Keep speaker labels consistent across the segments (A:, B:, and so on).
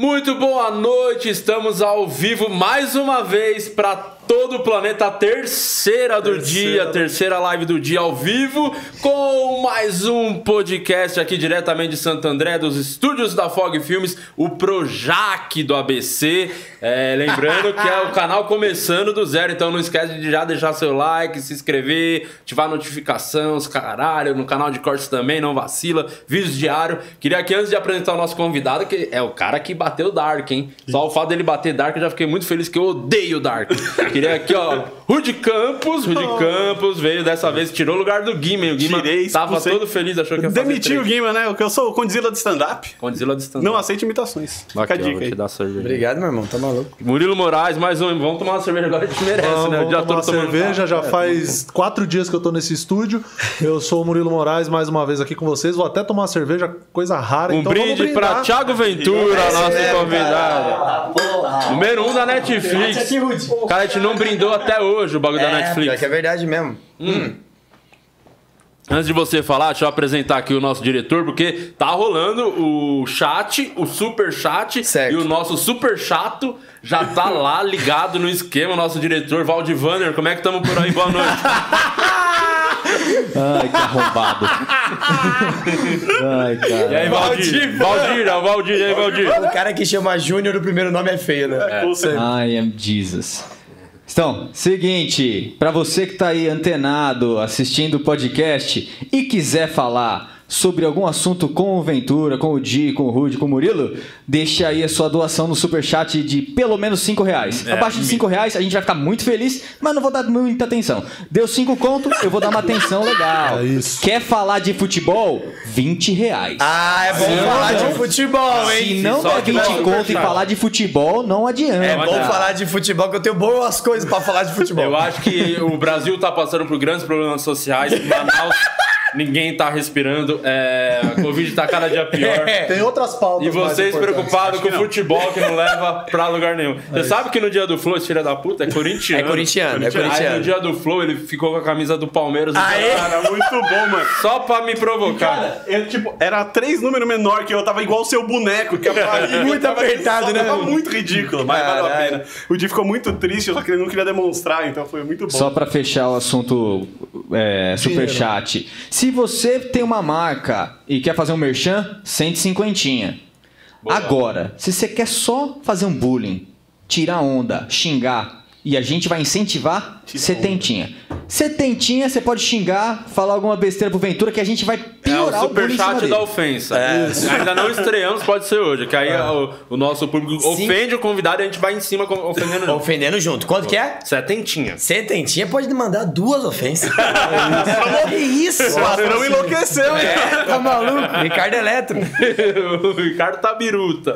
A: Muito boa noite, estamos ao vivo mais uma vez para todo o planeta, a terceira live do dia ao vivo, com mais um podcast aqui diretamente de Santo André, dos estúdios da Fog Filmes, o Projac do ABC. Lembrando que é o canal começando do zero, então não esquece de já deixar seu like, se inscrever, ativar a notificação, os caralho, no canal de cortes também, não vacila, vídeos diário. Queria aqui, antes de apresentar o nosso convidado, que é o cara que bateu Dark, hein? Só o fato dele bater Dark, eu já fiquei muito feliz, que eu odeio Dark. Queria aqui, ó, Rudy Campos veio dessa vez, tirou o lugar do Guima. O Guima tava todo feliz, achou que ia fazer
B: Demitiu o Guima, né? Porque eu sou o Condzilla de stand-up. Não aceito imitações.
A: Fica a dica aí.
C: Obrigado, meu irmão, tá maluco.
A: Murilo Moraes, mais um. Vamos tomar uma cerveja agora, a gente merece, né?
D: Vamos tomar uma cerveja, já faz 4 dias que eu tô nesse estúdio. Eu sou o Murilo Moraes, mais uma vez aqui com vocês. Vou até tomar uma cerveja, coisa rara.
A: Então brinde pra Thiago Ventura, nosso convidado. Número 1 da Netflix. Cara, a gente não brindou até hoje o bagulho da Netflix.
C: Que é verdade mesmo.
A: Antes de você falar, deixa eu apresentar aqui o nosso diretor, porque tá rolando o chat, o super chat,
C: certo.
A: E o nosso super chato já tá lá ligado no esquema. O nosso diretor, Valdivander, como é que estamos por aí? Boa noite.
E: Ai, que arrombado. Ai, cara.
A: E aí, Valdir? Valdir, e aí, Valdir?
C: O cara que chama Júnior, o primeiro nome é feio, né?
E: I am Jesus. Então, seguinte, pra você que tá aí antenado, assistindo o podcast e quiser falar sobre algum assunto com o Ventura, com o Di, com o Rudy, com o Murilo, deixa aí a sua doação no superchat de pelo menos R$5. Abaixo de R$5 a gente vai ficar muito feliz, mas não vou dar muita atenção. Deu 5 conto, eu vou dar uma atenção legal.
D: É isso.
E: Quer falar de futebol? R$20.
C: Ah, é bom falar de futebol, hein?
E: Se não der 20 conto e falar de futebol, não adianta.
C: É bom falar de futebol, que eu tenho boas coisas pra falar de futebol.
A: Eu acho que o Brasil tá passando por grandes problemas sociais. Manaus, ninguém tá respirando. A Covid tá cada dia pior.
D: Tem outras pautas.
A: E vocês preocupados com o futebol que não leva pra lugar nenhum. Você sabe que no dia do Flow, esse filho da puta é corintiano.
C: É corintiano.
A: Aí no dia do Flow ele ficou com a camisa do Palmeiras.
B: Cara, muito bom, mano.
A: Só pra me provocar.
B: Cara, era 3 números menor que eu, tava igual o seu boneco. Que
C: Muito apertado, né?
B: Tava muito ridículo, mas valeu a pena. O Di ficou muito triste, só que ele não queria demonstrar, então foi muito bom.
E: Só pra fechar o assunto superchat. Se você tem uma marca e quer fazer um merchan, 150. Agora, se você quer só fazer um bullying, tirar onda, xingar, e a gente vai incentivar, 70. 70, você pode xingar, falar alguma besteira pro Ventura, que a gente vai piorar
A: o
E: o bullying
A: superchat da ofensa. Ainda não estreamos, pode ser hoje, que aí o nosso público ofende o convidado e a gente vai em cima ofendendo junto.
C: Ofendendo junto. Quanto que é?
A: 70.
C: 70 pode mandar 2 ofensas. Que isso?
B: Você não enlouqueceu, hein?
C: Tá maluco? Ricardo Eletro.
A: O Ricardo tá biruta.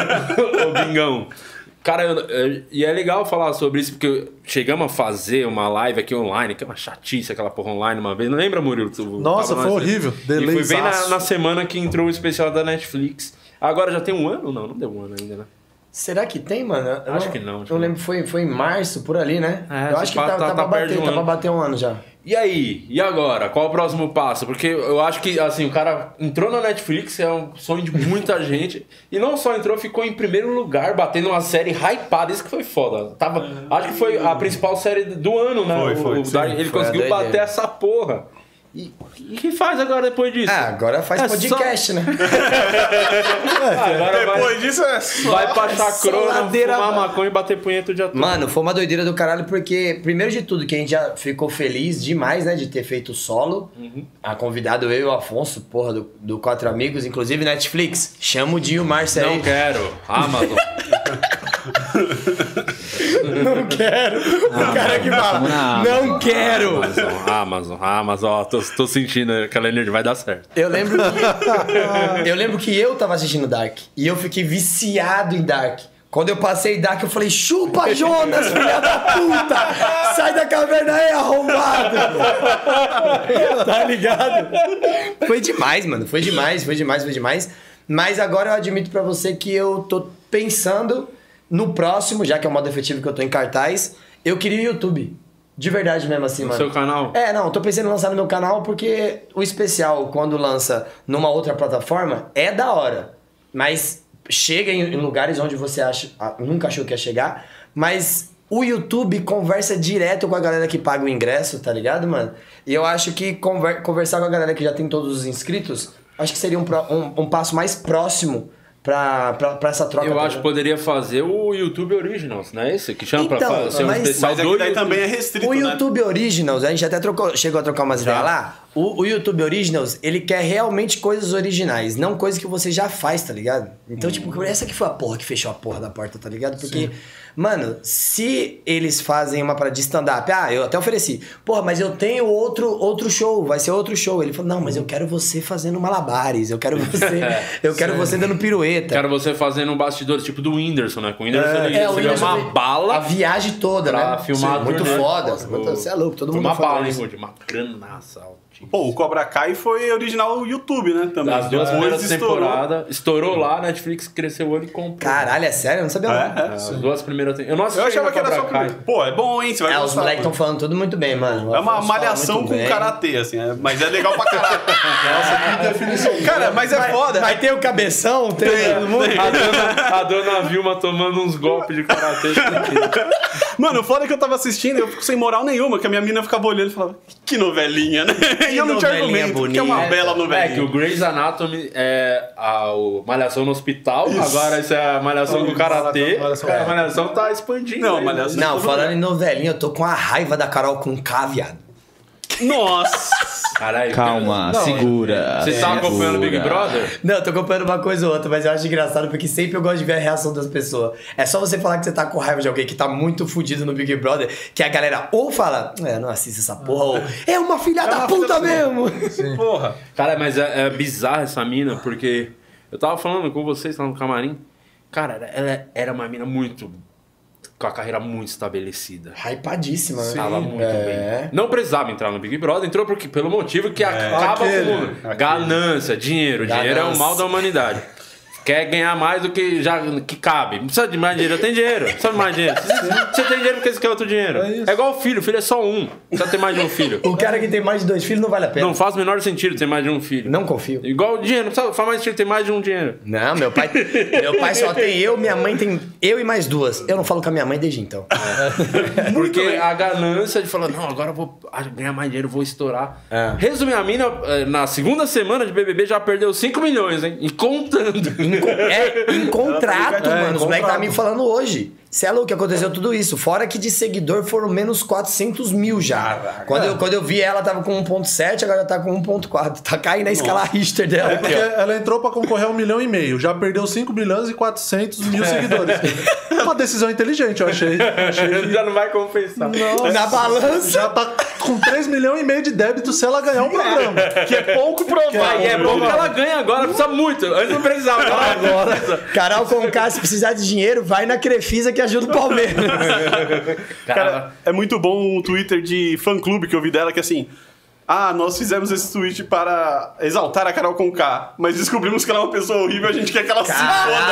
A: O Bingão. Cara, e é legal falar sobre isso, porque chegamos a fazer uma live aqui online, que é uma chatice aquela porra online uma vez. Não lembra, Murilo?
D: Nossa, foi horrível.
A: E foi bem na semana que entrou o especial da Netflix. Agora já tem 1 ano? Não deu 1 ano ainda, né?
C: Será que tem, mano?
A: Acho que não.
C: Eu lembro, foi em março, por ali, né? Eu acho que tá pra bater 1 ano já.
A: E aí? E agora? Qual o próximo passo? Porque eu acho que, assim, o cara entrou na Netflix, é um sonho de muita gente. E não só entrou, ficou em primeiro lugar, batendo uma série hypada. Isso que foi foda. Acho que foi a principal série do ano, né? Ele conseguiu bater essa porra. E o que faz agora depois disso?
C: Agora faz podcast, né?
A: Agora
B: depois disso é só...
A: Vai pra chacrona, fumar maconha e bater punheta o dia todo.
C: Mano, foi uma doideira do caralho, porque, primeiro de tudo, que a gente já ficou feliz demais, né, de ter feito solo. A convidado eu e o Afonso, porra, do 4 Amigos, inclusive Netflix. Chama o Dinho Márcio aí.
A: Não quero. Amazon.
C: Não quero. O cara que fala, não quero.
A: Amazon, ó, tô sentindo aquela energia, vai dar certo.
C: Eu lembro que eu tava assistindo Dark e eu fiquei viciado em Dark. Quando eu passei Dark, eu falei, chupa Jonas, filha da puta! Sai da caverna aí, arrombado! Tá ligado? Foi demais, mano. Foi demais. Mas agora eu admito pra você que eu tô pensando no próximo, já que é o modo efetivo que eu tô em cartaz, eu queria o YouTube. De verdade mesmo, assim, mano.
A: No seu canal?
C: Não, tô pensando em lançar no meu canal porque o especial, quando lança numa outra plataforma, é da hora. Mas chega em lugares onde você nunca achou que ia chegar, mas o YouTube conversa direto com a galera que paga o ingresso, tá ligado, mano? E eu acho que conversar com a galera que já tem todos os inscritos, acho que seria um passo mais próximo pra essa troca.
A: Eu acho que poderia fazer o YouTube Originals, não é esse? Que chama pra fazer um especial do
B: daí também é restrito,
C: o YouTube Originals, a gente até chegou a trocar umas ideias lá. O YouTube Originals, ele quer realmente coisas originais, não coisas que você já faz, tá ligado? Então, tipo, essa que foi a porra que fechou a porra da porta, tá ligado? Porque, mano, se eles fazem uma parada de stand-up, eu até ofereci, porra, mas eu tenho outro show, vai ser outro show. Ele falou, não, mas eu quero você fazendo malabares, eu quero você dando pirueta.
A: Quero você fazendo um bastidor tipo do Whindersson, né? Com o Whindersson ele
C: Whindersson
A: uma bala.
C: A viagem toda,
A: pra
C: né?
A: filmar
C: muito
A: né?
C: foda. Você é louco, todo mundo
A: uma
C: fala
A: bala, hein,
C: isso.
A: Rudy? Uma granaça altíssima.
B: Pô, o Cobra Kai foi original YouTube, né? Também.
A: As duas primeiras
B: estourou.
A: temporadas. Estourou lá, Netflix cresceu o olho e comprou.
C: Caralho, é sério? Eu não sabia não.
A: As duas primeiras temporadas. Eu não assisti
B: Eu achava
A: ainda
B: que era só...
A: Cobra Kai.
B: Pô, é bom, hein? Você vai
C: Os
B: gostar.
C: moleques estão falando tudo muito bem, mano.
B: É uma
C: Afonso fala
B: malhação
C: muito
B: com
C: bem.
B: karatê, assim. Mas é legal pra caralho. Nossa, que definição. Cara, mas é foda.
C: Mas tem o cabeção, tem todo mundo.
A: A dona Vilma tomando uns golpes de karatê.
B: Mano, o foda é que eu tava assistindo e eu fico sem moral nenhuma, que a minha mina ficava olhando e falava, que novelinha, né? E eu não tinha
C: novelinha
B: argumento, porque é uma bela novelinha.
A: É que o Grey's Anatomy é o Malhação no Hospital, agora isso é a Malhação com Karatê. A Malhação tá expandindo.
B: Não,
A: aí,
B: Malhação-
A: né?
C: Não, falando em novelinha, eu tô com a raiva da Carol Conká, viado.
B: Nossa!
A: Caralho,
E: Calma, segura.
A: Você tá acompanhando o Big Brother?
C: Não, eu tô acompanhando uma coisa ou outra, mas eu acho engraçado porque sempre eu gosto de ver a reação das pessoas. É só você falar que você tá com raiva de alguém que tá muito fudido no Big Brother, que a galera ou fala, não assista essa porra, ou é uma filha da puta mesmo.
B: Porra!
A: Cara, mas é bizarra essa mina, porque eu tava falando com vocês lá no camarim. Cara, ela era uma mina com a carreira muito estabelecida.
C: Hypadíssima, né?
A: Tava muito bem. Não precisava entrar no Big Brother, entrou pelo motivo que acaba com o mundo. Ganância, dinheiro. Dinheiro é o mal da humanidade. Quer ganhar mais do que cabe. Não precisa de mais dinheiro, eu tenho dinheiro. Não precisa de mais dinheiro. Você tem dinheiro porque você quer outro dinheiro. É igual o filho é só um. Não precisa ter mais de um filho.
C: O cara que tem mais de 2 filhos não vale a pena.
A: Não faz o menor sentido ter mais de um filho.
C: Não confio.
A: Igual o dinheiro, não precisa, faz mais sentido ter mais de um dinheiro.
C: Não, meu pai só tem eu, minha mãe tem eu e mais 2. Eu não falo com a minha mãe desde então.
A: Porque a ganância de falar, não, agora eu vou ganhar mais dinheiro, vou estourar. Resumindo, a mina, na segunda semana de BBB já perdeu 5 milhões, hein? E contando.
C: Em contrato, mano. Os moleques estavam me falando hoje. Você é louco que aconteceu tudo isso. Fora que de seguidor foram menos 400 mil já. Quando eu vi ela, tava com 1.7, agora tá com 1.4. Tá caindo a escala Richter dela.
D: Porque ela entrou pra concorrer a 1,5 milhão. Já perdeu 5 milhões e 400 mil seguidores. É uma decisão inteligente, eu achei.
A: Já não vai compensar.
C: Na balança.
D: Já tá com 3,5 milhões de débito se ela ganhar o programa.
B: Que é pouco provável.
A: E é bom que ela ganha agora, precisa muito. Antes não precisava. Agora.
C: Carol Conká, se precisar de dinheiro, vai na Crefisa que ajuda o Palmeiras.
B: Cara, é muito bom um Twitter de fã-clube que eu vi dela, que assim... nós fizemos esse tweet para exaltar a Carol Conká, mas descobrimos que ela é uma pessoa horrível e a gente quer que ela se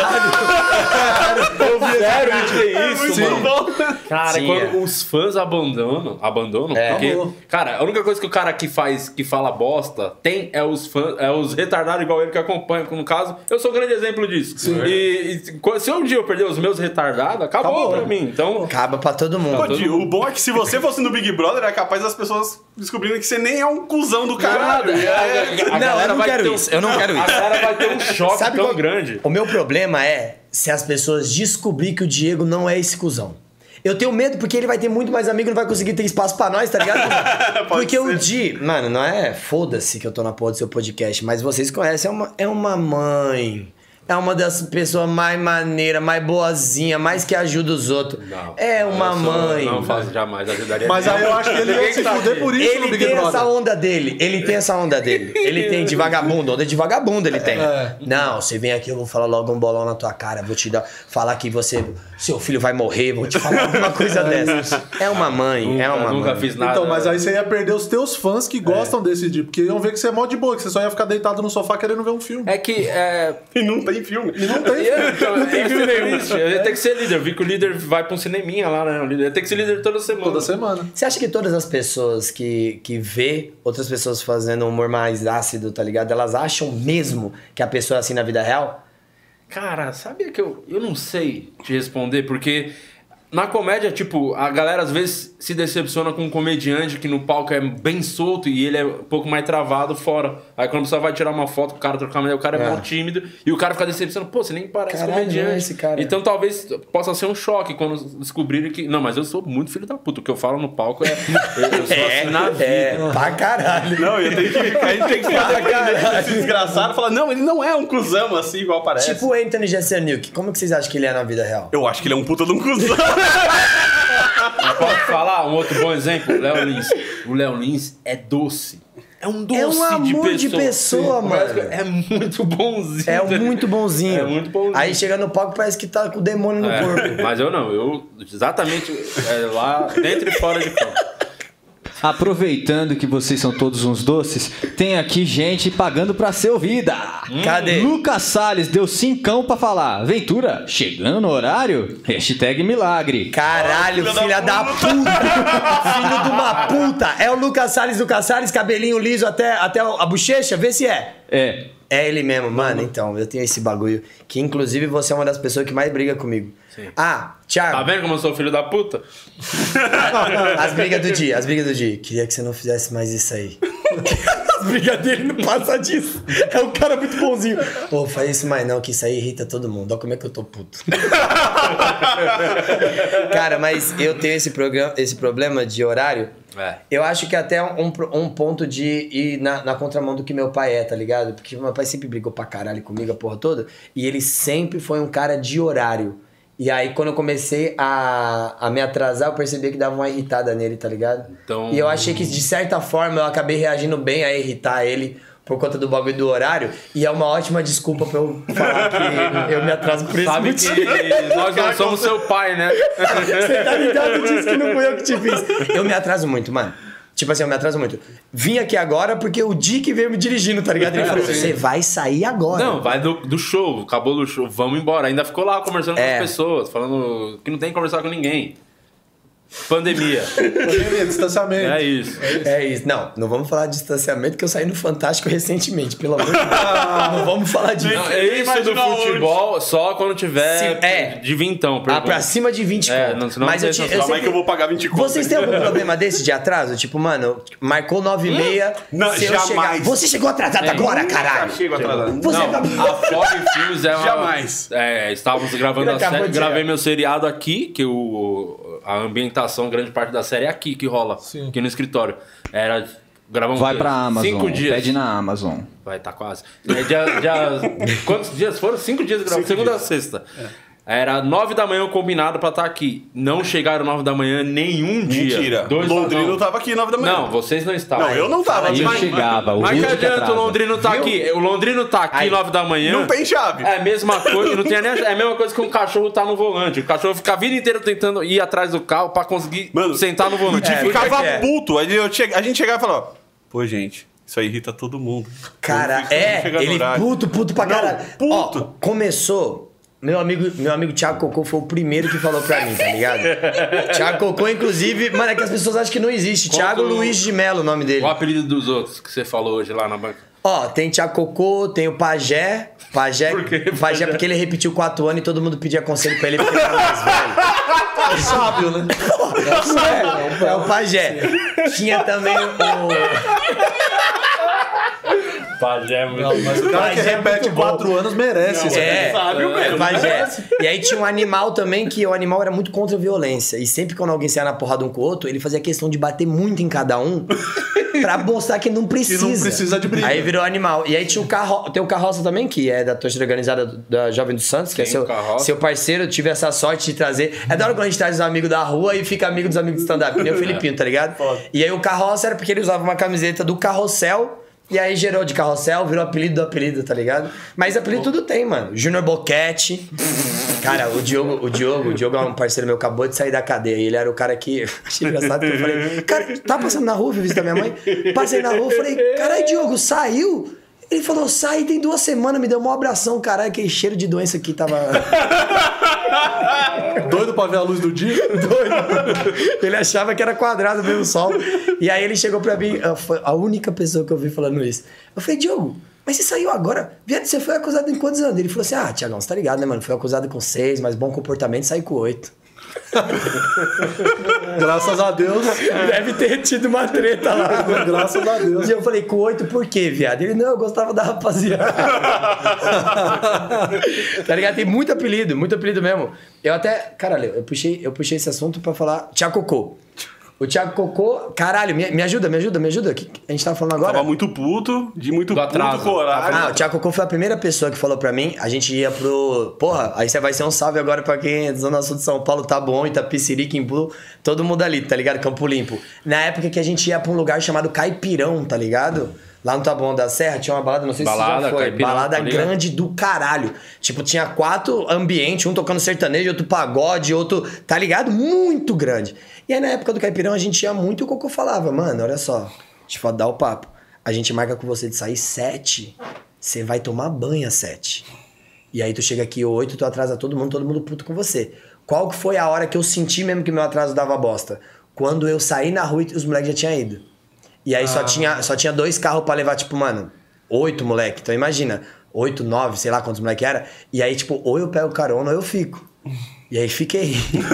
B: foda.
A: Sério que tem isso,
B: Muito
A: mano?
B: bom.
A: Cara,
C: Sim,
A: quando os fãs abandonam, porque, cara, a única coisa que o cara que fala bosta tem é os fãs, é os retardados igual ele que acompanham, no caso, eu sou um grande exemplo disso. E se um dia eu perder os meus retardados, acabou pra mim. Então,
C: Acaba pra todo mundo.
B: Pô, Di, o bom é que se você fosse no Big Brother, é capaz das pessoas descobrirem que você nem é um cuzão do caralho.
C: Não, eu não quero isso. Eu não quero
A: a
C: isso.
A: galera vai ter um choque
C: Sabe
A: tão
C: qual-
A: grande.
C: O meu problema é se as pessoas descobrir que o Diego não é esse cuzão. Eu tenho medo porque ele vai ter muito mais amigo e não vai conseguir ter espaço pra nós, tá ligado? Porque o Di... Mano, não é... Foda-se que eu tô na porra do seu podcast, mas vocês conhecem, é uma mãe... É uma das pessoas mais maneiras, mais boazinha, mais que ajuda os outros.
A: Não,
C: é uma mãe.
A: Não faço jamais, ajudaria.
D: Mas aí eu acho que ele ia se fuder por isso no
C: Ele
D: Big
C: tem
D: Brother.
C: essa onda dele. Ele tem essa onda dele. Ele tem de vagabundo. Onda de vagabundo ele tem. Não, você vem aqui, eu vou falar logo um bolão na tua cara. Vou te falar que seu filho vai morrer. Vou te falar alguma coisa dessa. É uma mãe. É uma
A: Nunca
C: mãe.
A: fiz nada.
D: Então, mas aí você ia perder os teus fãs que gostam desse tipo. Porque iam ver que você é mó de boa, que você só ia ficar deitado no sofá querendo ver um filme.
A: É que...
B: E não tem filme.
D: Não tem.
A: Não tem filme triste. Eu tenho que ser líder. Eu vi que o líder vai pra um cineminha lá, né? O líder tem que ser líder toda semana.
D: Toda semana.
C: Você acha que todas as pessoas que vê outras pessoas fazendo um humor mais ácido, tá ligado? Elas acham mesmo que a pessoa é assim na vida real?
A: Cara, sabia que eu não sei te responder, porque na comédia, tipo, a galera às vezes se decepciona com um comediante que no palco é bem solto e ele é um pouco mais travado fora. Aí quando você vai tirar uma foto com o cara, trocar uma ideia, o cara é mó tímido e o cara fica decepcionado. Pô, você nem parece comediante.
C: Esse cara.
A: Então talvez possa ser um choque quando descobrirem que... Não, mas eu sou muito filho da puta. O que eu falo no palco eu sou assim na vida.
C: Pra caralho.
B: Não, a gente tem que fazer esse desgraçado e falar, não, ele não é um cuzão assim, igual parece.
C: Tipo o Anthony Jeselnik, como que vocês acham que ele é na vida real?
B: Eu acho que ele é um puta de um cuzão.
A: Pode falar um outro bom exemplo? O Léo Lins. O Léo Lins é doce. É um doce
C: É um amor de pessoa,
A: Sim,
C: mano.
A: É muito bonzinho.
C: É muito bonzinho.
A: É muito bonzinho.
C: Aí chega no palco parece que tá com o demônio no corpo.
A: Mas eu não. Eu exatamente lá dentro e fora de campo.
E: Aproveitando que vocês são todos uns doces, tem aqui gente pagando pra ser ouvida.
C: Cadê?
E: Lucas Salles deu 5 pra falar. Ventura, chegando no horário? Hashtag milagre.
C: Caralho, filha da puta! Filho de uma puta! É o Lucas Salles, cabelinho liso até a bochecha? Vê se é. É ele mesmo, mano. Então, eu tenho esse bagulho. Que inclusive você é uma das pessoas que mais briga comigo.
A: Sim.
C: Ah, Thiago.
A: Tá vendo como eu sou filho da puta?
C: As brigas do dia. Queria que você não fizesse mais isso aí. As brigas dele não passa disso. É um cara muito bonzinho. Pô, faz isso mais não, que isso aí irrita todo mundo. Olha como é que eu tô puto. Cara, mas eu tenho esse problema de horário. Eu acho que até um ponto de ir na contramão do que meu pai é, tá ligado? Porque meu pai sempre brigou pra caralho comigo a porra toda. E ele sempre foi um cara de horário. E aí, quando eu comecei a me atrasar, eu percebi que dava uma irritada nele, tá ligado?
A: Então...
C: E eu achei que, de certa forma, eu acabei reagindo bem a irritar ele por conta do bagulho do horário. E é uma ótima desculpa pra eu falar que eu me atraso por esse
A: Sabe
C: motivo.
A: que nós não somos seu pai, né?
C: Você tá ligado disso que não fui eu que te fiz. Eu me atraso muito, mano. Tipo assim, eu me atraso muito. Vim aqui agora porque o Dick veio me dirigindo, tá ligado? Ele falou, você vai sair agora.
A: Não, vai do show, acabou do show, vamos embora. Ainda ficou lá conversando com as pessoas, falando que não tem que conversar com ninguém. Pandemia.
D: Distanciamento.
A: É isso.
C: É isso. Não vamos falar de distanciamento, que eu saí no Fantástico recentemente, pelo amor de Deus. Não vamos falar disso.
A: Não, é isso do futebol só quando tiver de vintão.
C: Pra cima de 20 conto. Mas eu
B: Calma aí que eu vou pagar 20 conto.
C: Vocês têm algum problema desse de atraso? Tipo, mano, marcou 9h30.
B: Não, jamais.
C: Você chegou atrasado agora, caralho.
B: Chego atrasado.
C: Você
A: Não,
C: tá...
A: a Fog Filmes é uma...
B: Jamais.
A: Estávamos gravando a série, gravei meu seriado aqui, que a ambientação, grande parte da série é aqui que rola, aqui no escritório. Gravamos
E: Vai pra Amazon,
A: 5 dias.
E: pede na Amazon.
A: Vai, tá quase. Quantos dias foram? 5 dias gravando, segunda a sexta. Era 9 da manhã combinado pra estar aqui. Não chegaram 9 da manhã nenhum dia.
B: Mentira. Londrino tava aqui 9 da manhã.
A: Não, vocês não estavam.
B: Não, eu não tava.
E: Aí eu chegava, o
A: Mas que
E: Rude que
A: adianta
E: atrasa.
A: o Londrino tá aqui? O Londrino tá aqui 9 da manhã.
B: Não tem chave.
A: É a mesma coisa, não tem nem é a mesma coisa que um cachorro tá no volante. O cachorro fica a vida inteira tentando ir atrás do carro pra conseguir sentar no volante.
B: Ficava puto. Aí a gente chegava e falava, pô, gente, isso aí irrita todo mundo.
C: Cara, ele puto pra caralho. Puto. Ó, começou... Meu amigo Thiago Cocô foi o primeiro que falou pra mim, tá ligado? Thiago Cocô, inclusive... Mano, é que as pessoas acham que não existe. Thiago Luiz de Mello, o nome dele.
A: Qual o apelido dos outros que você falou hoje lá na banca?
C: Ó, tem Thiago Cocô, tem o Pajé.
A: Por quê?
C: Pajé porque ele repetiu 4 anos e todo mundo pedia conselho pra ele porque ele era mais velho.
D: É sábio, né?
C: É o Pajé. Tinha também o...
A: Pajé,
D: Mas o cara que repete 4 anos merece.
C: Pajé. E aí tinha um animal também, que o animal era muito contra a violência. E sempre quando alguém saia na porrada um com o outro, ele fazia questão de bater muito em cada um pra mostrar que não precisa.
D: Que não precisa de briga.
C: Aí virou animal. E aí tinha tem o Carroça também, que é da torcida organizada da Jovem dos Santos, que é seu parceiro. Eu tive essa sorte de trazer. É da hora quando a gente traz os amigos da rua e fica amigo dos amigos de stand-up, que nem o Felipinho, tá ligado? E aí o Carroça era porque ele usava uma camiseta do Carrossel. E aí gerou de Carrossel, virou apelido do apelido, tá ligado? Mas apelido tudo tem, mano. Júnior Boquete. Cara, o Diogo é um parceiro meu, acabou de sair da cadeia. E ele era o cara que... Achei engraçado que eu falei... Cara, tá passando na rua, fui visitar minha mãe. Passei na rua, falei... Caralho, Diogo, saiu? Ele falou, sai, tem 2 semanas, me deu um abração, caralho, aquele cheiro de doença aqui tava...
D: Doido pra ver a luz do dia?
C: Doido. Ele achava que era quadrado mesmo o sol. E aí ele chegou pra mim, foi a única pessoa que eu vi falando isso. Eu falei, Diogo, Mas você saiu agora. Viado, você foi acusado em quantos anos? Ele falou assim, Tiagão, você tá ligado, né, mano? Foi acusado com 6, mas bom comportamento, saí com 8.
D: Graças a Deus.
C: Deve ter tido uma treta lá.
D: Graças a Deus.
C: E eu falei, com 8 por quê, viado? Ele, não, eu gostava da rapaziada. Tá ligado? Tem muito apelido mesmo. Eu até, caralho, eu puxei esse assunto pra falar Thiago Cocô. O Thiago Cocô, caralho, me ajuda. O que a gente tava falando agora?
B: Tava muito puto, puto com horário.
C: O Thiago Cocô foi a primeira pessoa que falou pra mim, a gente ia pro... Porra, aí você vai ser um salve agora pra quem é da Zona Sul de São Paulo, tá bom, Itapecerica, Imbu, todo mundo ali, tá ligado? Campo Limpo. Na época que a gente ia pra um lugar chamado Caipirão, tá ligado? Lá no Taboão da Serra tinha uma balada, não sei se você já foi. Caipirão, balada grande do caralho. Tipo, tinha 4 ambientes, um tocando sertanejo, outro pagode, outro... Tá ligado? Muito grande. E aí na época do Caipirão a gente ia muito e o Cocô falava, mano, olha só, deixa eu dar o papo. A gente marca com você de sair 7, você vai tomar banho às 7. E aí tu chega aqui 8, tu atrasa todo mundo puto com você. Qual que foi a hora que eu senti mesmo que meu atraso dava bosta? Quando eu saí na rua e os moleques já tinham ido. E aí só tinha 2 carros pra levar, tipo, mano, 8 moleque. Então imagina, 8, 9, sei lá quantos moleque era. E aí, tipo, ou eu pego carona ou eu fico. E aí fiquei.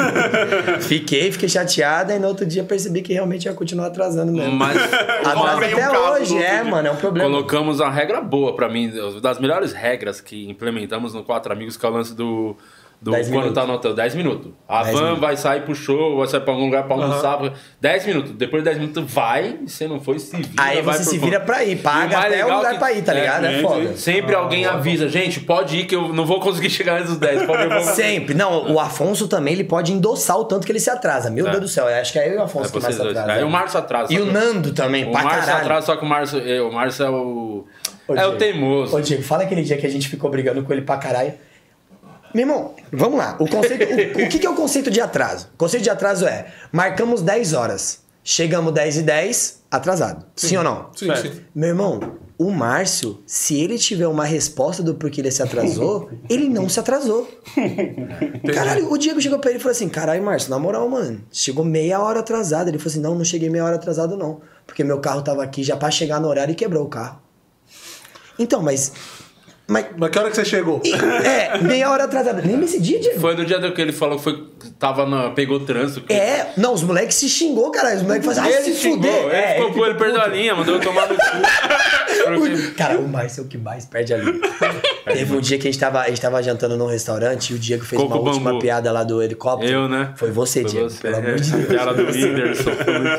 C: Fiquei chateada e no outro dia percebi que realmente ia continuar atrasando mesmo.
A: Mas
C: até hoje, mano, é um problema.
A: Colocamos uma regra boa pra mim, das melhores regras que implementamos no 4 Amigos, que é o lance do quando tá no hotel, 10 minutos. A van vai sair pro show, vai sair pra algum lugar pra almoçar. 10 minutos. Depois de 10 minutos vai, e você não foi, se vira.
C: Aí você se vira pra ir, paga até o lugar pra ir, tá ligado? É foda.
A: Sempre alguém avisa, gente, pode ir que eu não vou conseguir chegar antes dos 10.
C: Sempre. Não, o Afonso também, ele pode endossar o tanto que ele se atrasa. Meu Deus do céu, eu acho que é eu e o Afonso que mais se atrasa.
A: Aí o Márcio atrasa.
C: E o Nando também, pra caralho. O Márcio atrasa,
A: só que o Márcio é o... É o teimoso.
C: Ô, Diego, fala aquele dia que a gente ficou brigando com ele pra caralho. Meu irmão, vamos lá. O que é o conceito de atraso? O conceito de atraso é, marcamos 10 horas, chegamos 10h10, atrasado. Sim ou não?
B: Sim.
C: Meu irmão, o Márcio, se ele tiver uma resposta do porquê ele se atrasou, ele não se atrasou. Caralho, o Diego chegou pra ele e falou assim, caralho, Márcio, na moral, mano, chegou meia hora atrasado. Ele falou assim, não cheguei meia hora atrasado não, porque meu carro tava aqui já pra chegar no horário e quebrou o carro. Então, Mas
D: que hora que você chegou?
C: Meia hora atrasada. Nem nesse dia, Diego.
A: Foi no dia que ele falou que pegou trânsito.
C: Não, os moleques se xingou, caralho. Os moleques falaram, se fuder.
A: Ele ficou, ele perdeu a linha, mandou eu tomar no cu.
C: Cara, o Márcio é o que mais perde a linha. Teve um dia que a gente tava jantando num restaurante e o Diego fez uma última piada lá do helicóptero.
A: Eu, né?
C: Foi você, Diego, pelo amor de Deus.
A: A piada do Whindersson foi muito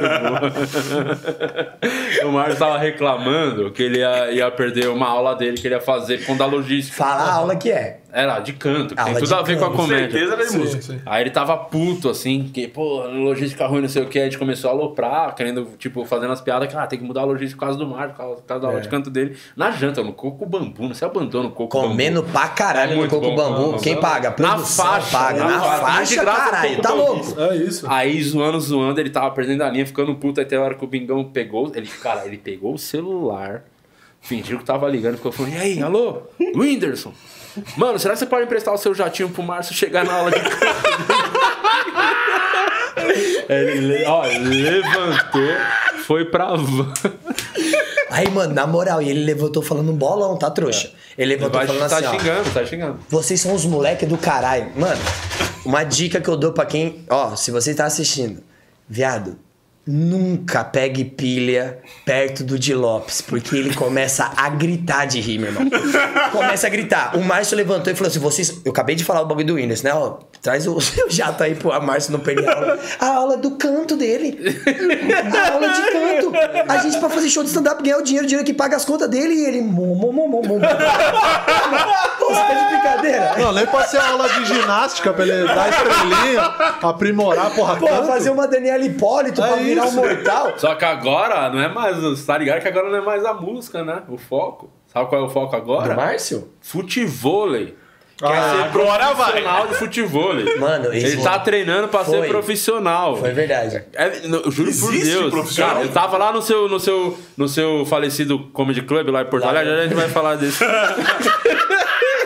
A: boa. O Márcio tava reclamando que ele ia perder uma aula dele que ele ia fazer com da logística.
C: Fala a aula que é.
A: Era de canto, que tem tudo a ver com a comédia.
B: Com certeza era de música.
D: Sim.
A: Aí ele tava puto, assim, que, pô, logística ruim, não sei o que. A gente começou a aloprar, querendo, tipo, fazendo as piadas que, tem que mudar a logística por causa do Márcio, por causa da aula de canto dele. Na janta, no coco bambu, não sei, abandona o coco bambu.
C: Comendo pra caralho no coco bambu. Quem paga?
A: Na faixa.
C: Paga. Na faixa, caralho. Tá louco.
D: É isso.
A: Aí, zoando, ele tava perdendo a linha, ficando puto. Aí tem a hora que o Bingão pegou, ele pegou o celular, fingiu que tava ligando, ficou falando, e aí, alô, Whindersson? Mano, será que você pode emprestar o seu jatinho pro Márcio chegar na aula de canto? Ele levantou, foi pra van.
C: Aí, mano, na moral, e ele levantou falando um bolão, tá, trouxa? Ele levantou falando assim,
A: Tá xingando.
C: Vocês são os moleques do caralho. Mano, uma dica que eu dou pra quem... se você tá assistindo, viado, nunca pegue pilha perto do Di Lopes, porque ele começa a gritar de rir, meu irmão. Começa a gritar. O Márcio levantou e falou assim, eu acabei de falar o bagulho do Windows, né? Traz o seu jato aí pro Márcio não perder a aula. A aula do canto dele. A aula de canto. A gente pra fazer show de stand-up ganhar o dinheiro que paga as contas dele e ele... Pô, você tá de brincadeira?
D: Não, nem pra ser aula de ginástica pra ele dar estrelinha, aprimorar, porra,
C: fazer uma Daniela Hipólito pra virar um mortal.
A: Só que agora não é mais... Você tá ligado que agora não é mais a música, né? O foco. Sabe qual é o foco agora?
C: Do Márcio?
A: Futevôlei. Quer ser
B: agora
A: profissional de futevôlei.
C: Mano,
A: ele tá treinando pra ser profissional.
C: Foi verdade.
A: Eu juro por Deus. Cara, eu tava lá no seu falecido Comedy Club lá em Porto Alegre, a gente vai falar disso.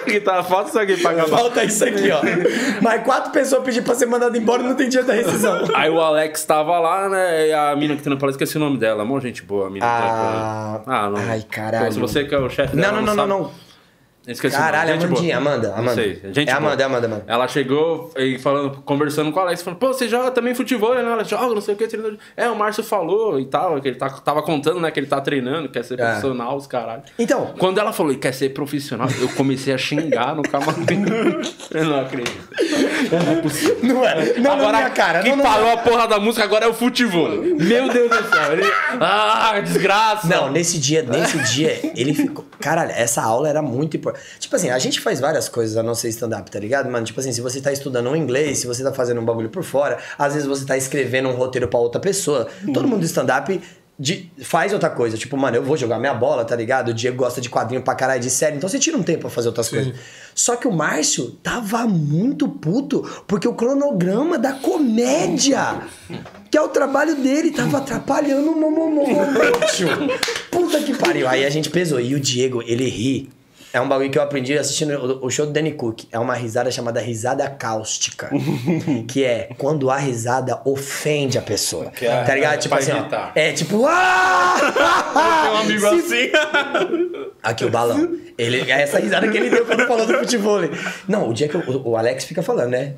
A: aqui, tá? Falta isso aqui pra acabar.
C: Falta isso aqui, ó. Mas 4 pessoas pediram pra ser mandado embora e não tem dia da rescisão.
A: Aí o Alex tava lá, né? E a mina que tem na palestra, esqueci o nome dela. Mó gente boa, a mina. Não.
C: Ai, caralho.
A: Então, se você que é o chefe dela.
C: Não.
A: Esqueci
C: Caralho,
A: o nome. Gente
C: Amanda.
A: Não sei. Gente
C: é
A: boa.
C: Amanda.
A: Ela chegou e conversando com o Alex, falando, pô, você joga também futebol, né? Ela joga, não sei o que, treinador. O Márcio falou e tal, que ele tava contando, né, que ele tá treinando, quer ser profissional, os caralho.
C: Então.
A: Quando ela falou, quer ser profissional, eu comecei a xingar no camarim. Eu não acredito. Não é possível.
C: Não é. Não,
A: agora,
C: na minha cara.
A: Quem parou a porra da música agora é o futebol. Meu Deus do céu. Desgraça.
C: Não, nesse dia, ele ficou... Caralho, essa aula era muito importante. Tipo assim, a gente faz várias coisas a não ser stand-up, tá ligado, mano? Tipo assim, se você tá estudando um inglês, se você tá fazendo um bagulho por fora, às vezes você tá escrevendo um roteiro pra outra pessoa. Todo mundo do stand-up faz outra coisa. Tipo, mano, eu vou jogar minha bola, tá ligado? O Diego gosta de quadrinho pra caralho, de série. Então você tira um tempo pra fazer outras coisas. Só que o Márcio tava muito puto porque o cronograma da comédia, que é o trabalho dele, tava atrapalhando o momento. Puta que pariu. Aí a gente pesou. E o Diego, ele ri. É um bagulho que eu aprendi assistindo o show do Danny Cook. É uma risada chamada risada cáustica. Que é quando a risada ofende a pessoa. Tá ligado? Tipo assim, ó. É tipo...
B: Tem um amigo assim.
C: Aqui o balão. Essa risada que ele deu quando falou do futebol. Não, o dia que o Alex fica falando, né?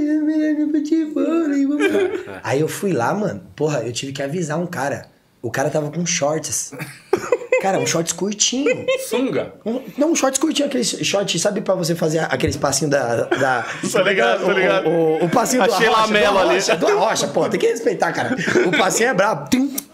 C: Aí eu fui lá, mano. Porra, eu tive que avisar um cara. O cara tava com shorts. Cara, um shorts curtinho.
A: Sunga?
C: Um shorts curtinho, aquele short, sabe pra você fazer aquele espacinho da
B: Tô ligado.
C: O passinho
B: Achei
C: da rocha.
B: lamela ali.
C: Da rocha, pô, tem que respeitar, cara. O passinho é brabo.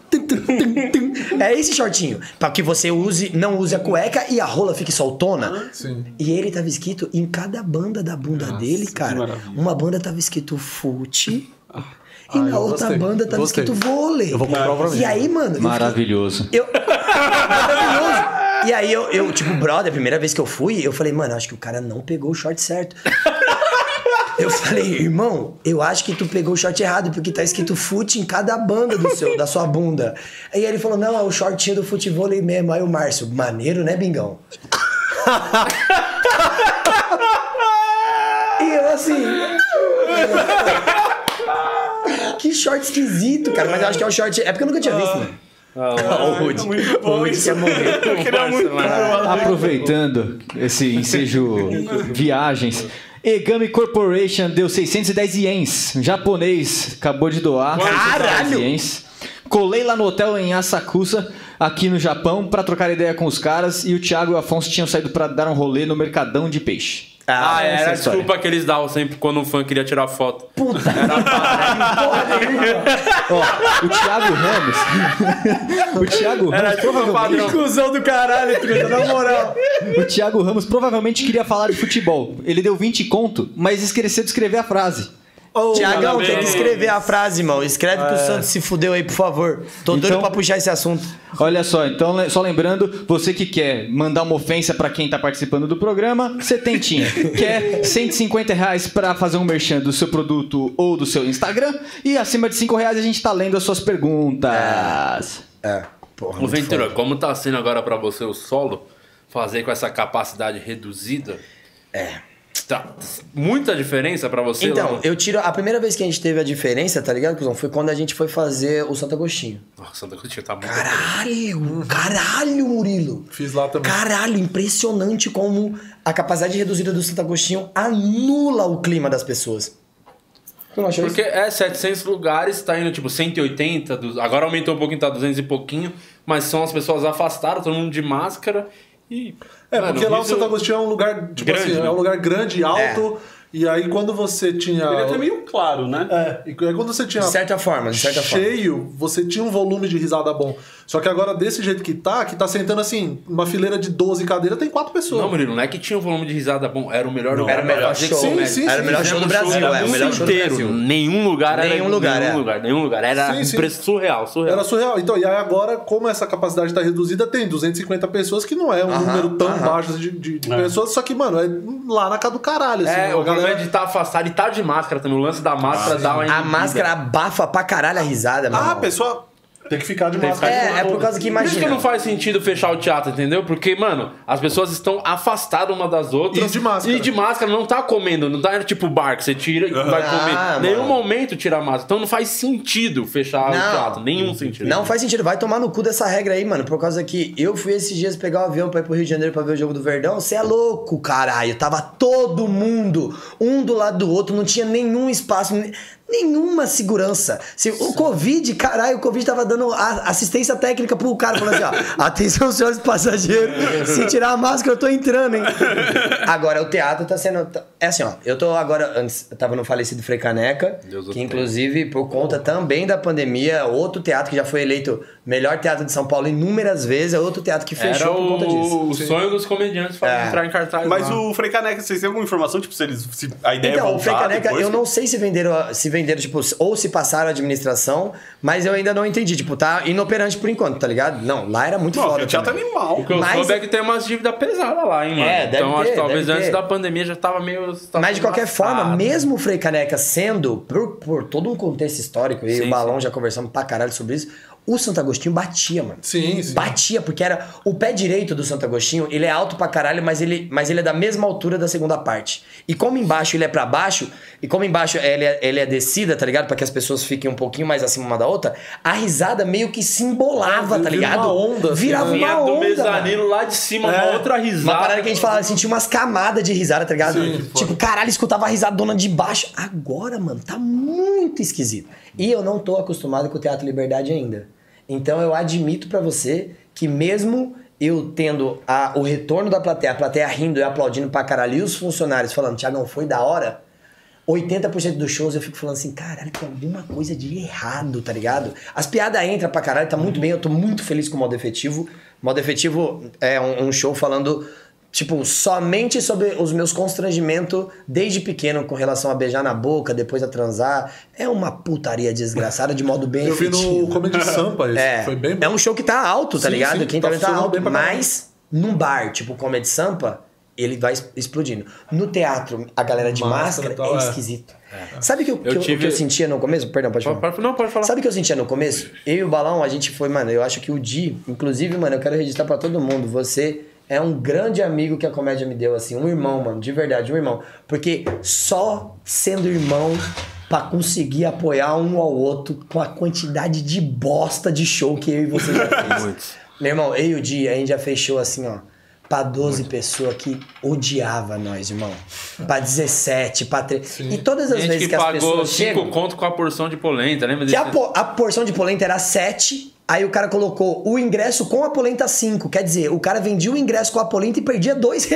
C: É esse shortinho. Pra que você não use a cueca e a rola fique soltona.
D: Sim.
C: E ele tava escrito em cada banda da bunda dele, cara. Uma banda tava escrito fute. E na outra banda tava escrito vôlei.
D: Eu vou comprar pra mim.
C: E aí, mano...
E: Maravilhoso.
C: Maravilhoso. E aí eu, tipo, brother, a primeira vez que eu fui, eu falei, mano, acho que o cara não pegou o short certo. Eu falei, irmão, eu acho que tu pegou o short errado, porque tá escrito fute em cada banda da sua bunda. Aí ele falou, não, é o shortinho do futevôlei mesmo. Aí o Márcio, maneiro, né, Bingão? E eu assim... Que short esquisito, cara. Mas eu acho que é o short... É porque eu nunca tinha visto, mano. O Rudy.
B: Muito bom
C: Rudy quer morrer.
B: Eu queria muito.
E: Aproveitando esse ensejo viagens, Egami Corporation deu 610 ienes. Um japonês acabou de doar.
C: Caralho!
E: Ienes. Colei lá no hotel em Asakusa, aqui no Japão, pra trocar ideia com os caras. E o Thiago e o Afonso tinham saído pra dar um rolê no Mercadão de Peixe.
A: Era a desculpa que eles davam sempre quando um fã queria tirar foto.
C: Puta.
E: Ó, o Thiago Ramos. O Thiago Ramos provavelmente.
C: Cusão do caralho, Trita, na moral.
E: O Thiago Ramos provavelmente queria falar de futebol. Ele deu 20 conto, mas esqueceu de escrever a frase.
C: Tiagão, tem que escrever a frase, irmão. Escreve que o Santos se fudeu aí, por favor. Tô doido pra puxar esse assunto.
E: Olha só, então, só lembrando, você que quer mandar uma ofensa pra quem tá participando do programa, setentinha. Quer R$150 pra fazer um merchan do seu produto ou do seu Instagram. E acima de R$5 a gente tá lendo as suas perguntas.
C: Porra,
A: Ô, Ventura, como tá sendo agora pra você o solo, fazer com essa capacidade reduzida? Tá, muita diferença pra você?
C: Então,
A: lá?
C: eu tiro... A primeira vez que a gente teve a diferença, tá ligado, cuzão? Foi quando a gente foi fazer o Santo Agostinho.
A: Nossa, Santo Agostinho tá muito...
C: Caralho, Murilo.
D: Fiz lá também.
C: Caralho, impressionante como a capacidade reduzida do Santo Agostinho anula o clima das pessoas. Tu não achou
A: Porque 700 lugares, tá indo tipo 180, agora aumentou um pouquinho, tá 200 e pouquinho, mas são as pessoas afastadas, todo mundo de máscara e...
D: porque lá o Santo Agostinho é um lugar, tipo
A: grande,
D: assim,
A: né?
D: é um lugar grande, alto, e aí quando você tinha...
B: Ele é até meio claro, né?
D: E aí quando você tinha...
C: De certa forma.
D: Cheio, você tinha um volume de risada bom. Só que agora, desse jeito que tá sentando assim, uma fileira de 12 cadeiras, tem 4 pessoas.
A: Não, Murilo, não é que tinha um volume de risada bom, era o melhor lugar.
C: Era o melhor
A: pra fazer
C: show.
A: comédia.
C: Era o melhor show do Brasil,
A: Era
C: o melhor show do
A: inteiro.
C: Brasil.
A: Nenhum lugar. Nenhum lugar. Era um preço surreal.
D: Era surreal. Então, e aí agora, como essa capacidade tá reduzida, tem 250 pessoas, que não é um número tão baixo de pessoas, só que, mano, é lá na casa do caralho. Assim,
A: o problema é de estar afastado e tá de máscara também. O lance da máscara dá uma...
C: A máscara abafa pra caralho a risada, mano.
B: A pessoa...
D: Tem que ficar de máscara.
C: É por causa que imagina.
A: Por isso que não faz sentido fechar o teatro, entendeu? Porque, mano, as pessoas estão afastadas uma das outras.
D: E de máscara.
A: E de máscara, não tá comendo. Não tá tipo bar que você tira e vai comer. Nenhum momento tira a máscara. Então não faz sentido fechar o teatro. Nenhum sentido.
C: Não faz sentido. Vai tomar no cu dessa regra aí, mano. Por causa que eu fui esses dias pegar o avião pra ir pro Rio de Janeiro pra ver o jogo do Verdão. Você é louco, caralho. Tava todo mundo, um do lado do outro. Não tinha nenhum espaço, nenhuma segurança. O Covid, caralho, o Covid tava dando assistência técnica pro cara, falando assim, ó, atenção, senhores passageiros, se tirar a máscara eu tô entrando, hein. Agora, o teatro tá sendo... É assim, ó, eu tô agora... Antes, eu tava no falecido Frei Caneca, que inclusive, por conta também da pandemia, outro teatro que já foi eleito melhor teatro de São Paulo inúmeras vezes, é outro teatro que fechou por conta disso.
A: O sonho dos comediantes para entrar em cartaz.
B: Mas o Frei Caneca, vocês têm alguma informação? Tipo, se a ideia é voltar
C: o Frei Caneca,
B: depois?
C: eu não sei se venderam, tipo, ou se passaram a administração, mas eu ainda não entendi. Tipo, tá inoperante por enquanto, tá ligado? Não, lá era muito foda.
B: O teatro é animal.
A: O que eu soube é que tem umas dívidas pesadas lá, hein, mano? Então acho que talvez antes da pandemia já tava meio...
C: Mas de qualquer forma, mesmo o Frei Caneca sendo, por todo um contexto histórico, e o Balão já conversamos pra caralho sobre isso, o Santo Agostinho batia, mano.
D: Sim.
C: Batia, porque era... O pé direito do Santo Agostinho, ele é alto pra caralho, mas ele é da mesma altura da segunda parte. E como embaixo ele é pra baixo, e como embaixo ele é descida, tá ligado? Pra que as pessoas fiquem um pouquinho mais acima uma da outra, a risada meio que se embolava, tá ligado?
D: Uma onda.
C: Virava uma onda,
A: do mezanino lá de cima, uma outra risada.
C: Uma parada que a gente falava, sentia umas camadas de risada, tá ligado? Tipo, caralho, escutava a risadona de baixo. Agora, mano, tá muito esquisito. E eu não tô acostumado com o Teatro Liberdade ainda. Então eu admito pra você que mesmo eu tendo o retorno da plateia, a plateia rindo e aplaudindo pra caralho, e os funcionários falando, Thiagão, foi da hora, 80% dos shows eu fico falando assim, caralho, tem alguma coisa de errado, tá ligado? As piadas entram pra caralho, tá muito bem, eu tô muito feliz com o Modo Efetivo. Modo Efetivo é um show falando... Tipo, somente sobre os meus constrangimentos desde pequeno com relação a beijar na boca, depois a transar. É uma putaria desgraçada de modo bem efetivo.
D: Eu vi no Comedy Sampa isso. Foi bem bom.
C: É um show que tá alto, tá ligado? Quem tá vendo tá alto.
D: Bem
C: mas num bar, tipo Comedy Sampa, ele vai explodindo. No teatro, a galera de máscara é esquisito. Sabe o que eu sentia no começo? Perdão, pode falar.
A: Não, pode falar.
C: Sabe o que eu sentia no começo? Eu e o Balão, a gente foi, mano, eu acho que o Di, inclusive, mano, eu quero registrar pra todo mundo, você... É um grande amigo que a comédia me deu, assim. Um irmão, mano. De verdade, um irmão. Porque só sendo irmão pra conseguir apoiar um ao outro com a quantidade de bosta de show que eu e você já fez. Meu irmão, eu e o Di, a gente já fez show assim, ó. Pra 12 pessoas que odiava nós, irmão. Pra 17, pra 3. E todas as vezes que as pessoas chegam...
A: pagou 5 conto com a porção de polenta, lembra
C: disso? A porção de polenta era 7... Aí o cara colocou o ingresso com a polenta 5. Quer dizer, o cara vendia o ingresso com a polenta e perdia R$2.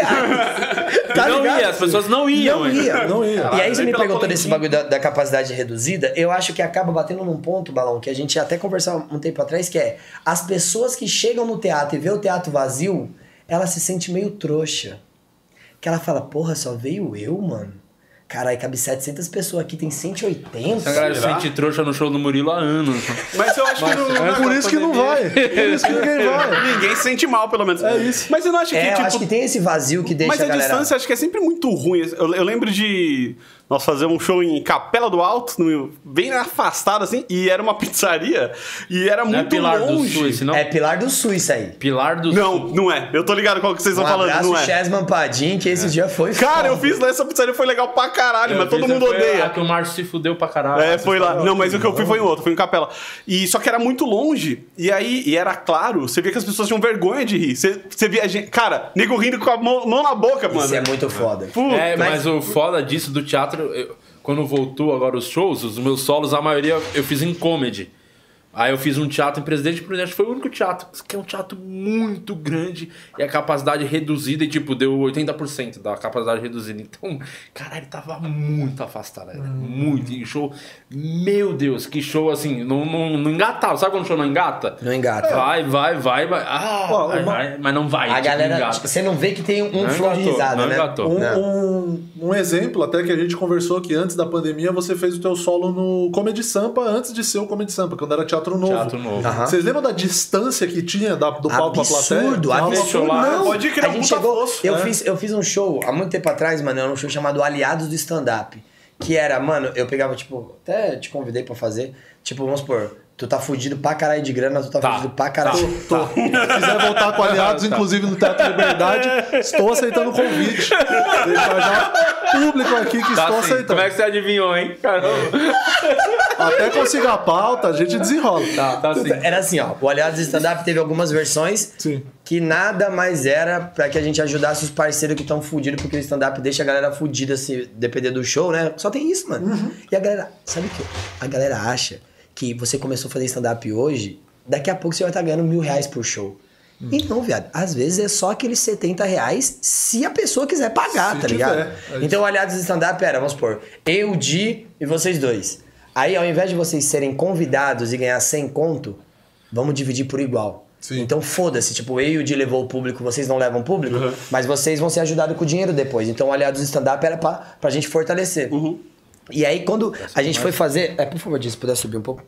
A: Tá não ligado? As pessoas não iam.
D: Não ia.
C: E aí você me perguntou desse bagulho da capacidade reduzida. Eu acho que acaba batendo num ponto, Balão, que a gente até conversou um tempo atrás, que é... As pessoas que chegam no teatro e vê o teatro vazio, ela se sente meio trouxa. Que ela fala, porra, só veio eu, mano? Caralho, cabe 700 pessoas aqui, tem 180.
A: A galera sente trouxa no show do Murilo há anos.
B: Mas eu acho que não...
D: É por isso que não vai. Por isso que ninguém vai.
B: Ninguém se sente mal, pelo menos.
D: É isso.
B: Mas eu não acho que,
C: eu acho que tem esse vazio que deixa a galera...
B: Mas a distância acho que é sempre muito ruim. Eu lembro de nós fazer um show em Capela do Alto, bem afastado, assim, e era uma pizzaria, e era muito
A: Pilar
B: longe.
A: Do Sul, esse não?
C: É Pilar do Sul isso aí.
A: Pilar do
B: Sul. Não é. Eu tô ligado qual que vocês estão falando, não é.
C: Um Chesman Padim, que esse dia foi
B: Cara, eu fiz lá, essa pizzaria foi legal pra caralho, mas todo mundo odeia.
A: Que o Márcio se fudeu pra caralho.
B: Foi lá. Não, mas o que eu fui foi em outro, foi em Capela. E só que era muito longe, e era claro, você via que as pessoas tinham vergonha de rir. Você via a gente... Cara, nego rindo com a mão na boca, mano.
C: Isso é muito foda.
A: Mas o foda disso do teatro... Quando voltou agora os shows, os meus solos, a maioria eu fiz em comedy. Aí eu fiz um teatro em Presidente Prudente, foi o único teatro, que é um teatro muito grande e a capacidade reduzida, e tipo, deu 80% da capacidade reduzida. Então, caralho, tava muito afastado, muito. E show, meu Deus, que show assim, não engatava. Sabe quando o show não engata?
C: Não engata.
A: Vai. Mas não vai.
C: A galera, você não vê que tem um flow de risada, né?
D: Um exemplo, até que a gente conversou que antes da pandemia, você fez o teu solo no Comedy Sampa, antes de ser o Comedy Sampa, quando era teatro novo. Vocês lembram da distância que tinha do palco pra plateia?
C: Absurdo. Não.
B: Pode criar um puta fosso.
C: Eu fiz um show, há muito tempo atrás, mano, era um show chamado Aliados do Stand-Up. Que era, mano, eu pegava, tipo, até te convidei pra fazer, tipo, vamos supor, Tu tá fudido pra caralho de grana, tu tá fudido pra caralho.
D: Tô. Se quiser voltar com aliados, inclusive no Teatro Liberdade, estou aceitando o convite. Deixar já público aqui que estou aceitando.
A: Como é que você adivinhou, hein? Caramba.
D: Até conseguir a pauta, a gente desenrola.
A: Tá assim.
C: Era assim, ó. O Aliados Stand-Up teve algumas versões que nada mais era pra que a gente ajudasse os parceiros que estão fudidos, porque o stand-up deixa a galera fudida se depender do show, né? Só tem isso, mano. E a galera... Sabe o que? A galera acha que você começou a fazer stand-up hoje, daqui a pouco você vai estar ganhando R$1.000 por show. E não, viado. Às vezes é só aqueles R$70 se a pessoa quiser pagar, tá ligado? Então o Aliados Stand-Up era, vamos supor, eu, o Di e vocês dois. Aí, ao invés de vocês serem convidados e ganhar 100 conto, vamos dividir por igual. Sim. Então, foda-se. Tipo, eu e o Di levou o público, vocês não levam o público, mas vocês vão ser ajudados com o dinheiro depois. Então, o Aliados Stand-Up era pra gente fortalecer. E aí, quando a gente foi fazer... por favor, Di, se puder subir um pouco.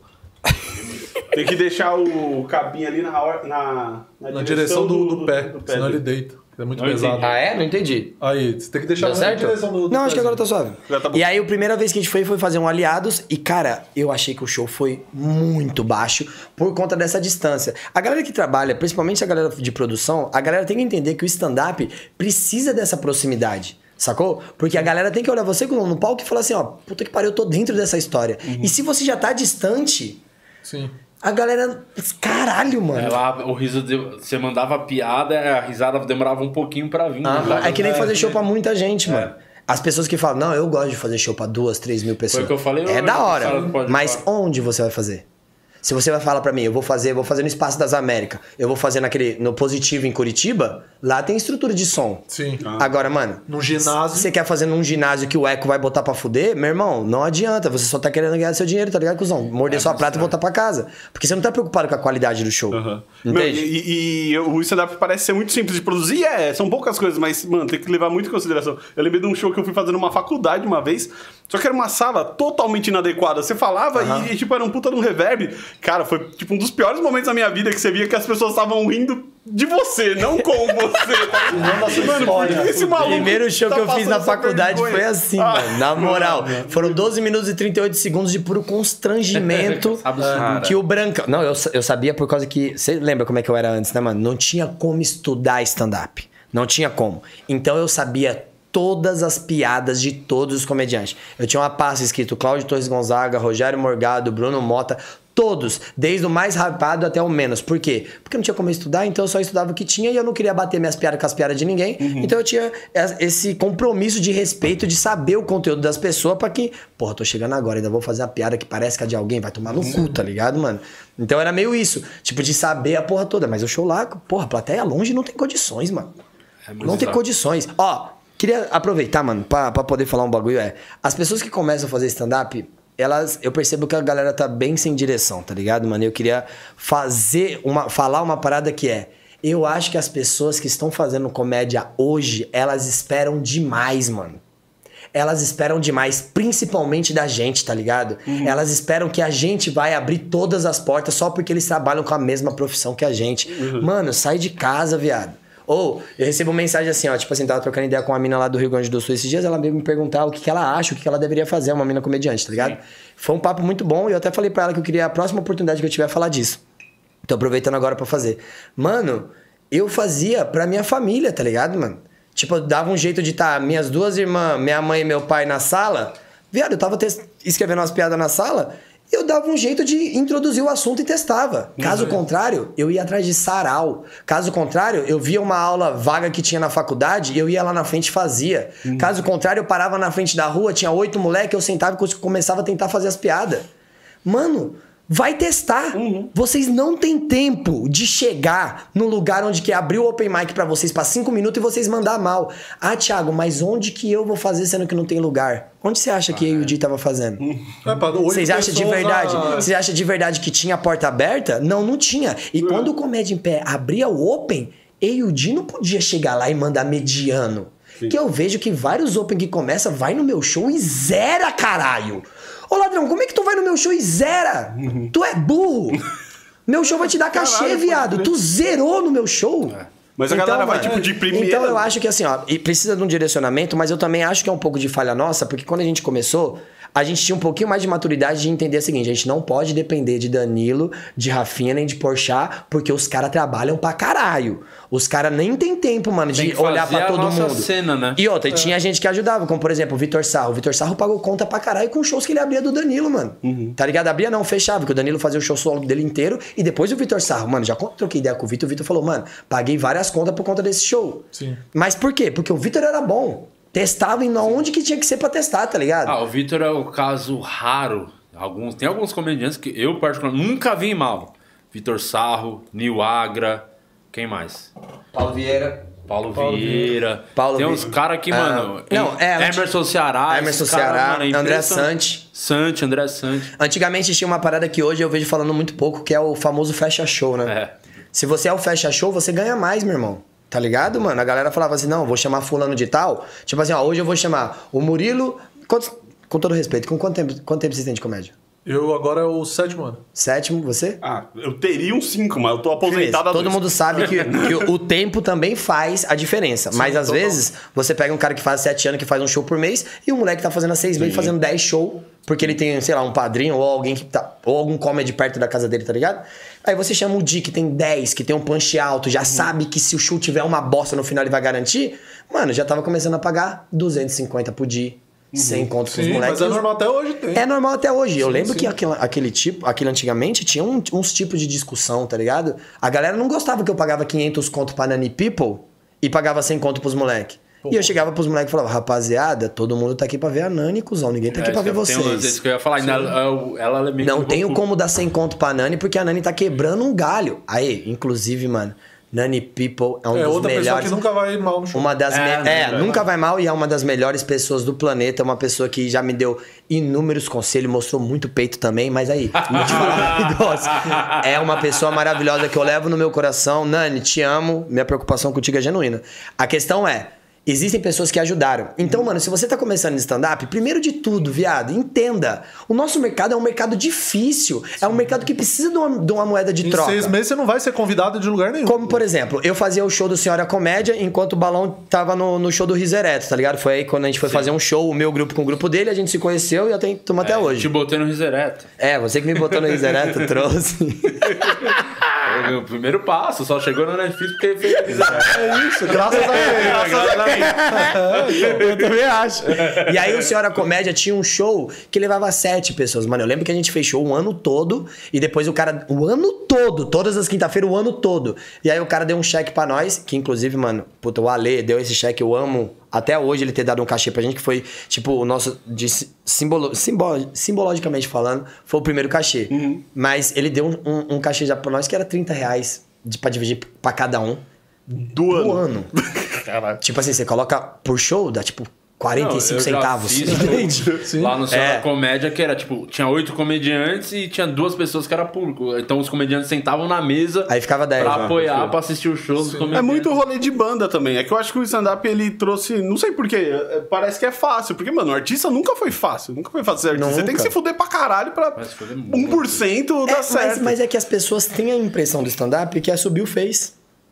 B: Tem que deixar o cabinho ali na
D: direção do pé, senão ele deita. É muito pesado.
C: Ah, é? Não entendi.
D: Aí, você tem que deixar na direção do
C: Não, acho que agora tá suave.
B: Tá
C: e aí, a primeira vez que a gente foi fazer um Aliados e, cara, eu achei que o show foi muito baixo por conta dessa distância. A galera que trabalha, principalmente a galera de produção, a galera tem que entender que o stand-up precisa dessa proximidade. Sacou? Porque a galera tem que olhar você no palco e falar assim, ó, puta que pariu, eu tô dentro dessa história. E se você já tá distante...
D: Sim.
C: A galera... Caralho, mano.
A: O riso... Você mandava a piada, a risada demorava um pouquinho pra vir.
C: É que nem fazer show pra muita gente, mano. As pessoas que falam, não, eu gosto de fazer show pra 2, 3 mil pessoas.
A: Foi o que eu falei.
C: É da hora. Mas onde você vai fazer? Se você vai falar pra mim, eu vou fazer no Espaço das Américas, eu vou fazer no Positivo em Curitiba, lá tem estrutura de som.
D: Sim.
C: Agora, mano...
D: Num ginásio...
C: Se você quer fazer num ginásio que o eco vai botar pra fuder, meu irmão, não adianta. Você só tá querendo ganhar seu dinheiro, tá ligado, cuzão? Morder sua prata e voltar pra casa. Porque você não tá preocupado com a qualidade do show. Entende?
B: E o stand-up parece ser muito simples de produzir. São poucas coisas, mas, mano, tem que levar muito em consideração. Eu lembrei de um show que eu fui fazer numa faculdade uma vez, só que era uma sala totalmente inadequada. Você falava e, tipo, era um puta de um reverb. Cara, foi, tipo, um dos piores momentos da minha vida que você via que as pessoas estavam rindo de você, não com você. Mano,
C: o primeiro show que eu fiz na faculdade foi assim, mano. Na moral. Foram 12 minutos e 38 segundos de puro constrangimento. Que o Brancão... Não, eu sabia por causa que... Você lembra como é que eu era antes, né, mano? Não tinha como estudar stand-up. Não tinha como. Então eu sabia todas as piadas de todos os comediantes. Eu tinha uma pasta escrito Cláudio Torres Gonzaga, Rogério Morgado, Bruno Mota... Todos, desde o mais rapado até o menos. Por quê? Porque não tinha como estudar, então eu só estudava o que tinha e eu não queria bater minhas piadas com as piadas de ninguém. Então eu tinha esse compromisso de respeito, de saber o conteúdo das pessoas pra que... Porra, tô chegando agora, ainda vou fazer a piada que parece que é de alguém, vai tomar no cu, tá ligado, mano? Então era meio isso, tipo, de saber a porra toda. Mas o show lá, porra, a plateia longe não tem condições, mano. Não tem condições. Ó, queria aproveitar, mano, pra poder falar um bagulho, as pessoas que começam a fazer stand-up... eu percebo que a galera tá bem sem direção, tá ligado, mano? Eu queria falar uma parada que eu acho que as pessoas que estão fazendo comédia hoje, elas esperam demais, mano. Elas esperam demais, principalmente da gente, tá ligado? Elas esperam que a gente vai abrir todas as portas só porque eles trabalham com a mesma profissão que a gente. Mano, sai de casa, viado. Ou, eu recebo mensagem assim, ó, tipo assim, tava trocando ideia com uma mina lá do Rio Grande do Sul esses dias, ela veio me perguntar o que ela acha, o que ela deveria fazer, uma mina comediante, tá ligado? Sim. Foi um papo muito bom e eu até falei pra ela que eu queria a próxima oportunidade que eu tiver falar disso. Tô aproveitando agora pra fazer. Mano, eu fazia pra minha família, tá ligado, mano? Tipo, eu dava um jeito de estar minhas 2 irmãs, minha mãe e meu pai na sala, viado, eu tava escrevendo umas piadas na sala... Eu dava um jeito de introduzir o assunto e testava. Caso contrário, eu ia atrás de sarau. Caso contrário, eu via uma aula vaga que tinha na faculdade e eu ia lá na frente e fazia. Caso contrário, eu parava na frente da rua, tinha 8 moleques, eu sentava e começava a tentar fazer as piadas. Mano... Vai testar. Vocês não têm tempo de chegar no lugar onde que abriu o open mic pra vocês pra 5 minutos e vocês mandar mal. Ah, Thiago, mas onde que eu vou fazer sendo que não tem lugar? Onde você acha que eu e o Di tava fazendo? Vocês acham de verdade? Você acha de verdade que tinha a porta aberta? Não, não tinha. E quando o Comédia em Pé abria o open, eu e o Di não podia chegar lá e mandar mediano. Sim. Que eu vejo que vários open que começa vai no meu show e zera, caralho. Ô, ladrão, como é que tu vai no meu show e zera? Tu é burro. Meu show vai te dar cachê, viado. Tu zerou no meu show.
B: Mas a galera vai, tipo, de primeira...
C: Então eu acho que assim, ó, e precisa de um direcionamento, mas eu também acho que é um pouco de falha nossa, porque quando a gente começou, a gente tinha um pouquinho mais de maturidade de entender o seguinte, a gente não pode depender de Danilo, de Rafinha, nem de Porchat, porque os caras trabalham pra caralho. Os caras nem tem tempo, mano, de olhar pra todo mundo.
A: Cena, né?
C: E outra, tinha gente que ajudava, como por exemplo o Vitor Sarro. O Vitor Sarro pagou conta pra caralho com shows que ele abria do Danilo, mano. Tá ligado? Abria não, fechava, porque o Danilo fazia o show solo dele inteiro e depois o Vitor Sarro, mano, já troquei ideia com o Vitor falou, mano, paguei várias contas por conta desse show.
D: Sim.
C: Mas por quê? Porque o Vitor era bom. Testava indo aonde que tinha que ser pra testar, tá ligado?
A: O Vitor é o caso raro. Tem alguns comediantes que eu, particularmente, nunca vi mal. Vitor Sarro, Nil Agra, quem mais?
C: Paulo Vieira.
A: Tem uns caras que, mano... Emerson Ceará.
C: André Sante.
A: André Sante.
C: Antigamente tinha uma parada que hoje eu vejo falando muito pouco, que é o famoso fecha show, né? Se você é o fecha show, você ganha mais, meu irmão. Tá ligado, mano? A galera falava assim, não, vou chamar fulano de tal. Tipo assim, hoje eu vou chamar o Murilo... Com todo respeito, com quanto tempo vocês têm de comédia?
D: Eu agora é o 7º ano.
C: 7º, você?
B: Eu teria um 5, mas eu tô aposentado há 2.
C: Todo mundo sabe que o tempo também faz a diferença. Sim, mas às vezes, você pega um cara que faz 7 anos, que faz um show por mês, e um moleque tá fazendo há 6 meses, fazendo 10 shows, porque ele tem, sei lá, um padrinho, ou alguém que tá... Ou algum comedy perto da casa dele, tá ligado? Aí você chama o Di, que tem 10, que tem um punch alto, já sabe que se o show tiver uma bosta no final ele vai garantir. Mano, já tava começando a pagar 250 pro Di. 100 conto pros moleques.
D: Mas é normal até hoje, tem.
C: É normal até hoje. Eu lembro que aquele antigamente tinha uns tipos de discussão, tá ligado? A galera não gostava que eu pagava 500 conto pra Nani People e pagava 100 conto pros moleques. E eu chegava pros moleques e falava, rapaziada, todo mundo tá aqui pra ver a Nani, cuzão. Ninguém tá aqui pra ver vocês.
A: Tem isso que eu ia falar. Ela é
C: não tenho como dar 100 conto pra Nani, porque a Nani tá quebrando um galho. Aí, inclusive, mano... Nani People é um dos
D: outra
C: melhores...
D: pessoa que nunca vai mal no show.
C: Nunca vai mal e é uma das melhores pessoas do planeta. É uma pessoa que já me deu inúmeros conselhos, mostrou muito peito também, mas aí, vou te falar um negócio. É uma pessoa maravilhosa que eu levo no meu coração. Nani, te amo, minha preocupação contigo é genuína. A questão é, existem pessoas que ajudaram. Então, mano, se você tá começando no stand-up, primeiro de tudo, viado, entenda. O nosso mercado é um mercado difícil. É um mercado que precisa de uma moeda de troca.
D: Em 6 meses você não vai ser convidado de lugar nenhum.
C: Como, por exemplo, eu fazia o show do Senhora Comédia enquanto o Balão tava no show do Riso Ereto, tá ligado? Foi aí quando a gente foi fazer um show, o meu grupo com o grupo dele, a gente se conheceu e eu tenho tomado até hoje.
A: Te botei no Riso Ereto.
C: Você que me botou no Riso Ereto, trouxe.
A: O primeiro passo, só chegou no Netflix porque fez Riso Ereto.
D: É isso, graças a Deus.
C: Eu também acho. E aí o Senhora Comédia tinha um show que levava 7 pessoas. Mano, eu lembro que a gente fechou o ano todo e depois o cara... O ano todo, todas as quinta-feiras, o ano todo. E aí o cara deu um cheque pra nós, que inclusive, mano, puta, o Ale deu esse cheque, eu amo até hoje ele ter dado um cachê pra gente, que foi, tipo, o nosso... Simbologicamente falando, foi o primeiro cachê. Mas ele deu um cachê já pra nós que era R$30 pra dividir pra cada um. Do ano. Tipo assim, você coloca por show, dá tipo 45 centavos.
A: Entende? Lá no Senhora Comédia, que era tipo, tinha 8 comediantes e tinha 2 pessoas que era público. Então os comediantes sentavam na mesa.
C: Aí ficava 10.
A: Pra apoiar, pra assistir o show dos comediantes.
B: É muito rolê de banda também. É que eu acho que o stand-up ele trouxe. Não sei porquê. Parece que é fácil. Porque, mano, o artista nunca foi fácil. Nunca foi fácil ser artista. Você tem que se fuder pra caralho pra 1% dar certo.
C: Mas é que as pessoas têm a impressão do stand-up que é subir o Face.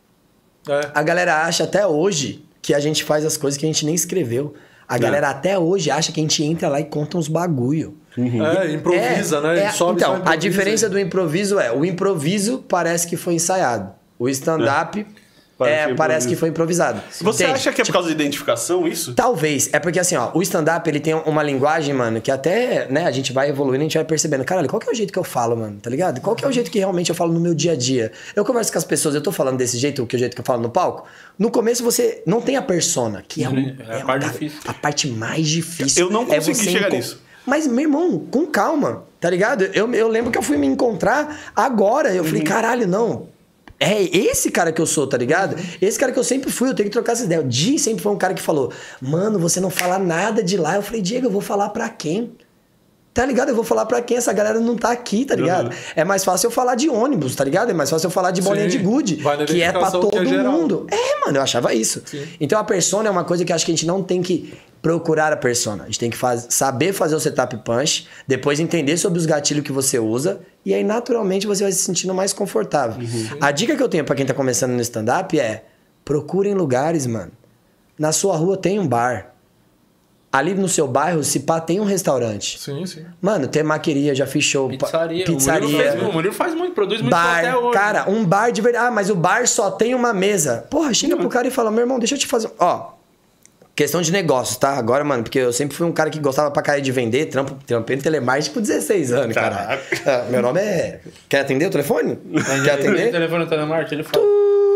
C: A galera acha até hoje que a gente faz as coisas que a gente nem escreveu. A galera até hoje acha que a gente entra lá e conta uns bagulho.
D: Improvisa, né?
C: Então, a diferença do improviso o improviso parece que foi ensaiado. O stand-up parece que foi improvisado.
B: Você acha que é por causa de identificação isso?
C: Talvez. É porque assim, ó, o stand-up ele tem uma linguagem, mano, que até, né, a gente vai evoluindo, a gente vai percebendo. Caralho, qual que é o jeito que eu falo, mano? Tá ligado? Qual que é o jeito que realmente eu falo no meu dia a dia? Eu converso com as pessoas, eu tô falando desse jeito, que é o jeito que eu falo no palco. No começo você não tem a persona, que é
A: a parte difícil.
C: A parte mais difícil.
B: Eu não consegui chegar nisso.
C: Mas, meu irmão, com calma, tá ligado? Eu lembro que eu fui me encontrar agora. Eu falei, caralho, não. É esse cara que eu sou, tá ligado? Esse cara que eu sempre fui, eu tenho que trocar essa ideia. O Di sempre foi um cara que falou, mano, você não fala nada de lá. Eu falei, Diego, eu vou falar pra quem? Tá ligado? Eu vou falar pra quem? Essa galera não tá aqui, tá ligado? É mais fácil eu falar de ônibus, tá ligado? É mais fácil eu falar de bolinha de gude, que é pra todo mundo. Mano, eu achava isso. Então a persona é uma coisa que eu acho que a gente não tem que procurar a persona. A gente tem que saber fazer o setup punch, depois entender sobre os gatilhos que você usa, e aí naturalmente você vai se sentindo mais confortável. A dica que eu tenho pra quem tá começando no stand-up é: procurem lugares, mano. Na sua rua tem um bar. ali no seu bairro, se pá, tem um restaurante.
D: Sim, sim.
C: Mano, tem maqueria, já fiz show.
A: Pizzaria.
C: Pizzaria.
A: O Murilo faz muito, produz muito
C: Bar,
A: até hoje.
C: cara, um bar de verdade. Ah, mas o bar só tem uma mesa. Porra, chega pro cara e fala, meu irmão, deixa eu te fazer... Ó, questão de negócios, tá? Agora, mano, porque eu sempre fui um cara que gostava pra caralho de vender, trampei no telemarketing por 16 anos, cara. Meu nome é... Quer atender o telefone? Quer atender?
A: O telefone do telemarketing, ele fala.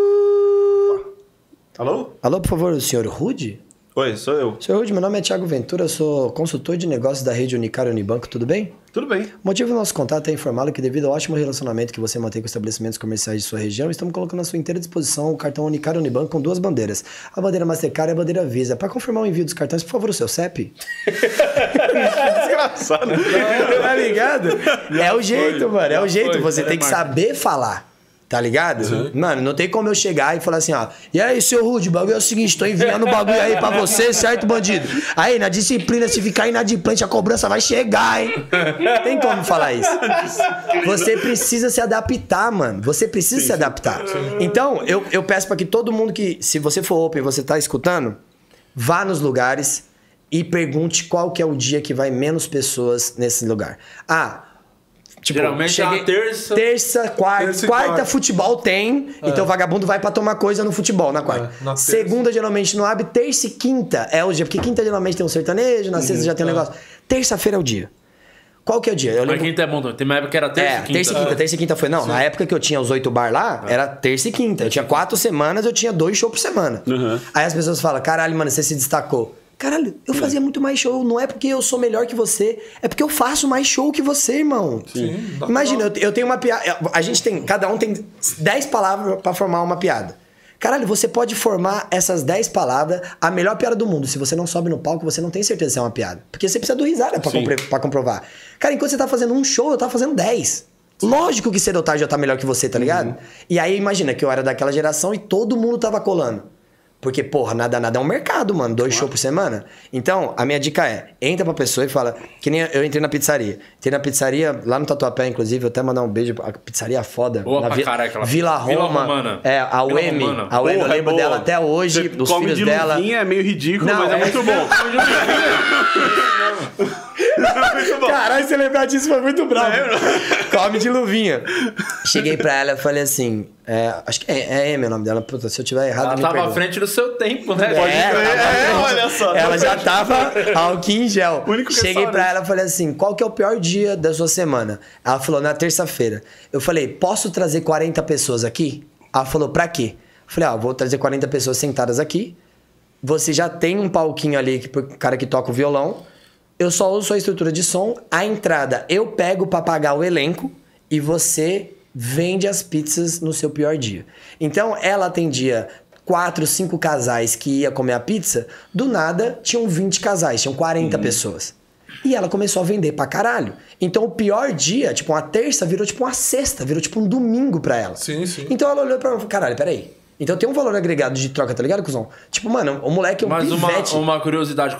B: Alô?
C: Alô, por favor, o senhor Rude?
B: Oi, sou eu.
C: Senhor Rude, meu nome é Thiago Ventura, eu sou consultor de negócios da rede Unicário Unibanco, tudo bem?
B: Tudo bem.
C: O motivo do nosso contato é informá-lo que devido ao ótimo relacionamento que você mantém com estabelecimentos comerciais de sua região, estamos colocando à sua inteira disposição o cartão Unicário Unibanco com 2 bandeiras. A bandeira Mastercard e a bandeira Visa. Para confirmar o envio dos cartões, por favor, o seu CEP.
B: Desgraçado.
C: Tá ligado? É o jeito, mano. É o jeito. Você tem que saber falar. Tá ligado? Mano, não tem como eu chegar e falar assim, ó. E aí, seu Rude, o bagulho é o seguinte, tô enviando o bagulho aí pra você, certo, bandido? Aí, na disciplina, se ficar inadimplente, a cobrança vai chegar, hein? Tem como falar isso. Você precisa se adaptar, mano. Você precisa se adaptar. Então, eu peço pra que todo mundo que, se você for open e você tá escutando, vá nos lugares e pergunte qual que é o dia que vai menos pessoas nesse lugar. Tipo,
A: geralmente é a terça.
C: Terça, quarta, futebol tem. Então o vagabundo vai pra tomar coisa no futebol na quarta.
D: Na
C: Segunda geralmente não abre. Terça e quinta é o dia. Porque quinta geralmente tem um sertanejo, na sexta já tem um negócio. Terça-feira é o dia. Qual que é o dia?
A: Mas quinta é bom também. Tem uma época que era terça e quinta.
C: Terça e quinta foi. Não, na época que eu tinha os 8 bar lá, era terça e quinta. Eu tinha 4 semanas, eu tinha 2 shows por semana. Aí as pessoas falam, caralho, mano, você se destacou. Caralho, eu fazia muito mais show. Não é porque eu sou melhor que você. É porque eu faço mais show que você, irmão.
D: Sim.
C: Imagina, eu tenho uma piada. A gente tem... Cada um tem 10 palavras pra formar uma piada. Caralho, você pode formar essas 10 palavras a melhor piada do mundo. Se você não sobe no palco, você não tem certeza se é uma piada. Porque você precisa do risada pra comprovar. Cara, enquanto você tá fazendo um show, eu tava fazendo 10. Lógico que cedo ou tarde eu tá melhor que você, tá ligado? E aí, imagina que eu era daquela geração e todo mundo tava colando. Porque, porra, nada é um mercado, mano. 2 shows por semana. Então, a minha dica é, entra pra pessoa e fala... Que nem eu entrei na pizzaria. Entrei na pizzaria, lá no Tatuapé, inclusive, eu até mandar um beijo. A pizzaria foda.
A: Boa
C: na
A: pra caralho, aquela
C: Vila Romana. É, a Uemi. A Uemi, eu lembro dela até hoje. Os filhos
B: de
C: dela.
B: Luvinha, é meio ridículo, mas é muito bom.
C: Muito bom. Caralho, você lembrar disso foi muito bravo. Come de luvinha. Cheguei pra ela e falei assim... acho que é meu nome dela. Puta, se eu tiver errado,
A: ela
C: me
A: tava
C: perdoa.
A: à frente do seu tempo, né?
B: Olha só.
C: Ela já tava álcool em gel. Cheguei pra ela e falei assim, qual que é o pior dia da sua semana? Ela falou, na terça-feira. Eu falei, posso trazer 40 pessoas aqui? Ela falou, pra quê? Eu falei, vou trazer 40 pessoas sentadas aqui. Você já tem um palquinho ali pro cara que toca o violão. Eu só uso sua estrutura de som. A entrada eu pego pra pagar o elenco e você vende as pizzas no seu pior dia. Então, ela atendia 4, 5 casais que ia comer a pizza. Do nada, tinham 20 casais, tinham 40 pessoas. E ela começou a vender pra caralho. Então, o pior dia, tipo uma terça, virou tipo uma sexta, virou tipo um domingo pra ela.
D: Sim, sim.
C: Então, ela olhou pra mim e falou, caralho, peraí. Então, tem um valor agregado de troca, tá ligado, cuzão? Tipo, mano, o moleque é um pivete.
A: Mas uma curiosidade,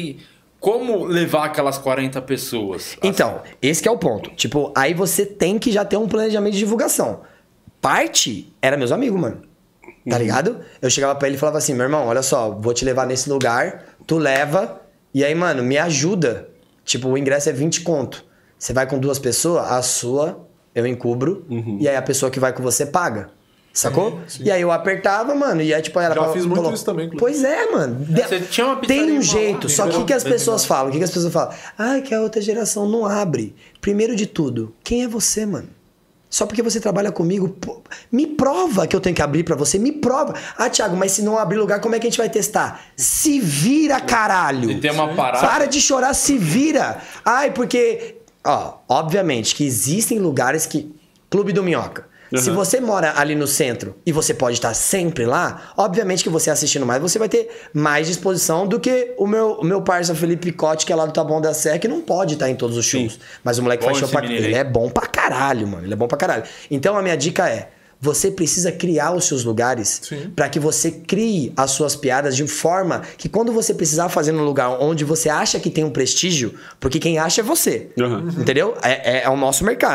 A: como levar aquelas 40 pessoas?
C: Então, esse que é o ponto. Tipo, aí você tem que já ter um planejamento de divulgação. Parte era meus amigos, mano. Tá ligado? Eu chegava pra ele e falava assim, meu irmão, olha só, vou te levar nesse lugar, tu leva, e aí, mano, me ajuda. Tipo, o ingresso é 20 conto. Você vai com 2 pessoas, a sua eu encubro, e aí a pessoa que vai com você paga. Sacou? Sim. E aí eu apertava, mano, e aí tipo... Era
D: já fiz muito isso também, inclusive.
C: Pois é, mano.
A: Você tinha uma
C: tem um jeito, só que o que as pessoas falam? O que as pessoas falam? Que a outra geração não abre. Primeiro de tudo, quem é você, mano? Só porque você trabalha comigo, pô, me prova que eu tenho que abrir pra você, me prova. Thiago, mas se não abrir lugar, como é que a gente vai testar? Se vira, caralho!
A: E tem uma parada...
C: Para de chorar, se vira! Porque... obviamente que existem lugares que... Clube do Minhoca. Se você mora ali no centro e você pode estar sempre lá, obviamente que você assistindo mais, você vai ter mais disposição do que o meu parceiro Felipe Picote, que é lá do Taboão da Serra, que não pode estar em todos os shows. Sim. Mas o moleque faz show pra... Ele é bom pra caralho, mano. Ele é bom pra caralho. Então a minha dica é, você precisa criar os seus lugares para que você crie as suas piadas de forma que quando você precisar fazer num lugar onde você acha que tem um prestígio, porque quem acha é você. Entendeu? É o nosso mercado.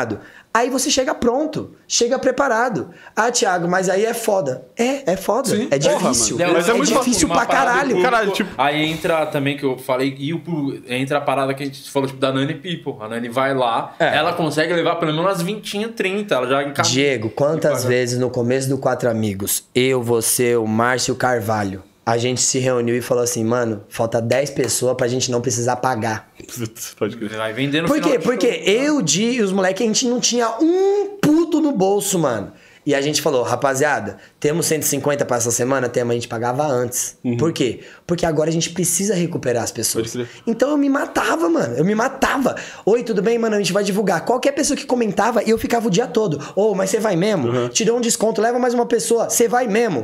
C: Aí você chega pronto, chega preparado. Ah, Thiago, mas aí é foda. É foda. Sim. É difícil.
B: Porra,
C: mas é muito difícil pra caralho.
A: Tipo... Aí entra também, que eu falei, entra a parada que a gente falou, tipo, da Nani People. A Nani vai lá, ela consegue levar pelo menos umas 20, 30. Ela já encaminha.
C: Diego, quantas vezes no começo do Quatro Amigos, eu, você, o Márcio e o Carvalho, a gente se reuniu e falou assim, mano, falta 10 pessoas pra gente não precisar pagar.
B: Pode crer.
A: Vai vender no
C: Por quê?
A: final
C: Porque eu, o Di e os moleques, a gente não tinha um puto no bolso, mano. E a gente falou, rapaziada, temos 150 pra essa semana? Temos, a gente pagava antes. Por quê? Porque agora a gente precisa recuperar as pessoas. Então eu me matava, mano. Eu me matava. Oi, tudo bem, mano? A gente vai divulgar. Qualquer pessoa que comentava, eu ficava o dia todo. Mas você vai mesmo? Te dou um desconto, leva mais uma pessoa. Você vai mesmo?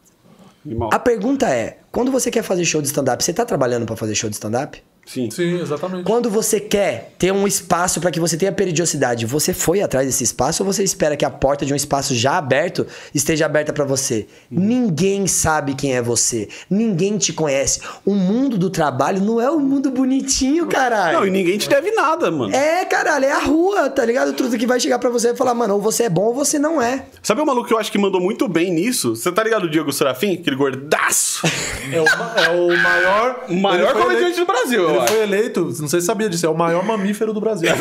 C: A pergunta é, quando você quer fazer show de stand-up, você tá trabalhando pra fazer show de stand-up?
B: Sim,
D: exatamente.
C: Quando você quer ter um espaço para que você tenha periodicidade, você foi atrás desse espaço ou você espera que a porta de um espaço já aberto esteja aberta para você? Ninguém sabe quem é você. Ninguém te conhece. O mundo do trabalho não é um mundo bonitinho, caralho.
B: Não, e ninguém te deve nada, mano.
C: Caralho, é a rua, tá ligado? Tudo que vai chegar para você e falar, mano, ou você é bom ou você não é.
B: Sabe o maluco que eu acho que mandou muito bem nisso? Você tá ligado o Diego Serafim? Aquele gordaço?
D: É o maior
B: comediante do Brasil,
D: Ele foi eleito, não sei se sabia disso, é o maior mamífero do Brasil.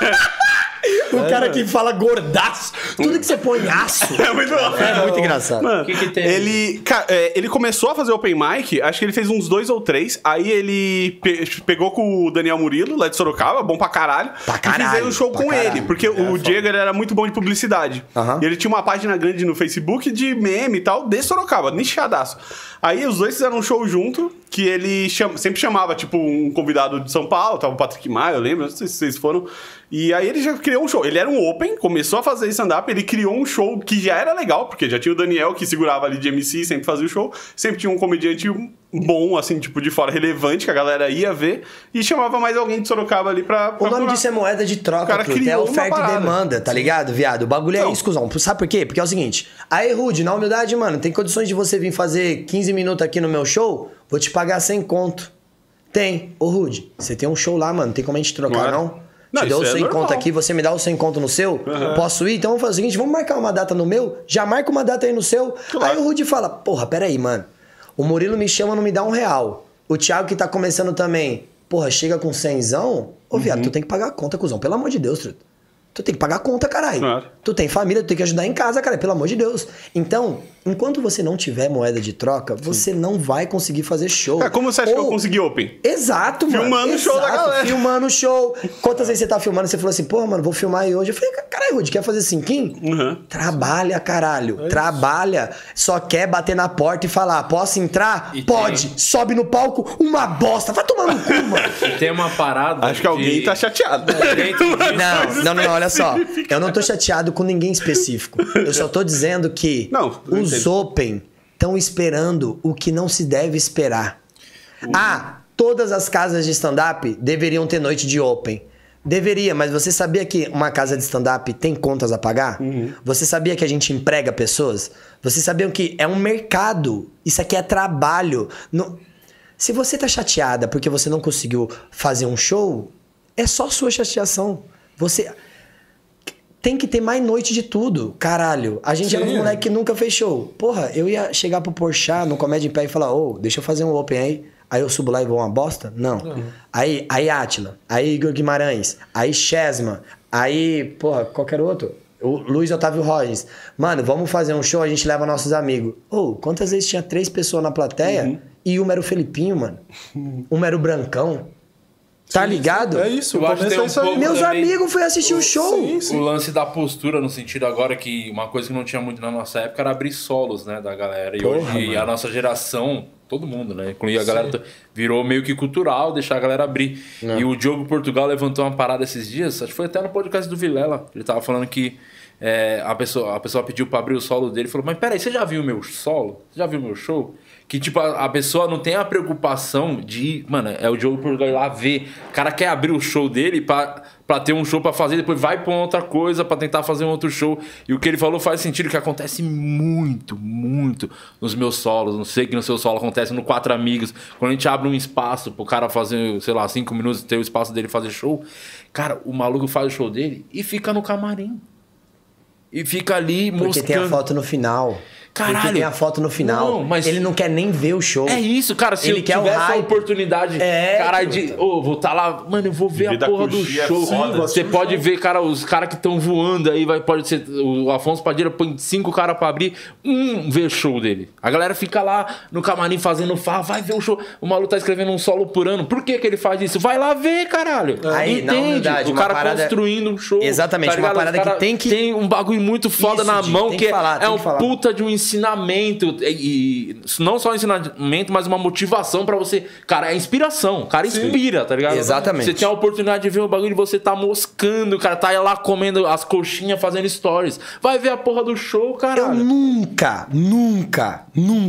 C: O cara que fala gordaço, tudo que você põe aço.
B: É muito
C: muito engraçado.
B: Mano,
A: que tem?
B: Ele começou a fazer open mic, acho que ele fez uns 2 ou 3. Aí ele pegou com o Daniel Murilo, lá de Sorocaba, bom pra caralho. E fizeram um show com ele, porque o Diego ele era muito bom de publicidade. E ele tinha uma página grande no Facebook de meme e tal, de Sorocaba, nichadaço. Aí os dois fizeram um show junto, que ele sempre chamava, tipo, um convidado de São Paulo, tava o Patrick Maia, eu lembro, não sei se vocês foram. E aí ele já criou um show. Ele era um open, começou a fazer stand-up, ele criou um show que já era legal, porque já tinha o Daniel que segurava ali de MC, sempre fazia o show. Sempre tinha um comediante bom, assim, tipo, de fora, relevante, que a galera ia ver. E chamava mais alguém de Sorocaba ali pra
C: o nome disso é moeda de troca, é oferta e demanda, tá ligado, viado? O bagulho é isso, cuzão. Sabe por quê? Porque é o seguinte, aí, Rude, na humildade, mano, tem condições de você vir fazer 15 minutos aqui no meu show? Vou te pagar 100 conto. Tem. Ô, Rude, você tem um show lá, mano, tem como a gente trocar, não? Te dou o 100 conto aqui, você me dá o 100 conto no seu? Posso ir? Então vamos fazer o seguinte, vamos marcar uma data no meu? Já marca uma data aí no seu. Aí o Rude fala, porra, peraí, mano. O Murilo me chama, não me dá R$1. O Thiago que tá começando também, porra, chega com 100zão. Ô, viado, tu tem que pagar a conta, cuzão. Pelo amor de Deus, truto. Tu tem que pagar a conta, caralho. Claro. Tu tem família, tu tem que ajudar em casa, cara, pelo amor de Deus. Então, enquanto você não tiver moeda de troca, você não vai conseguir fazer show.
B: Como você acha que eu consegui open?
C: Exato, mano.
B: Filmando o show da galera.
C: Filmando o show. Quantas vezes você tá filmando e você falou assim, porra, mano, vou filmar aí hoje. Eu falei, caralho, Rudy, quer fazer cinquinho? Trabalha, caralho. Trabalha. Só quer bater na porta e falar, posso entrar? Pode. Sobe no palco, uma bosta. Vai tomar no cu, mano.
A: E tem uma parada.
B: Acho que alguém tá chateado.
C: Não, olha só. Eu não tô chateado com ninguém específico. Eu só tô dizendo que os open estão esperando o que não se deve esperar. Todas as casas de stand-up deveriam ter noite de open. Deveria, mas você sabia que uma casa de stand-up tem contas a pagar? Você sabia que a gente emprega pessoas? Você sabia que é um mercado? Isso aqui é trabalho. Se você tá chateada porque você não conseguiu fazer um show, é só sua chateação. Você tem que ter mais noite de tudo, caralho. A gente era um moleque que nunca fez show. Porra, eu ia chegar pro Porchat no Comédia em Pé e falar, deixa eu fazer um open aí. Aí eu subo lá e vou uma bosta? Não. Aí Átila, aí Igor Guimarães, aí Chesma, aí, porra, qualquer outro. O Luiz Otávio Rogens. Mano, vamos fazer um show, a gente leva nossos amigos. Quantas vezes tinha 3 pessoas na plateia e uma era o Felipinho, mano? Uma era o Brancão. Tá ligado?
D: É isso.
A: Eu acho que tem um pouco
C: meus
A: também...
C: amigos foi assistir o show.
A: O lance da postura, no sentido agora que uma coisa que não tinha muito na nossa época era abrir solos, né, da galera. E hoje a nossa geração, todo mundo, né, incluindo a galera, virou meio que cultural deixar a galera abrir. E o Diogo Portugal levantou uma parada esses dias, acho que foi até no podcast do Vilela. Ele tava falando que a pessoa pediu pra abrir o solo dele e falou, mas peraí, você já viu o meu solo? Você já viu o meu show? Que, tipo, a pessoa não tem a preocupação de... Mano, é o Diogo Portugal ir lá ver. O cara quer abrir o show dele pra pra ter um show pra fazer, depois vai pra outra coisa pra tentar fazer um outro show. E o que ele falou faz sentido, que acontece muito, muito nos meus solos. Não sei que no seu solo acontece no Quatro Amigos. Quando a gente abre um espaço pro cara fazer, sei lá, 5 minutos, ter o espaço dele fazer show, cara, o maluco faz o show dele e fica no camarim. E fica ali mostrando.
C: Porque tem a foto no final.
A: Caralho.
C: Porque tem a foto no final.
A: Não, mas
C: ele não quer nem ver o show.
A: É isso, cara. Se
C: ele
A: eu
C: quer
A: tivesse a oportunidade, de... vou estar lá... Mano, eu vou ver a porra do show. Você pode ver, cara, os caras que estão voando aí, pode ser... O Afonso Padilha põe 5 caras pra abrir, vê o show dele. A galera fica lá no camarim fazendo vai ver o show. O maluco tá escrevendo um solo por ano. Por que ele faz isso? Vai lá ver, caralho.
C: Aí,
A: entende?
C: Na humildade,
A: o cara construindo um show.
C: Exatamente,
A: tá
C: uma parada que tem que...
A: Tem um bagulho muito foda na mão, que é um puta de um ensinamento. E não só um ensinamento, mas uma motivação pra você. Cara, é inspiração. O cara inspira, tá ligado?
C: Exatamente.
A: Você tem a oportunidade de ver o bagulho e você tá moscando, o cara tá lá comendo as coxinhas, fazendo stories. Vai ver a porra do show, caralho.
C: Eu nunca,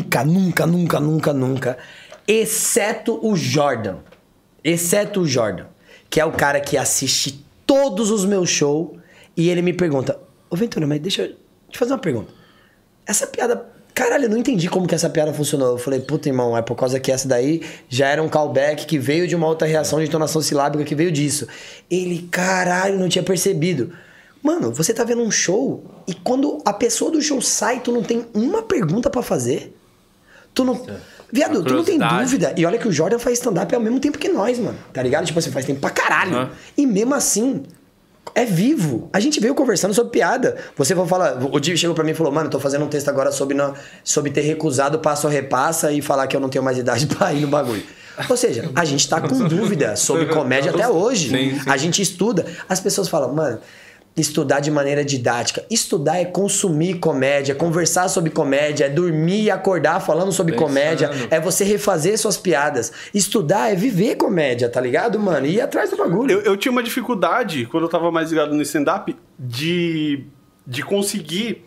C: exceto o Jordan, que é o cara que assiste todos os meus shows e ele me pergunta, ô Ventura, mas deixa eu te fazer uma pergunta. Essa piada... Caralho, eu não entendi como que essa piada funcionou. Eu falei, puta, irmão, é por causa que essa daí já era um callback que veio de uma outra reação de entonação silábica que veio disso. Ele, caralho, não tinha percebido. Mano, você tá vendo um show e quando a pessoa do show sai, tu não tem uma pergunta pra fazer? Tu não... Viado, tu não tem dúvida. E olha que o Jordan faz stand-up ao mesmo tempo que nós, mano. Tá ligado? Tipo assim, faz tempo pra caralho. E mesmo assim... É vivo. A gente veio conversando sobre piada. Você vai falar... O Div chegou pra mim e falou, mano, tô fazendo um texto agora sobre ter recusado passo ou repassa e falar que eu não tenho mais idade pra ir no bagulho. Ou seja, a gente tá com dúvida sobre comédia até hoje. Sim. A gente estuda. As pessoas falam, mano... Estudar de maneira didática. Estudar é consumir comédia, conversar sobre comédia, é dormir e acordar falando sobre comédia, é você refazer suas piadas. Estudar é viver comédia, tá ligado, mano? E ir atrás do bagulho.
B: Eu tinha uma dificuldade, quando eu tava mais ligado no stand-up, de conseguir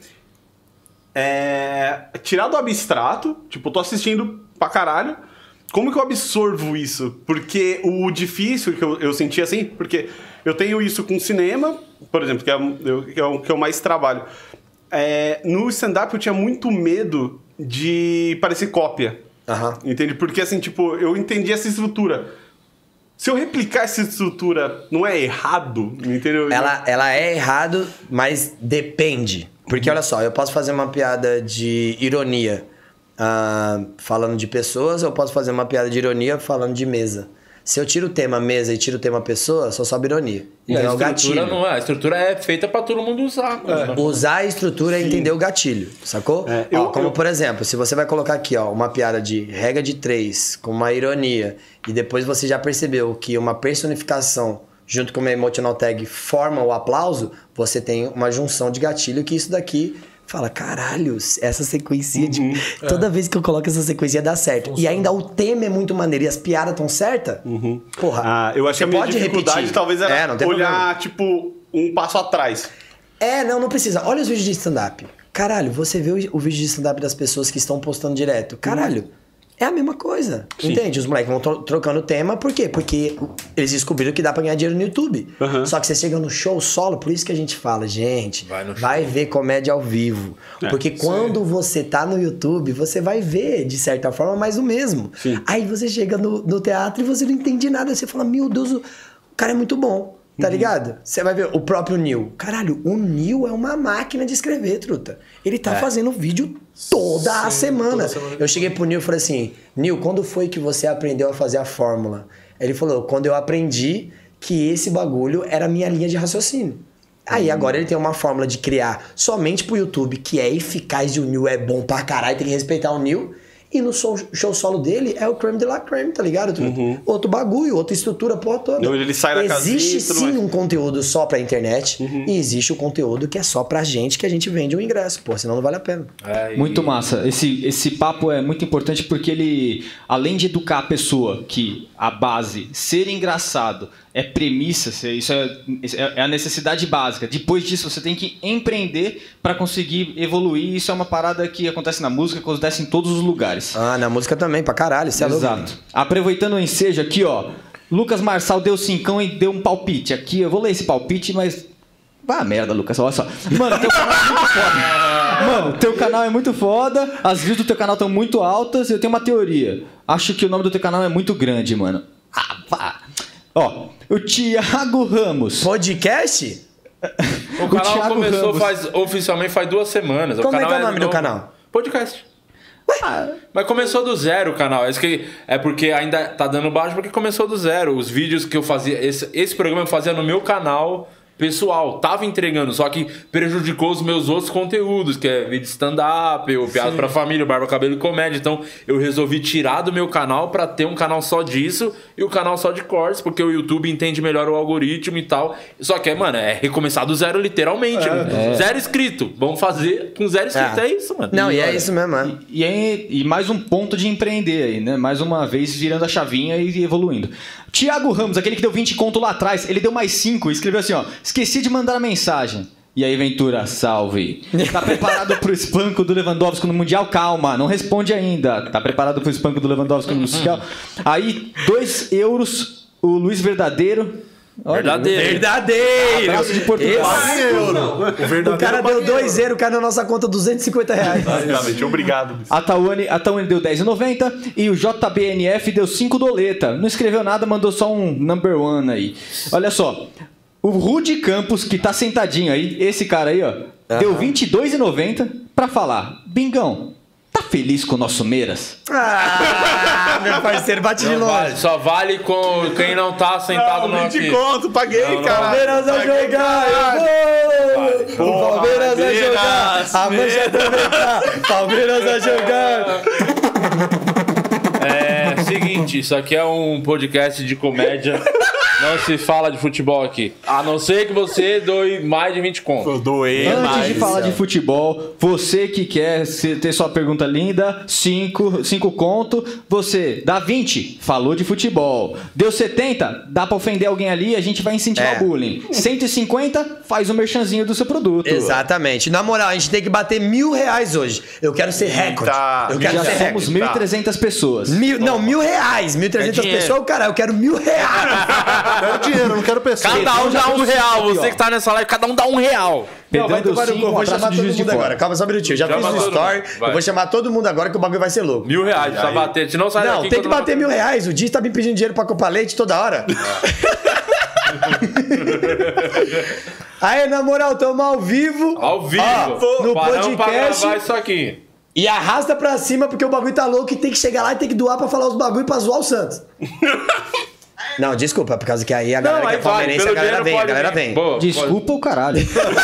B: tirar do abstrato. Tipo, eu tô assistindo pra caralho. Como que eu absorvo isso? Porque o difícil que eu senti assim, porque eu tenho isso com cinema, por exemplo, que é o que eu mais trabalho. No stand-up eu tinha muito medo de parecer cópia. Entende? Porque assim, tipo, eu entendi essa estrutura. Se eu replicar essa estrutura, não é errado? Entendeu?
C: Ela é errado, mas depende. Porque olha só, eu posso fazer uma piada de ironia falando de pessoas, eu posso fazer uma piada de ironia falando de mesa. Se eu tiro o tema mesa e tiro o tema pessoa, só sobe ironia.
A: E a estrutura não é. A estrutura é feita pra todo mundo usar.
C: Usar a estrutura é entender o gatilho, sacou? Por exemplo, se você vai colocar aqui uma piada de regra de 3 com uma ironia e depois você já percebeu que uma personificação junto com uma emotional tag forma o aplauso, você tem uma junção de gatilho que isso daqui... Fala, caralho, essa sequência de... Toda vez que eu coloco essa sequência dá certo. Funciona. E ainda o tema é muito maneiro e as piadas estão certas. Porra,
B: eu acho que a minha dificuldade repetir. Talvez era olhar, tipo, um passo atrás.
C: Não precisa. Olha os vídeos de stand-up. Caralho, você vê o vídeo de stand-up das pessoas que estão postando direto. Caralho, é a mesma coisa. Sim. Entende? Os moleques vão trocando tema. Por quê? Porque eles descobriram que dá pra ganhar dinheiro no YouTube. Só que você chega no show solo, por isso que a gente fala, gente, vai ver comédia ao vivo. Porque quando você tá no YouTube, você vai ver, de certa forma, mais o mesmo. Sim. Aí você chega no teatro e você não entende nada. Você fala, meu Deus, o cara é muito bom. Tá ligado? Você vai ver o próprio Nil. Caralho, o Nil é uma máquina de escrever, truta. Ele tá fazendo vídeo toda a semana. Eu cheguei pro Nil e falei assim, Nil, quando foi que você aprendeu a fazer a fórmula? Ele falou, quando eu aprendi que esse bagulho era a minha linha de raciocínio. Aí agora ele tem uma fórmula de criar somente pro YouTube, que é eficaz e o Nil é bom pra caralho, tem que respeitar o Nil. E no show solo dele é o creme de la creme, tá ligado? Outro bagulho, outra estrutura, porra toda.
B: Ele sai da casinha.
C: Existe sim um conteúdo só pra internet e existe o conteúdo que é só pra gente, que a gente vende o ingresso, pô, senão não vale a pena.
E: Muito massa. Esse papo é muito importante porque ele, além de educar a pessoa, que a base, ser engraçado, é premissa, isso é a necessidade básica. Depois disso, você tem que empreender para conseguir evoluir. Isso é uma parada que acontece na música, que acontece em todos os lugares.
C: Na música também, pra caralho, isso é louco.
E: Exato. Aproveitando o ensejo aqui, Lucas Marçal deu 5 e deu um palpite. Aqui, eu vou ler esse palpite, mas... Vá merda, Lucas, olha só. Mano, teu canal é muito foda. Mano, teu canal é muito foda. As views do teu canal estão muito altas. Eu tenho uma teoria. Acho que o nome do teu canal é muito grande, mano. Ah, vá. Ó, o Thiago Ramos.
C: Podcast?
A: O canal começou oficialmente faz 2 semanas.
C: Como é que é o nome do canal?
A: Podcast. Mas começou do zero o canal. É porque ainda tá dando baixo porque começou do zero. Os vídeos que eu fazia, esse programa eu fazia no meu canal pessoal, tava entregando, só que prejudicou os meus outros conteúdos, que é vídeo stand-up, o Piada pra Família, o Barba, Cabelo e Comédia. Então eu resolvi tirar do meu canal pra ter um canal só disso e o canal só de cortes, porque o YouTube entende melhor o algoritmo e tal. Só que, mano, é recomeçar do zero literalmente. Zero inscrito. Vamos fazer com 0 inscrito. É isso, mano.
C: Não, e é isso mesmo, mano.
E: E mais um ponto de empreender aí, né? Mais uma vez virando a chavinha e evoluindo. Thiago Ramos, aquele que deu 20 conto lá atrás, ele deu mais 5 e escreveu assim, ó: esqueci de mandar a mensagem. E aí, Ventura, salve. Tá preparado pro espanco do Lewandowski no Mundial? Calma, não responde ainda. Tá preparado pro espanco do Lewandowski no Mundial? Aí, 2 euros, o Luiz Verdadeiro. Olha,
C: verdadeiro!
E: Abraço de Portugal.
C: O cara deu 2 euros, caiu na nossa conta R$250.
B: Basicamente, obrigado.
E: A Tawane deu R$10,90 e o JBNF deu 5 doleta. Não escreveu nada, mandou só um number 1 aí. Olha só, o Rudy Campos, que tá sentadinho aí, esse cara aí, ó, deu R$22,90 pra falar: Bingão, tá feliz com o nosso Meiras?
C: Ah, meu parceiro, bate de longe.
A: Só vale com quem não tá sentado no aqui.
B: 20 conto, paguei, cara.
C: Palmeiras a jogar, o Palmeiras a jogar. A mancha também tá. Palmeiras a jogar.
A: Seguinte, isso aqui é um podcast de comédia. Não se fala de futebol aqui. A não ser que você doe mais de 20 contos.
B: Eu doei
E: Antes
B: mais.
E: de falar de futebol, você que quer ter sua pergunta linda, 5 conto. Você dá 20, falou de futebol. Deu 70, dá pra ofender alguém ali, a gente vai incentivar o bullying. 150, faz o merchanzinho do seu produto.
C: Exatamente. Na moral, a gente tem que bater R$1.000 hoje. Eu quero ser recorde. Eu quero
E: Já
C: ser
E: somos
C: recorde.
E: 1.300 pessoas.
C: Não, R$1.000. 1.300 pessoas, cara, eu quero R$1.000.
D: Quero dinheiro, não quero pessoa.
A: Cada um dá R$1. Você que tá nessa live, cada um dá R$1.
C: Não, vai tomar no cu, eu vou chamar todo mundo agora. Calma só um minutinho. Já fiz o story. Eu vou chamar todo mundo agora que o bagulho vai ser louco.
A: R$1.000, precisa bater. A gente não sai daqui.
C: Não, tem que bater R$1.000. O Diz tá me pedindo dinheiro pra comprar leite toda hora. Aí, na moral, tamo ao vivo.
A: Ao vivo.
C: No
A: Paramos pra
C: podcast.
A: gravar isso aqui.
C: E arrasta pra cima porque o bagulho tá louco e tem que chegar lá e tem que doar pra falar os bagulho pra zoar o Santos. Não, desculpa, por causa que aí a galera que é palmeirense, a galera vem.
A: Boa,
E: Desculpa o caralho.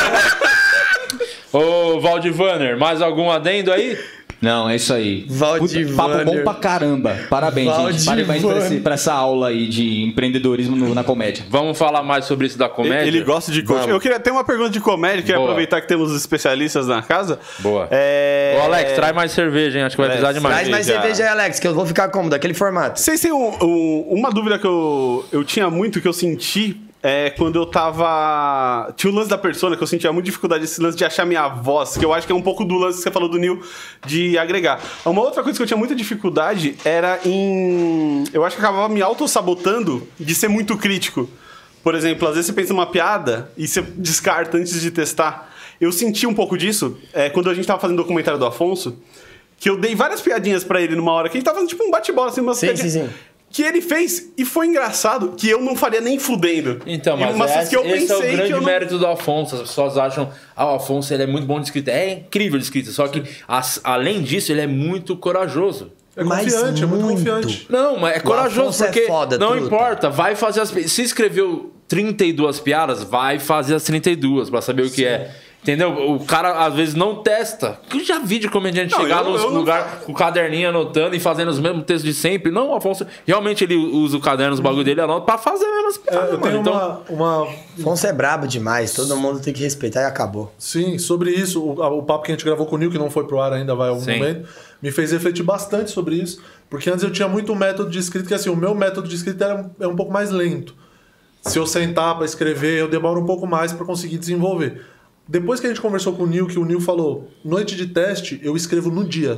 A: Ô, Valdivaner, mais algum adendo aí?
E: Não, é isso aí.
C: Valdivaner.
E: Papo bom pra caramba. Parabéns, gente. Parabéns pra essa aula aí de empreendedorismo na comédia.
A: Vamos falar mais sobre isso da comédia?
B: Ele gosta de coach. Eu queria ter uma pergunta de comédia, queria aproveitar que temos especialistas na casa.
A: Boa. Ô, Alex, traz mais cerveja, hein? Acho que vai precisar de mais.
C: Traz mais cerveja aí, Alex, que eu vou ficar como? Daquele formato.
B: Vocês têm uma dúvida que eu tinha muito, que eu senti... quando eu tava... Tinha o lance da persona, que eu sentia muita dificuldade, esse lance de achar minha voz, que eu acho que é um pouco do lance que você falou do Nil, de agregar. Uma outra coisa que eu tinha muita dificuldade era em... Eu acho que eu acabava me auto-sabotando de ser muito crítico. Por exemplo, às vezes você pensa numa piada e você descarta antes de testar. Eu senti um pouco disso quando a gente tava fazendo o documentário do Afonso, que eu dei várias piadinhas pra ele numa hora, que a gente tava fazendo tipo um bate-bola, assim, umas piadinhas. Sim. Que ele fez e foi engraçado, que eu não faria nem fudendo.
A: Então, mas esse é o grande mérito do Afonso. As pessoas acham, o Afonso ele é muito bom de escrita. É incrível de escrita, só que além disso, ele é muito corajoso.
D: É confiante, é muito confiante.
A: Não, mas é corajoso porque
C: foda,
A: não importa, vai fazer as... Se escreveu 32 piadas, vai fazer as 32 pra saber o que é. Entendeu? O cara às vezes não testa. Eu já vi de comediante chegar num lugar com o caderninho anotando e fazendo os mesmos textos de sempre. Não, o Afonso, realmente ele usa o caderno, os bagulho dele, anota pra fazer as mesmas piadas.
D: Eu tenho uma...
C: Afonso é brabo demais, todo mundo tem que respeitar e acabou.
D: Sim, sobre isso, o papo que a gente gravou com o Nil, que não foi pro ar ainda, vai algum momento, me fez refletir bastante sobre isso. Porque antes eu tinha muito método de escrita, que assim, o meu método de escrita é um pouco mais lento. Se eu sentar pra escrever, eu demoro um pouco mais pra conseguir desenvolver. Depois que a gente conversou com o Nil, que o Nil falou, noite de teste, eu escrevo no dia.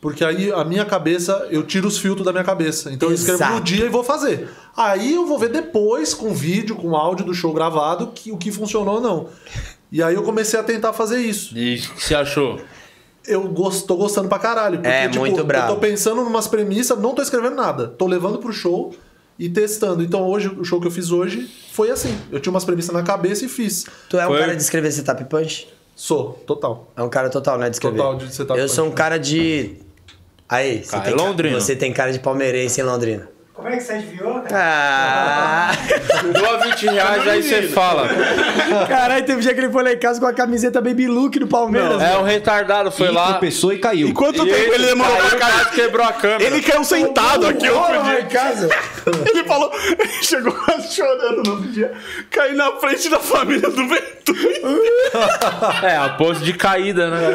D: Porque aí a minha cabeça, eu tiro os filtros da minha cabeça. Então eu escrevo no dia e vou fazer. Aí eu vou ver depois, com vídeo, com áudio do show gravado, o que funcionou ou não. E aí eu comecei a tentar fazer isso.
A: E o que você achou?
D: Eu tô gostando pra caralho. Porque,
C: muito bravo.
D: Eu tô pensando em umas premissas, não tô escrevendo nada. Tô levando pro show e testando. Então hoje, o show que eu fiz hoje foi assim. Eu tinha umas premissas na cabeça e fiz.
C: Tu é um cara de escrever setup punch?
D: Sou, total.
C: É um cara total, né, de escrever?
D: Total de setup punch.
C: Eu sou um cara de... Aí, você tem cara de palmeirense em Londrina.
F: Como é que você adivinhou, cara?
A: Doa R$20, aí você fala.
C: Caralho, teve um dia que ele foi lá em casa com a camiseta Baby Look do Palmeiras.
A: É um retardado, foi lá.
E: Tropeçou e caiu.
B: E quanto tempo ele demorou pra cair?
A: Quebrou a câmera.
B: Ele caiu sentado aqui outro dia.
C: Em casa.
B: Ele falou, ele chegou quase chorando no outro dia. Caiu na frente da família do Ventura.
A: É, a pose de caída, né?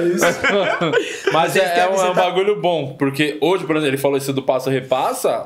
A: Mas é um bagulho bom, porque hoje, por exemplo, ele falou isso do passa-repassa.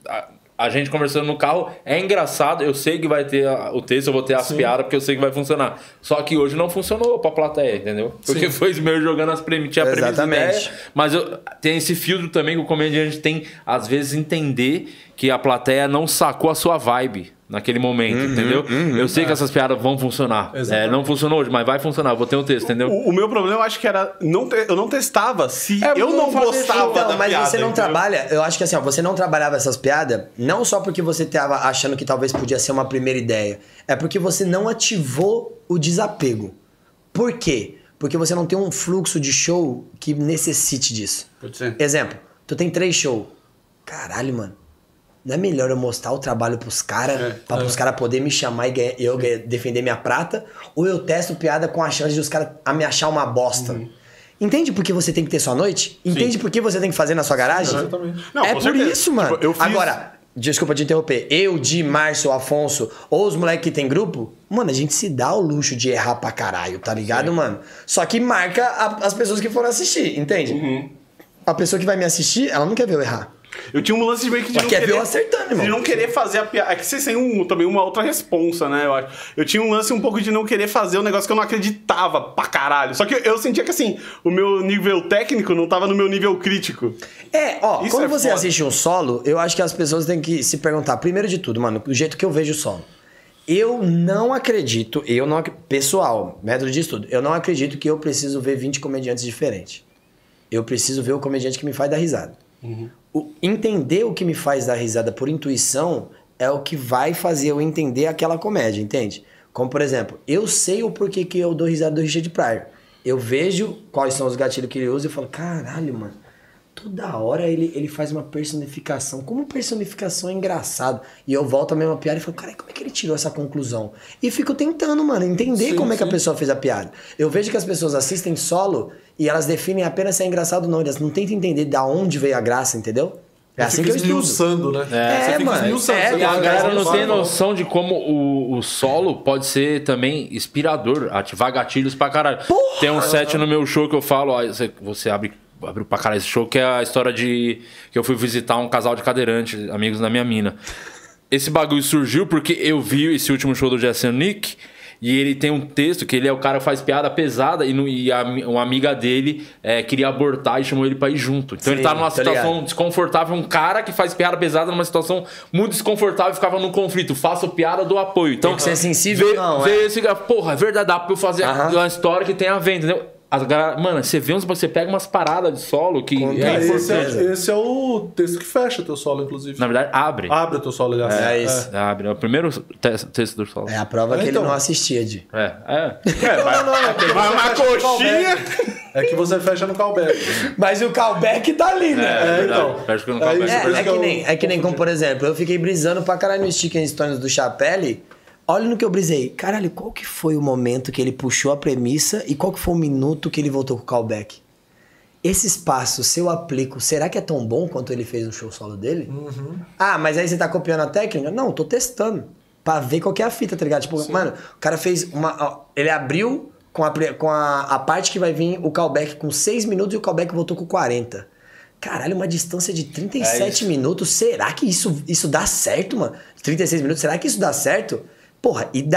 A: A gente conversando no carro, é engraçado, eu sei que vai ter o texto, eu vou ter as piadas, porque eu sei que vai funcionar. Só que hoje não funcionou pra plateia, entendeu? Porque foi meio jogando as premissas, tinha premissa ideia, mas tem esse filtro também que o comediante tem, às vezes, entender que a plateia não sacou a sua vibe naquele momento, entendeu? Eu sei que essas piadas vão funcionar. Não funcionou hoje, mas vai funcionar, eu vou ter um texto, entendeu?
B: O meu problema, eu acho que era... eu não testava se eu não gostava da
C: mas
B: piada.
C: Você não
B: entendeu?
C: trabalha... Eu acho que assim, ó, você não trabalhava essas piadas não só porque você tava achando que talvez podia ser uma primeira ideia. É porque você não ativou o desapego. Por quê? Porque você não tem um fluxo de show que necessite disso.
B: Pode ser.
C: Exemplo, tu tem 3 shows. Caralho, mano. Não é melhor eu mostrar o trabalho pros caras, pra os caras poderem me chamar e eu defender minha prata? Ou eu testo piada com a chance de os caras me achar uma bosta? Entende por que você tem que ter sua noite? Entende por que você tem que fazer na sua garagem?
D: Exatamente.
B: Não,
C: É
B: com
C: por
B: certeza.
C: isso, mano.
B: Tipo, eu fiz...
C: Agora, desculpa te interromper. Eu, Di, Márcio, Afonso, ou os moleques que tem grupo, mano, a gente se dá o luxo de errar pra caralho, tá ligado, mano? Só que marca as pessoas que foram assistir, entende? A pessoa que vai me assistir, ela não quer ver eu errar.
B: Eu tinha um lance de meio que de não
C: quer ver
B: querer...
C: eu acertando, irmão.
B: De não querer fazer a piada... É que vocês têm também uma outra responsa, né? Eu acho. Eu tinha um lance um pouco de não querer fazer um negócio que eu não acreditava pra caralho. Só que eu sentia que, assim, o meu nível técnico não tava no meu nível crítico. Isso
C: quando
B: é
C: você
B: foda.
C: assiste um solo, eu acho que as pessoas têm que se perguntar, primeiro de tudo, mano, o jeito que eu vejo o solo. Eu não acredito, pessoal, método de estudo, eu não acredito que eu preciso ver 20 comediantes diferentes. Eu preciso ver o comediante que me faz dar risada. Entender o que me faz dar risada por intuição é o que vai fazer eu entender aquela comédia, entende? Como, por exemplo, eu sei o porquê que eu dou risada do Richard Pryor. Eu vejo quais são os gatilhos que ele usa e falo, caralho, mano, toda hora ele faz uma personificação. Como personificação é engraçado. E eu volto a mesma piada e falo, cara, como é que ele tirou essa conclusão? E fico tentando, mano, entender como é que a pessoa fez a piada. Eu vejo que as pessoas assistem solo e elas definem apenas se é engraçado ou não. Elas não tentam entender de onde veio a graça, entendeu? É assim que eu estudo.
D: Esmiuçando, né?
C: Você fica
D: mano.
A: E a galera não tem noção de como o solo pode ser também inspirador, ativar gatilhos pra caralho.
C: Porra!
A: Tem um set no meu show que eu falo, ó, você abriu pra caralho esse show, que é a história de que eu fui visitar um casal de cadeirantes, amigos da minha mina. Esse bagulho surgiu porque eu vi esse último show do Jason Nick e ele tem um texto que ele é o cara que faz piada pesada e uma amiga dele queria abortar e chamou ele pra ir junto. Então ele tá numa situação desconfortável, um cara que faz piada pesada numa situação muito desconfortável e ficava num conflito. Faço piada do apoio. Então,
C: tem que ser sensível,
A: esse cara, porra, é verdade, dá pra eu fazer uma história que tem a ver, entendeu? Mano, você pega umas paradas de solo que é importante.
D: Esse é o texto que fecha teu solo, inclusive.
A: Na verdade, abre.
D: Abre o teu solo, aliás.
C: É isso.
A: Abre. É o primeiro texto do solo.
C: É a prova que ele não assistia, Di.
B: Vai uma coxinha...
D: É que você fecha no callback.
C: Mas o callback tá ali, né?
D: Então.
A: Fecha no callback.
C: É que nem como, por exemplo, eu fiquei brisando pra caralho no Stick and Stones do Chapelle. Olha no que eu brisei. Caralho, qual que foi o momento que ele puxou a premissa e qual que foi o minuto que ele voltou com o callback? Esse espaço, se eu aplico, será que é tão bom quanto ele fez no show solo dele? Ah, mas aí você tá copiando a técnica? Não, tô testando. Pra ver qual que é a fita, tá ligado? Tipo, mano, o cara fez ele abriu com a parte que vai vir o callback com 6 minutos e o callback voltou com 40. Caralho, uma distância de 37 minutos. Será que isso dá certo, mano? 36 minutos, será que isso dá certo? Porra, e dá.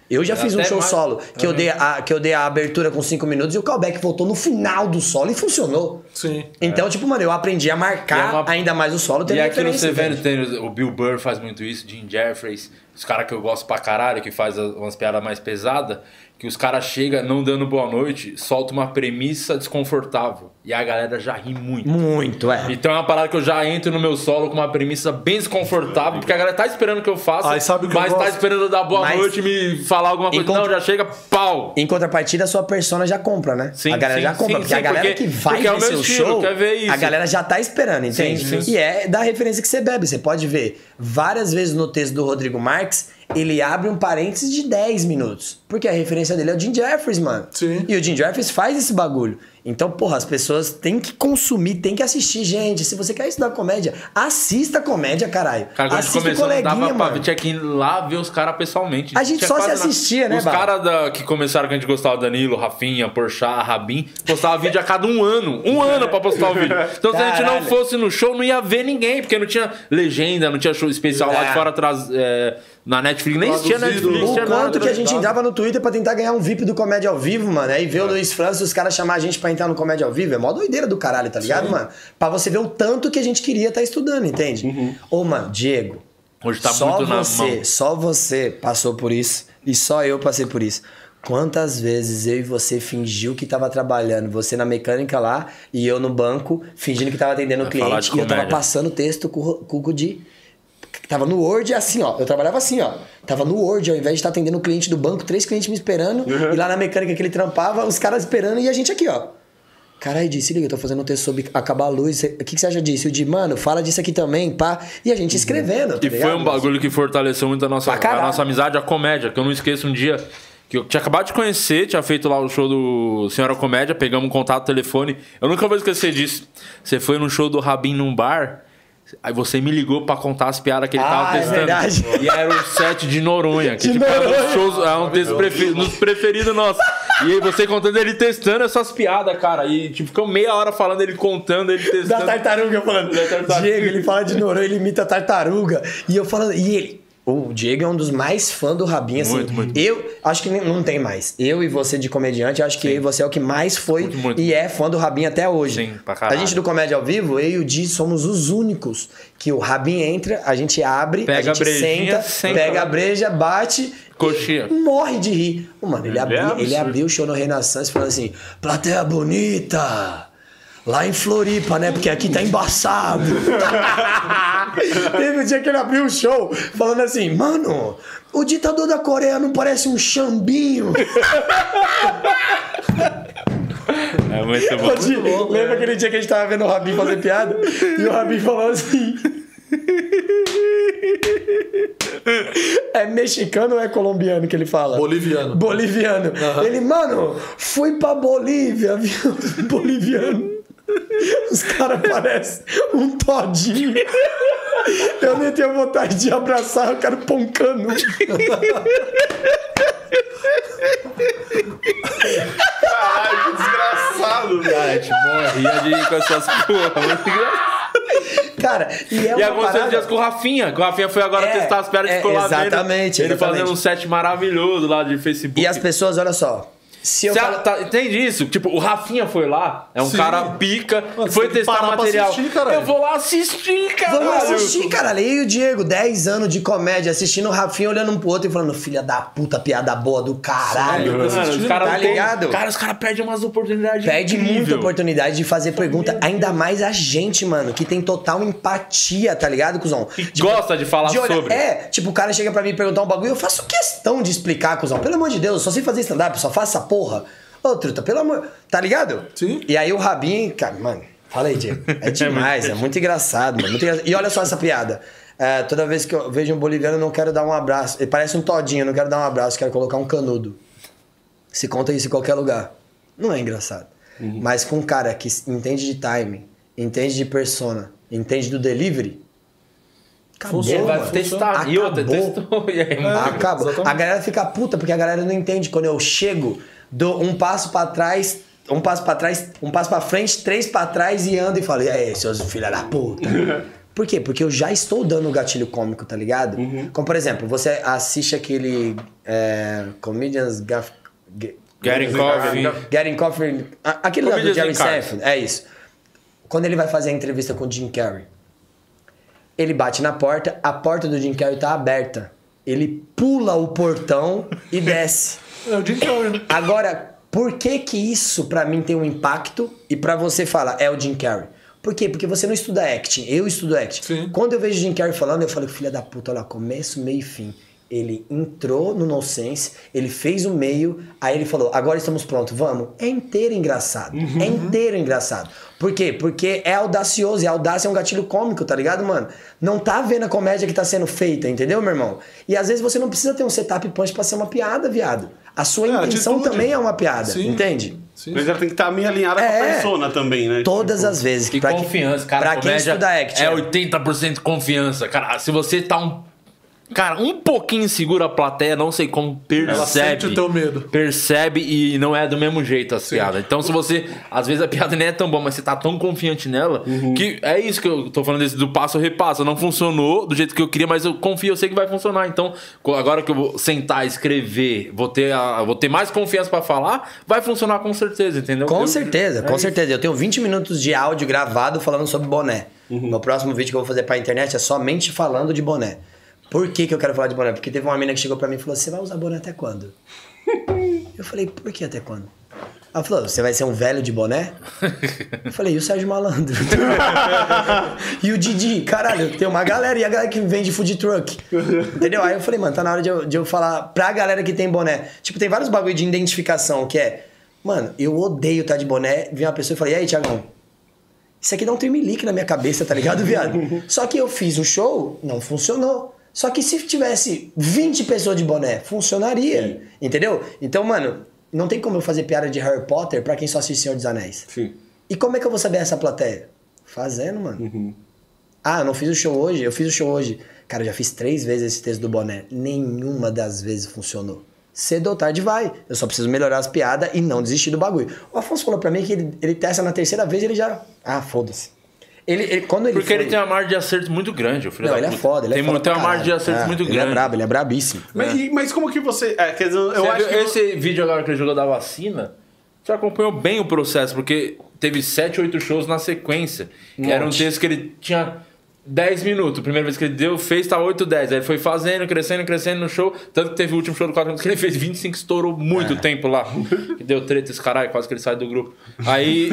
C: Eu já fiz um show solo que eu dei a abertura com 5 minutos e o callback voltou no final do solo e funcionou.
D: Sim.
C: Então, tipo, mano, eu aprendi a marcar ainda mais o solo.
A: E aqui no Severo tem o Bill Burr faz muito isso, Jim Jeffries, os caras que eu gosto pra caralho, que faz umas piadas mais pesadas, que os caras chegam não dando boa noite, solta uma premissa desconfortável. E a galera já ri muito.
C: Muito, é.
A: Então é uma parada que eu já entro no meu solo com uma premissa bem desconfortável, porque a galera tá esperando que eu faça, mas tá esperando eu dar boa noite e me falar alguma coisa. Não, já chega, pau!
C: Em contrapartida, a sua persona já compra, né?
A: Sim,
C: a galera já compra, porque a galera que vai ver seu show,
A: quer ver isso.
C: A galera já tá esperando, entende? E é da referência que você bebe. Você pode ver várias vezes no texto do Rodrigo Marques, ele abre um parênteses de 10 minutos. Porque a referência dele é o Jim Jeffries, mano.
D: Sim.
C: E o Jim Jeffries faz esse bagulho. Então, porra, as pessoas têm que consumir, têm que assistir. Gente, se você quer estudar comédia, assista comédia, caralho.
A: Cara, quando
C: assista
A: começou,
C: coleguinha, mano.
A: Tinha que ir lá ver os caras pessoalmente.
C: A gente só se assistia, né,
A: Os caras que começaram, que a gente gostava, Danilo, Rafinha, Porchat, Rabin, postava vídeo a cada um ano. Um ano pra postar o vídeo. Então, se a gente não fosse no show, não ia ver ninguém, porque não tinha legenda, não tinha show especial lá de fora atrás. Na Netflix, nem existia Netflix.
C: O quanto que a gente entrava no Twitter pra tentar ganhar um VIP do Comédia ao Vivo, mano. Aí ver o Luiz França e os caras chamar a gente pra entrar no Comédia ao Vivo. É mó doideira do caralho, tá ligado, mano? Pra você ver o tanto que a gente queria estar estudando, entende? Ô, mano, Diego.
A: Hoje tá muito na mão.
C: Só você passou por isso e só eu passei por isso. Quantas vezes eu e você fingiu que tava trabalhando, você na mecânica lá e eu no banco, fingindo que tava atendendo o cliente e eu tava passando o texto com o Cudi. Tava no Word assim, ó. Eu trabalhava assim, ó. Tava no Word, ao invés de estar atendendo o cliente do banco, 3 clientes me esperando. E lá na mecânica que ele trampava, os caras esperando e a gente aqui, ó. Caralho, Di, se liga, eu tô fazendo um texto sobre acabar a luz. O que você acha disso? O Di, mano, fala disso aqui também, pá. E a gente escrevendo, tá
A: ligado? Foi um bagulho que fortaleceu muito a nossa amizade, a comédia. Que eu não esqueço um dia que eu tinha acabado de conhecer, tinha feito lá o show do Senhora Comédia, pegamos um contato, telefone. Eu nunca vou esquecer disso. Você foi num show do Rabin num bar... Aí você me ligou pra contar as piadas que ele tava testando. É verdade. E era o set de Noronha. Que é um texto preferido nosso. E aí você contando ele testando essas piadas, cara. E tipo, ficou meia hora falando ele contando, ele testando.
C: Da tartaruga falando. Diego, ele fala de Noronha, ele imita a tartaruga. E eu falando. E ele. O Diego é um dos mais fãs do Rabin, assim. Muito. Eu acho que não tem mais. Eu e você de comediante, eu acho que eu e você é o que mais foi e é fã do Rabin até hoje.
A: Sim, pra caralho.
C: A gente do Comédia ao Vivo, eu e o Di somos os únicos que o Rabin entra, a gente abre,
A: pega
C: a gente senta, pega a breja, bate...
A: Coxinha.
C: Morre de rir. Mano, ele abriu o show no Renaissance falando assim, plateia bonita... Lá em Floripa, né? Porque aqui tá embaçado. Teve um dia que ele abriu o show falando assim, mano, o ditador da Coreia não parece um chambinho?
A: É muito bom.
C: Di, lembra aquele dia que a gente tava vendo o Rabin fazer piada? E o Rabin falou assim... É mexicano ou é colombiano que ele fala?
D: Boliviano.
C: Ele, mano, fui pra Bolívia, viu? Boliviano. Os caras parecem um todinho. Eu nem tenho vontade de abraçar, eu quero pôr um cano.
B: Caralho, que desgraçado, velho.
A: Cara, a gente morria com essas porra. Muito engraçado.
C: Cara, e
A: aconteceu dias com o Rafinha. Que o Rafinha foi agora testar as piadas e ficou lá vendo. Ele fazendo um set maravilhoso lá de Facebook.
C: E as pessoas, olha só.
A: Entende isso? Tipo, o Rafinha foi lá, é um cara pica, foi testar material. Eu vou lá assistir, cara.
C: Vamos assistir, cara. E o Diego, 10 anos de comédia, assistindo o Rafinha, olhando um pro outro e falando, filha da puta, piada boa do caralho.
A: Os caras tá ligado? Cara, os caras perdem umas oportunidades.
C: Perde muita oportunidade de fazer pergunta. Ainda mais a gente, mano, que tem total empatia, tá ligado, cuzão?
A: Que gosta de falar sobre.
C: Tipo, o cara chega pra mim e perguntar um bagulho, eu faço questão de explicar, cuzão. Pelo amor de Deus, eu só sei fazer stand-up, só faço essa porra. Ô, truta, pelo amor... Tá ligado?
D: Sim.
C: E aí o Rabin... Cara, mano, fala aí, Diego. É demais, é muito engraçado, mano. Muito engraçado. E olha só essa piada. Toda vez que eu vejo um boliviano, eu não quero dar um abraço. Ele parece um todinho, eu não quero dar um abraço, quero colocar um canudo. Se conta isso em qualquer lugar. Não é engraçado. Mas com um cara que entende de timing, entende de persona, entende do delivery... Acabou,
A: ele vai testar. E outra, testou. E aí,
C: acabou. A galera fica puta, porque a galera não entende. Quando eu chego, dou um passo pra trás, um passo pra frente, 3 pra trás e ando e falo, e aí, seus filha da puta? Por quê? Porque eu já estou dando o gatilho cômico, tá ligado? Como, por exemplo, você assiste aquele Comedians... Getting Coffee. Aquele lá do Jerry Seinfeld. É isso. Quando ele vai fazer a entrevista com o Jim Carrey, ele bate na porta, a porta do Jim Carrey tá aberta. Ele pula o portão e desce.
D: É o Jim Carrey.
C: Agora, por que isso pra mim tem um impacto e pra você fala, é o Jim Carrey? Por quê? Porque você não estuda acting, eu estudo acting.
D: Sim.
C: Quando eu vejo o Jim Carrey falando, eu falo, filha da puta, olha lá, começo, meio e fim. Ele entrou no nonsense, ele fez o meio, aí ele falou, agora estamos prontos, vamos. É inteiro engraçado. É inteiro engraçado. Por quê? Porque é audacioso, e a audácia é um gatilho cômico, tá ligado, mano? Não tá vendo a comédia que tá sendo feita, entendeu, meu irmão? E às vezes você não precisa ter um setup punch pra ser uma piada, viado. A sua intenção também é uma piada, entende?
B: Sim. Mas ela tem que estar meio alinhada com a persona também, né?
C: Todas as vezes.
A: Que confiança, cara.
C: Pra quem estuda acting.
A: É 80% confiança. Cara, se você tá um pouquinho inseguro, a plateia, não sei como, percebe.
D: Ela sente o teu medo.
A: Percebe e não é do mesmo jeito as piadas. Então, se você... Às vezes a piada nem é tão boa, mas você tá tão confiante nela, que é isso que eu tô falando desse do passo a repasso. Não funcionou do jeito que eu queria, mas eu confio, eu sei que vai funcionar. Então, agora que eu vou sentar, escrever, vou ter mais confiança pra falar, vai funcionar com certeza, entendeu?
C: Com certeza. Eu tenho 20 minutos de áudio gravado falando sobre boné. No próximo vídeo que eu vou fazer pra internet é somente falando de boné. Por que eu quero falar de boné? Porque teve uma mina que chegou pra mim e falou, você vai usar boné até quando? Eu falei, por que até quando? Ela falou, você vai ser um velho de boné? Eu falei, e o Sérgio Malandro? E o Didi? Caralho, tem uma galera, e a galera que vende food truck? Entendeu? Aí eu falei, mano, tá na hora de eu falar pra galera que tem boné. Tipo, tem vários bagulho de identificação, que é, mano, eu odeio estar de boné. Vi uma pessoa e falei, e aí, Thiagão? Isso aqui dá um tremelique na minha cabeça, tá ligado, viado? Só que eu fiz o show, não funcionou. Só que se tivesse 20 pessoas de boné, funcionaria. Entendeu? Então, mano, não tem como eu fazer piada de Harry Potter pra quem só assiste Senhor dos Anéis.
B: Sim.
C: E como é que eu vou saber essa plateia? Fazendo, mano. Ah, eu não fiz o show hoje? Eu fiz o show hoje. Cara, eu já fiz 3 vezes esse texto do boné. Nenhuma das vezes funcionou. Cedo ou tarde vai. Eu só preciso melhorar as piadas e não desistir do bagulho. O Afonso falou pra mim que ele testa na 3ª vez e ele já... Ah, foda-se.
A: Porque ele tem uma margem de acerto muito grande, o filho da puta.
C: Ele é foda,
A: tem uma margem de acerto muito grande.
C: Ele é brabo, ele é brabíssimo.
B: Mas como que você... quer dizer, eu acho que...
A: Esse vídeo agora que ele jogou da vacina, você acompanhou bem o processo, porque teve 7, 8 shows na sequência. Que era um texto que ele tinha 10 minutos. A primeira vez que ele fez, tá 8, 10. Aí ele foi fazendo, crescendo no show. Tanto que teve o último show do 4 minutos que ele fez 25, estourou muito tempo lá. Que deu treta esse caralho, quase que ele sai do grupo. Aí...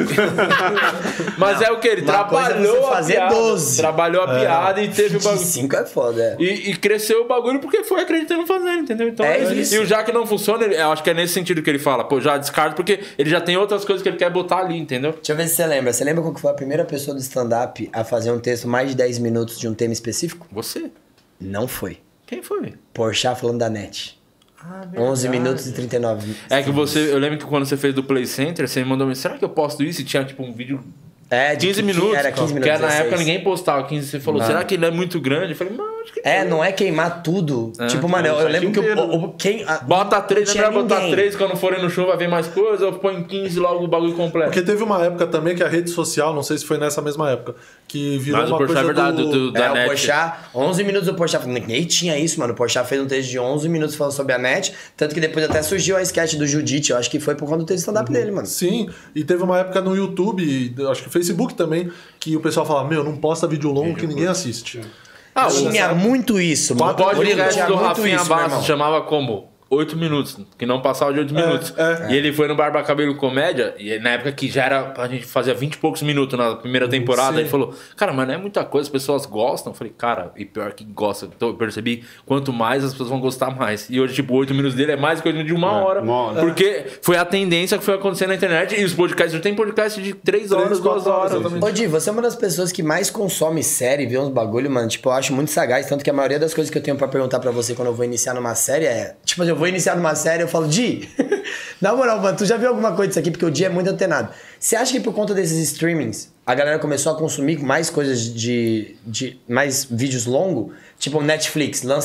A: Mas é o que? Ele trabalhou a piada. 12. Trabalhou a piada e teve o bagulho.
C: 25 é foda,
A: E cresceu o bagulho porque foi acreditando fazendo, entendeu? Então,
C: isso.
A: E o já que não funciona, eu acho que é nesse sentido que ele fala. Pô, já descarto porque ele já tem outras coisas que ele quer botar ali, entendeu?
C: Deixa eu ver se você lembra. Você lembra qual que foi a primeira pessoa do stand-up a fazer um texto mais de 10 minutos de um tema específico?
A: Você.
C: Não foi.
A: Quem foi?
C: Porchat falando da net. 11 minutos e 39.
A: É que eu lembro que quando você fez do Play Center, você me mandou mensagem, será que eu posto isso? E tinha tipo um vídeo...
C: de
A: 15 minutos.
C: Era 15 minutos.
A: Que na época ninguém postava 15. Você falou, será que ele é muito grande? Eu falei, não, acho que
C: não é queimar tudo. Tipo, mano, eu lembro que
A: bota 3, lembra botar 3 quando forem no show vai ver mais coisa, ou põe 15 logo o bagulho completo.
D: Porque teve uma época também que a rede social, não sei se foi nessa mesma época, que virou uma coisa
A: verdade, da net.
C: O Porchat, 11 minutos do Porchat, ninguém tinha isso, mano. O Porchat fez um texto de 11 minutos falando sobre a net, tanto que depois até surgiu a sketch do Judite, eu acho que foi por conta do texto stand-up dele, mano.
D: Sim, e teve uma época no YouTube, acho que Facebook também, que o pessoal falava, não posta vídeo longo que ninguém assiste.
C: Tinha muito isso, mano.
A: O podcast do Rafinha Bastos chamava como? 8 minutos, que não passava de 8 minutos. E ele foi no Barba Cabelo Comédia, e na época que já era, a gente fazia 20 e poucos minutos na primeira temporada, ele falou, cara, mas não é muita coisa, as pessoas gostam. Eu falei, cara, e pior que gosta. Então eu percebi, quanto mais as pessoas vão gostar mais. E hoje, tipo, 8 minutos dele é mais que 8 minutos de 1 hora. Porque foi a tendência que foi acontecendo na internet, e os podcasts, tem podcast de 3 horas, 2 horas.
C: Ô, Di, você é uma das pessoas que mais consome série, vê uns bagulho, mano, tipo, eu acho muito sagaz, tanto que a maioria das coisas que eu tenho pra perguntar pra você quando eu vou iniciar numa série é, tipo, eu vou iniciar numa série, eu falo, Di, na moral, mano, tu já viu alguma coisa disso aqui? Porque o Di é muito antenado. Você acha que por conta desses streamings, a galera começou a consumir mais coisas mais vídeos longos? Tipo, Netflix lança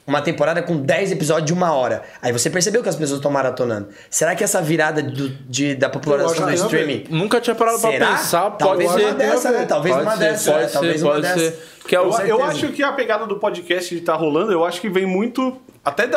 C: uma temporada com 10 episódios de 1 hora. Aí você percebeu que as pessoas estão maratonando. Será que essa virada da popularização do streaming...
A: Nunca tinha parado pra pensar.
C: Talvez
A: pode ser.
C: Uma dessa, né? Talvez uma dessa.
A: Pode ser. Que
B: eu acho que a pegada do podcast tá rolando, eu acho que vem muito até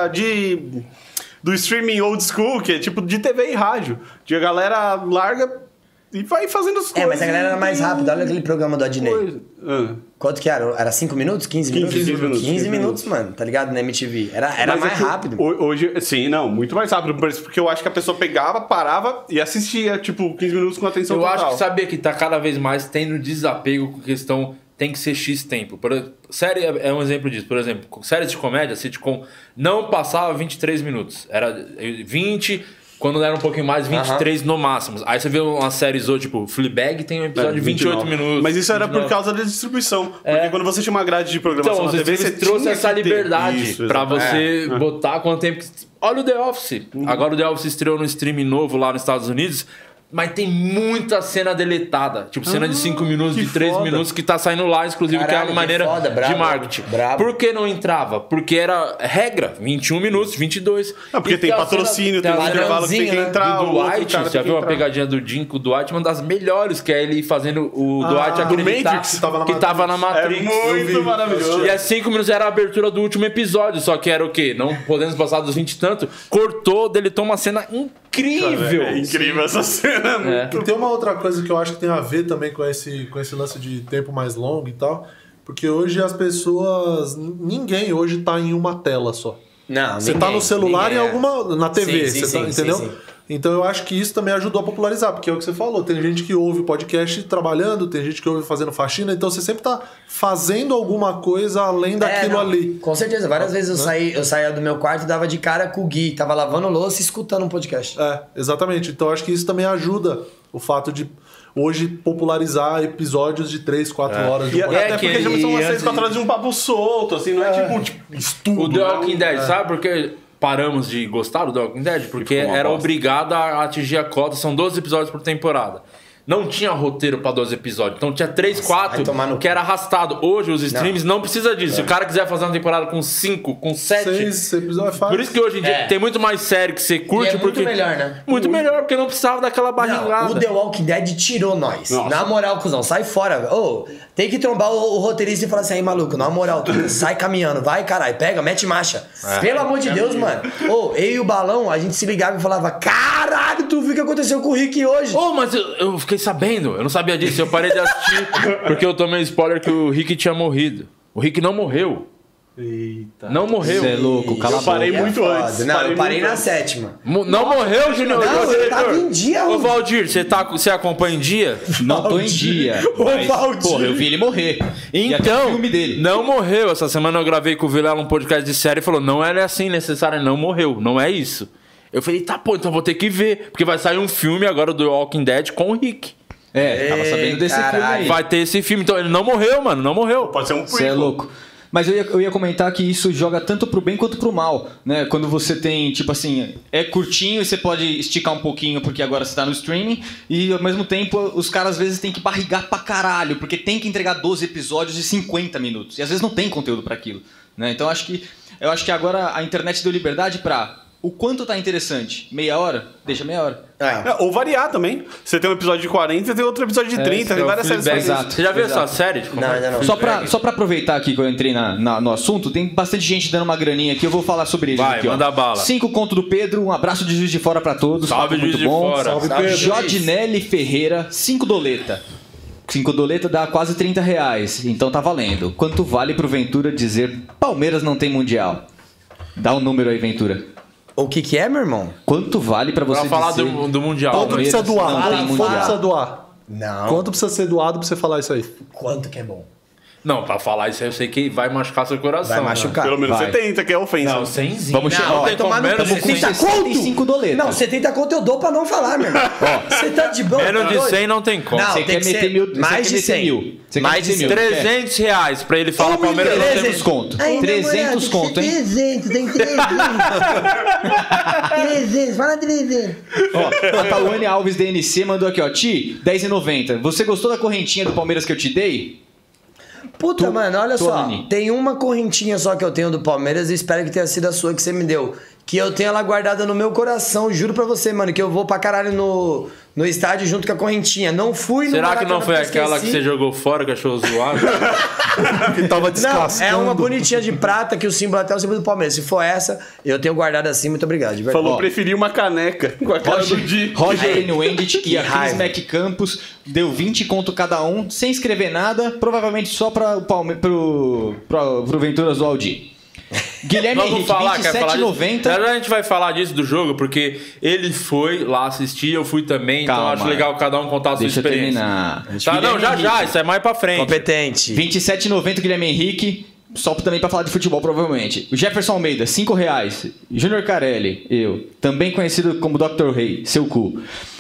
B: do streaming old school, que é tipo de TV e rádio. De a galera larga e vai fazendo as coisas.
C: Mas a galera era mais rápida. Olha aquele programa do Adnei. Quanto que era? Era 5 minutos? 15 minutos? 15 minutos, mano. Tá ligado? Na MTV. Era mais rápido.
B: Hoje, sim, não. Muito mais rápido. Porque eu acho que a pessoa pegava, parava e assistia, tipo, 15 minutos com atenção total.
A: Eu acho que sabia que tá cada vez mais tendo desapego com questão... Tem que ser X tempo. Série é um exemplo disso. Por exemplo, séries de comédia, sitcom, não passava 23 minutos. Era 20, quando era um pouquinho mais, 23 no máximo. Aí você vê umas séries hoje, tipo, Fleabag tem um episódio de 28 minutos.
B: Mas isso era 29. Por causa da distribuição. Porque quando você tinha uma grade de programação
A: na TV, você trouxe essa liberdade pra você botar quanto tempo... Olha o The Office. Agora o The Office estreou no streaming novo lá nos Estados Unidos. Mas tem muita cena deletada. Tipo, cena de 5 minutos, de 3 minutos, que tá saindo lá, inclusive,
C: caralho,
A: que é uma maneira de marketing. Por que não entrava? Porque era regra, 21 minutos, 22.
B: Porque tem patrocínio, tem um intervalo que tem que entrar.
A: O Dwight, você já viu uma pegadinha do Jim com o Dwight? Uma das melhores, que é ele fazendo o Dwight acreditar que tava na Matrix.
B: É muito maravilhoso.
A: E é 5 minutos, era a abertura do último episódio, só que era o quê? Não podendo passar dos 20 e tanto, cortou, deletou uma cena incrível.
B: É incrível essa cena.
D: E tem uma outra coisa que eu acho que tem a ver também com esse lance de tempo mais longo e tal, porque hoje as pessoas... Ninguém hoje tá em uma tela só.
C: Não,
D: você tá no celular e alguma... na TV, entendeu?
C: Sim.
D: Então eu acho que isso também ajudou a popularizar, porque é o que você falou, tem gente que ouve podcast trabalhando, tem gente que ouve fazendo faxina, então você sempre tá fazendo alguma coisa além daquilo ali.
C: Com certeza, várias vezes eu saía do meu quarto e dava de cara com o Gui, tava lavando louça e escutando um podcast.
D: Exatamente, então eu acho que isso também ajuda o fato de hoje popularizar episódios de 3, 4 horas de
B: podcast. Até porque já são umas 6, 4 horas de um papo solto, assim, não é tipo estudo.
A: O The Walking Dead, sabe por quê? Paramos de gostar do The Walking Dead porque era obrigado a atingir a cota. São 12 episódios por temporada. Não tinha roteiro pra 12 episódios. Então tinha 3, 4 que era arrastado. Hoje os streams não precisa disso. Se o cara quiser fazer uma temporada com 5, com 7...
D: 6 episódios é fácil.
A: Por isso que hoje em dia tem muito mais série que você curte.
C: E é muito melhor, né?
A: Muito melhor, porque não precisava daquela barrigada.
C: O The Walking Dead tirou nós. Nossa. Na moral, cuzão, sai fora. Tem que trombar o roteirista e falar assim, aí, maluco, na moral, tu sai caminhando, vai, caralho, pega, mete marcha. Pelo amor de Deus, mano. Eu e o Balão, a gente se ligava e falava, caralho, tu viu o que aconteceu com o Rick hoje?
A: Mas eu fiquei sabendo, eu não sabia disso, eu parei de assistir porque eu tomei spoiler que o Rick tinha morrido. O Rick não morreu.
B: Eita.
A: Não morreu.
E: Você é louco, cala a boca.
B: Eu parei muito antes.
C: Não, eu parei na 7ª.
A: Não morreu, Junior?
C: Não, eu tava em dia.
A: Ô, Valdir, você acompanha em dia?
E: Não tô em dia. Mas, porra, eu vi ele morrer.
A: Então,
E: o filme dele.
A: Não morreu. Essa semana eu gravei com o Vilela um podcast de série e falou, não é assim necessário, não morreu. Não é isso. Eu falei, tá, então vou ter que ver. Porque vai sair um filme agora do Walking Dead com o Rick.
E: Tava sabendo desse filme aí.
A: Vai ter esse filme. Então ele não morreu, mano. Não morreu.
B: Pode ser um prequel.
E: Você é louco. Mas eu ia comentar que isso joga tanto pro bem quanto pro mal, né? Quando você tem, tipo assim, é curtinho e você pode esticar um pouquinho porque agora você tá no streaming e ao mesmo tempo os caras às vezes têm que barrigar pra caralho porque tem que entregar 12 episódios de 50 minutos e às vezes não tem conteúdo pra aquilo, né? Então eu acho que agora a internet deu liberdade pra... O quanto tá interessante? Meia hora? Deixa meia hora.
B: Ou variar também. Você tem um episódio de 40, você tem outro episódio de 30, tem várias séries.
A: Exato. Você já viu essa série?
C: Não.
E: Só pra aproveitar aqui que eu entrei no assunto, tem bastante gente dando uma graninha aqui, eu vou falar sobre ele.
A: Vai,
E: aqui,
A: manda bala.
E: 5 conto do Pedro, um abraço de Juiz de Fora pra todos.
A: Salve, Juiz de Fora.
D: Salve, Pedro.
E: Jodinelli Ferreira, 5 doleta. 5 doleta dá quase R$30, então tá valendo. Quanto vale pro Ventura dizer Palmeiras não tem Mundial? Dá um número aí, Ventura.
C: O que é, meu irmão?
E: Quanto vale pra você
A: falar
E: dizer...
A: do Mundial.
D: Quanto precisa doar?
E: Não tem
D: Quanto
E: mundial.
D: precisa doar?
C: Não.
D: Quanto precisa ser doado pra você falar isso aí?
C: Quanto que é bom?
A: Não, pra falar isso aí eu sei que vai machucar seu coração.
C: Vai machucar.
B: Pelo menos
E: Vai.
B: 70, que é ofensa.
A: Não, 100.
E: Vamos chegar.
A: Não, tem
C: tomar
A: como
C: no
A: menos de
C: 70
A: 100.
C: conto?
E: 65 doleta.
C: Não, 70 conto eu dou pra não falar, meu irmão. Você tá de boa?
A: Menos de 100 não tem como.
C: Não,
E: Você
C: tem
E: quer
C: que
E: meter
C: ser
E: mil? Você
C: mais
E: quer
C: de
E: meter
C: 100.
E: mil? Você
C: Mais
E: quer
C: de
E: meter mil?
A: R$300 pra ele falar Palmeiras não tem
E: 300 conto.
G: Aí,
E: 300 conto, hein?
G: 300, tem 300. 300, fala 300.
E: Ó, a Tawane Alves DNC mandou aqui, ó. Ti, R$10,90. Você gostou da correntinha do Palmeiras que eu te dei?
C: Puta, mano, olha
E: Tony.
C: só. Tem uma correntinha só que eu tenho do Palmeiras e espero que tenha sido a sua que você me deu. Que eu tenho ela guardada no meu coração. Juro pra você, mano, que eu vou pra caralho no estádio junto com a correntinha. Não fui no
A: Será que não foi
C: Maracanã porque
A: aquela que
C: esqueci.
A: você jogou fora, que achou zoado?
D: Que tava
C: Não,
D: descascando.
C: é uma bonitinha de prata que o símbolo até o símbolo do Palmeiras. Se for essa, eu tenho guardado assim. Muito obrigado, de verdade.
B: Falou preferir uma caneca com a cara do Di.
E: Roger N. Wendt e a Cris
C: raiva.
E: Mac Campos deu 20 conto cada um, sem escrever nada, provavelmente só pro Venturas do Aldi. Guilherme
A: Vamos
E: Henrique,
A: falar, quer falar disso?
E: 27,90.
A: Já a gente vai falar disso do jogo, porque ele foi lá assistir, eu fui também,
E: Calma.
A: então acho legal cada um contar a sua
E: Deixa eu
A: experiência.
E: terminar.
A: Tá, não,
E: Guilherme
A: já,
E: Henrique,
A: isso é mais pra frente.
C: Competente.
E: 27,90 Guilherme Henrique, só também pra falar de futebol, provavelmente. O Jefferson Almeida, R$5. Júnior Carelli, eu, também conhecido como Dr. Rei, seu cu.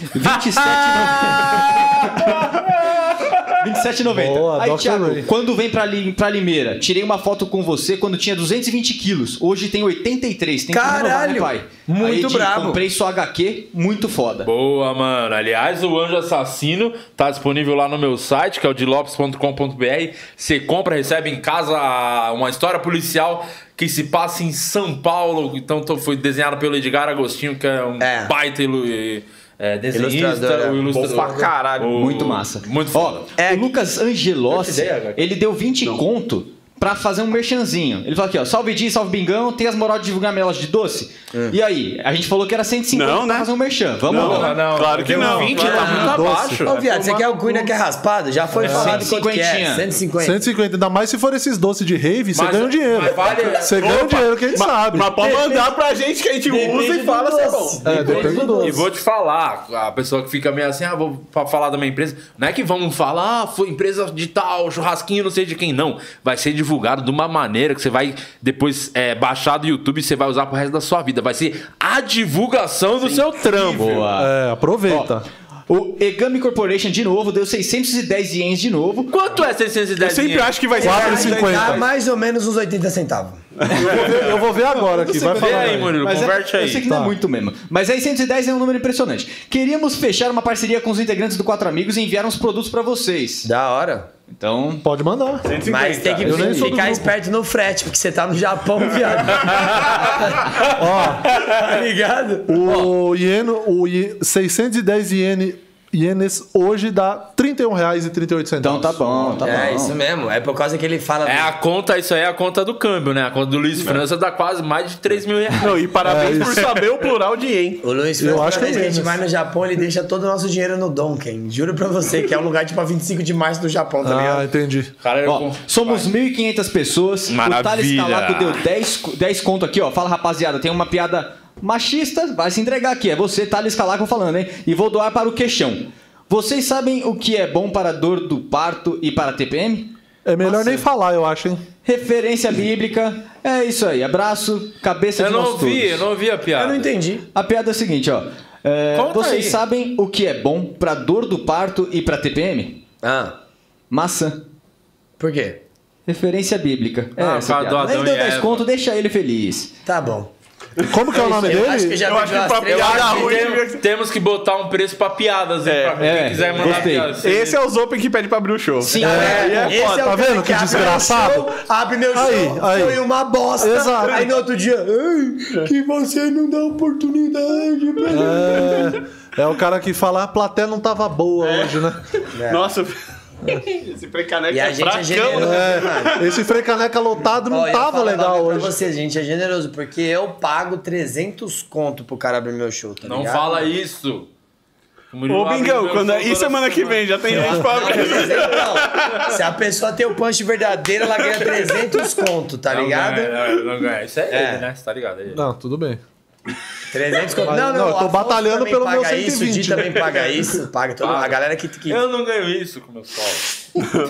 E: 27,90.
D: Boa,
E: Aí,
D: Dr.
E: Thiago,
D: Ray.
E: quando vem pra Limeira, tirei uma foto com você quando tinha 220 quilos. Hoje tem 83. Tem que renovar, né,
C: Caralho!
E: pai?
C: Muito
E: Aí,
C: brabo.
E: Comprei sua HQ, muito foda.
A: Boa, mano. Aliás, o Anjo Assassino tá disponível lá no meu site, que é o dilopes.com.br. Você compra, recebe em casa uma história policial que se passa em São Paulo. Então foi desenhado pelo Edgar Agostinho, que é um baita desenhista,
C: Ilustrador,
A: o ilustrador.
B: Bom pra caralho.
E: Muito massa.
A: Muito
E: Ó,
A: foda.
E: o Lucas Angelossi,
A: Eu te dei, HQ.
E: ele deu 20 conto pra fazer um merchanzinho. Ele falou aqui, ó, salve Di, salve Bingão, tem as moral de divulgar minha loja de doce? E aí? A gente falou que era 150
B: Não,
E: pra
B: né?
E: fazer um merchan. Vamos lá.
A: Não,
B: claro que não.
A: 20 tá muito abaixo.
C: Ô, viado, você quer o Cuina que é raspado? Já foi falado quanto que é.
E: 150.
D: 150, ainda mais se for esses doces de rave, você
A: Mas-
D: ganha um dinheiro.
A: mas vale-
D: Você ganha um dinheiro que a gente sabe.
B: Mas pode mandar pra gente que a gente usa e fala se é bom.
D: Depende do doce.
A: E vou te falar, a pessoa que fica meio assim, vou falar da minha empresa, não é que vamos falar, foi empresa de tal, churrasquinho, não sei de quem, não. Vai ser divulgado de uma maneira que você vai depois baixar do YouTube e você vai usar pro resto da sua vida. Vai ser a divulgação do seu trampo.
E: Boa.
D: Aproveita.
E: O Egami Corporation, de novo, deu 610 ienes de novo.
A: Quanto é 610
B: Eu sempre acho que vai ser
D: 4,50.
C: Dá mais ou menos uns 80 centavos.
D: Eu vou ver agora aqui, vai
A: Vê
D: falar.
A: aí, Murilo,
E: Mas
A: converte
E: eu
A: aí.
E: sei que não é muito mesmo. Mas aí 110 é um número impressionante. Queríamos fechar uma parceria com os integrantes do Quatro Amigos e enviar uns produtos pra vocês.
C: Da hora.
E: Então,
D: Pode mandar.
C: Mas tem que
D: Eu nem sou do
C: ficar
D: grupo.
C: esperto no frete, porque você tá no Japão, viado. Tá ligado?
D: O 610 ienes hoje dá R$31,38.
E: então tá bom, tá bom.
C: É isso mesmo. É por causa que ele fala.
A: É a conta, isso aí é a conta do câmbio, né? A conta do Luiz França dá quase mais de 3 mil reais.
B: Não, e parabéns por saber o plural de ien.
C: O Luiz
D: Eu
C: França,
D: acho
C: toda
D: que
C: vez
D: é
C: que a gente
D: menos.
C: vai no Japão, ele deixa todo o nosso dinheiro no Donken. Juro pra você, que é um lugar tipo a 25 de março do Japão, tá ligado?
D: Entendi.
A: Cara,
E: Ó, somos 1.500 pessoas.
A: Maravilha.
E: O Thales Calaco deu 10 conto aqui, ó. Fala, rapaziada, tem uma piada machista, vai se entregar aqui. É você, Thales Calaco, falando, hein? E vou doar para o queixão. Vocês sabem o que é bom para dor do parto e para TPM?
D: É melhor nem falar, eu acho, hein?
E: Referência bíblica. É isso aí. Abraço, cabeça
A: eu
E: de
A: não
E: nós
A: ouvi,
E: todos.
A: eu não ouvi a piada.
C: Eu não entendi.
E: A piada é a seguinte, ó.
A: Conta
E: Vocês
A: aí.
E: sabem o que é bom para dor do parto e para TPM?
C: Ah,
E: Maçã.
C: por quê?
E: Referência bíblica.
A: Ah,
E: essa
A: por causa do
E: piada. Nem
A: Adão
E: deu
A: e
E: 10
A: Eva.
E: conto, deixa ele feliz.
C: Tá bom.
D: Como que é o nome
C: Eu acho que
D: dele?
C: já
B: Eu acho
C: bebeu
B: que
C: as
B: pra
C: três.
B: piada
C: Eu acho que
B: ruim-
A: Temos que botar um preço pra piadas, hein? Pra quem quiser mandar
E: gostei.
A: piadas.
B: Esse é os Open que pede pra abrir o show.
E: Sim,
C: Esse
D: foda,
C: é o
D: tá
C: cara
D: vendo que
C: abre
D: desgraçado?
C: meu show, abre meu show,
D: Aí.
C: foi uma bosta.
D: Exato.
C: Aí no outro dia, "Ai, que você não dá oportunidade pra
D: É o cara que fala, a plateia não tava boa hoje, né?
B: Nossa, esse precaneca
C: E a
B: é
C: gente é
B: fracão,
C: generoso.
B: né?
D: Esse frecaneca lotado não
C: Ó, eu
D: tava
C: falo um
D: legal
C: bagulho
D: hoje.
C: Pra você, gente, é generoso, porque eu pago 300 conto pro cara abrir meu show, tá
A: Não
C: ligado?
A: fala isso. O Murilo
B: Ô,
A: abre
B: Bingão,
A: meu
B: quando
A: show
B: e
A: toda
B: semana que
A: semana.
B: vem? Já tem gente pra
C: Não,
B: abrir.
C: 300 não. Se a pessoa tem o punch verdadeiro, ela ganha 300 conto, tá
A: Não
C: ligado?
A: ganha, não ganha. Isso é ele, né? Você tá ligado? É ele.
D: Não, tudo bem.
C: 300 conto.
D: Não, eu tô
C: o Afonso
D: batalhando
C: também
D: pelo meu
C: paga isso, o
D: 120.
C: Di também paga isso, paga todo
A: Paga.
C: a galera que
A: Eu não ganho isso com meu solo.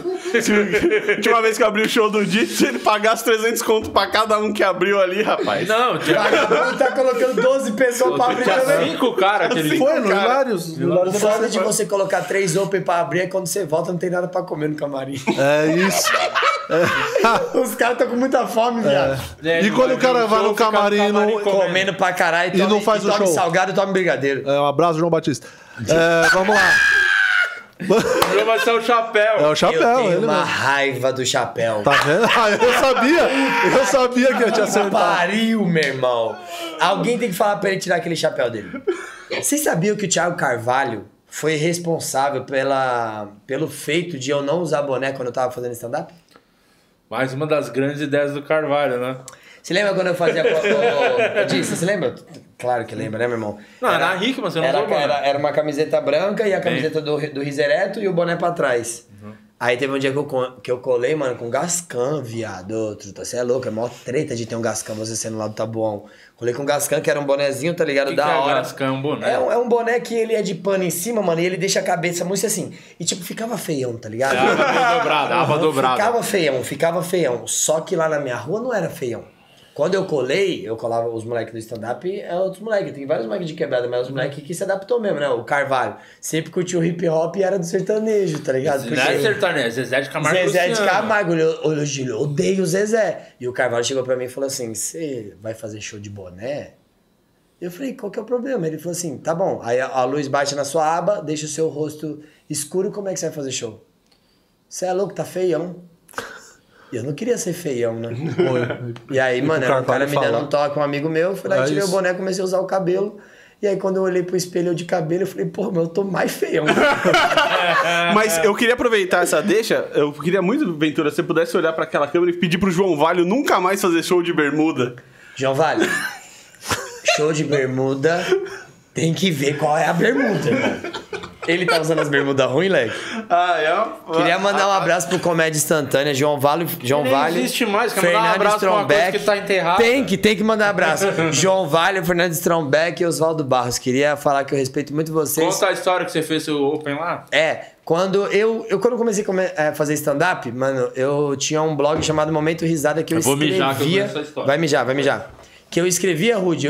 B: Última vez que eu abri o show do Di, se ele pagasse 300 conto pra cada um que abriu ali, rapaz.
A: Não, tinha,
C: vagabundo tá colocando 12 pessoas pra abrir
A: tinha
C: também.
A: 5 caras que ele...
D: Foi no
B: cara.
D: Hilários?
C: O foda de você colocar 3 open pra abrir é quando você volta não tem nada pra comer no camarim.
D: É isso.
C: Os caras estão com muita fome, viado.
D: E quando o cara vai no camarim e não-
C: Comendo pra caralho
D: E não faz o
C: tome
D: show.
C: salgado e tome brigadeiro.
D: Um abraço, João Batista. Vamos lá.
A: Não vai ser o Chapéu.
D: É o Chapéu,
C: Eu tenho
D: ele
C: uma
D: mesmo.
C: raiva do Chapéu.
D: Tá vendo? Ah, eu sabia que eu tinha acertado.
C: Pariu, meu irmão. Alguém tem que falar pra ele tirar aquele chapéu dele. Vocês sabiam que o Thiago Carvalho foi responsável pelo feito de eu não usar boné quando eu tava fazendo stand-up?
A: Mais uma das grandes ideias do Carvalho, né?
C: Você lembra quando eu fazia... Disse, você lembra? Claro que lembra, né, meu irmão?
A: Não, era Hickman, você não usou boné.
C: Era uma camiseta branca e a camiseta do Riso Ereto e o boné pra trás. Aí teve um dia que eu colei, mano, com Gascan, viado. Você é louco, é mó treta de ter um Gascan, você sendo lá do Tabuão. Colei com Gascan, que era um bonezinho, tá ligado?
A: Que
C: da
A: que é
C: hora.
A: Gascan? É um boné?
C: É um boné que ele é de pano em cima, mano, e ele deixa a cabeça muito assim. E tipo, ficava feião, tá ligado?
A: Aba dobrada.
C: Ficava feião. Só que lá na minha rua não era feião. Quando eu colava os moleques do stand-up, é outros moleques. Tem vários moleques de quebrada, mas os moleques que se adaptou mesmo, né? O Carvalho sempre curtiu hip hop e era do sertanejo, tá ligado?
A: Não é sertanejo, Zezé de Camargo.
C: Zezé de Camargo, eu odeio o Zezé. E o Carvalho chegou pra mim e falou assim: você vai fazer show de boné? Eu falei, qual que é o problema? Ele falou assim, tá bom, aí a luz bate na sua aba, deixa o seu rosto escuro, como é que você vai fazer show? Você é louco, tá feião. E eu não queria ser feião, né? E aí, mano, era um cara me dando um toque, um amigo meu, fui lá e tirei o boné, comecei a usar o cabelo. E aí, quando eu olhei pro espelho de cabelo, eu falei, pô, eu tô mais feião.
B: Mas eu queria aproveitar essa deixa, eu queria muito, Ventura, se você pudesse olhar pra aquela câmera e pedir pro João Valho nunca mais fazer show de bermuda.
C: João Valho, show de bermuda, tem que ver qual é a bermuda, irmão. Ele tá usando as bermudas ruins, Leque? Queria mandar um abraço pro Comédia Instantânea, João Valho.
A: Não existe mais, quer mandar um abraço pra uma coisa que tá enterrada.
C: Tem que mandar um abraço. João Valho, Fernando Strombeck e Oswaldo Barros. Queria falar que eu respeito muito vocês.
A: Conta a história que você fez seu Open lá.
C: Quando eu comecei a fazer stand-up, mano, eu tinha um blog chamado Momento Risada que eu escrevia... Vou mijar que eu conheço essa história. Vai mijar. Que eu escrevia, Rude,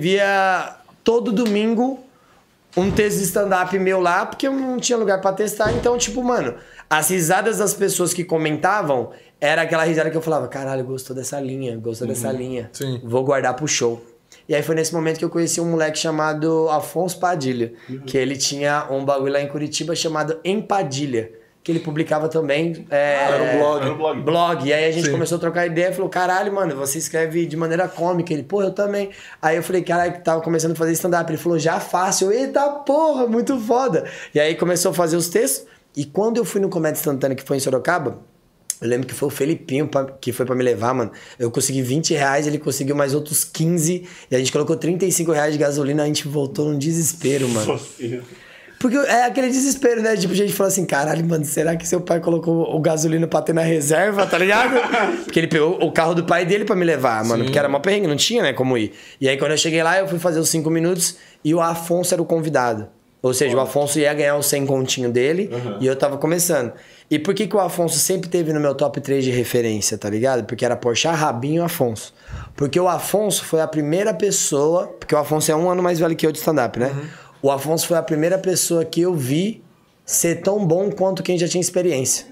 C: todo domingo um texto de stand-up meu lá, porque eu não tinha lugar pra testar. Então, tipo, mano, as risadas das pessoas que comentavam era aquela risada que eu falava, caralho, gostou dessa linha.
D: Sim.
C: Vou guardar pro show. E aí foi nesse momento que eu conheci um moleque chamado Afonso Padilha, que ele tinha um bagulho lá em Curitiba chamado Empadilha, que ele publicava também...
D: Era um
C: blog. E aí a gente começou a trocar ideia e falou, caralho, mano, você escreve de maneira cômica. Ele, pô, eu também. Aí eu falei, caralho, tava começando a fazer stand-up. Ele falou, já faço. Eu, eita porra, muito foda. E aí começou a fazer os textos. E quando eu fui no Comédia Instantânea, que foi em Sorocaba, eu lembro que foi o Felipinho que foi pra me levar, mano. Eu consegui R$20, ele conseguiu mais outros 15. E a gente colocou R$35 de gasolina, a gente voltou num desespero, mano. Porque é aquele desespero, né? Tipo, a gente falou assim, caralho, mano, será que seu pai colocou o gasolina pra ter na reserva, tá ligado? Porque ele pegou o carro do pai dele pra me levar, mano. Sim. Porque era uma perrengue, não tinha, né, como ir. E aí, quando eu cheguei lá, eu fui fazer os 5 minutos e o Afonso era o convidado. Ou seja, o Afonso ia ganhar o 100 continho dele e eu tava começando. E por que o Afonso sempre teve no meu top 3 de referência, tá ligado? Porque era Porchat, Rabinho e Afonso. Porque o Afonso foi a primeira pessoa... Porque o Afonso é 1 ano mais velho que eu de stand-up, né? O Afonso foi a primeira pessoa que eu vi ser tão bom quanto quem já tinha experiência.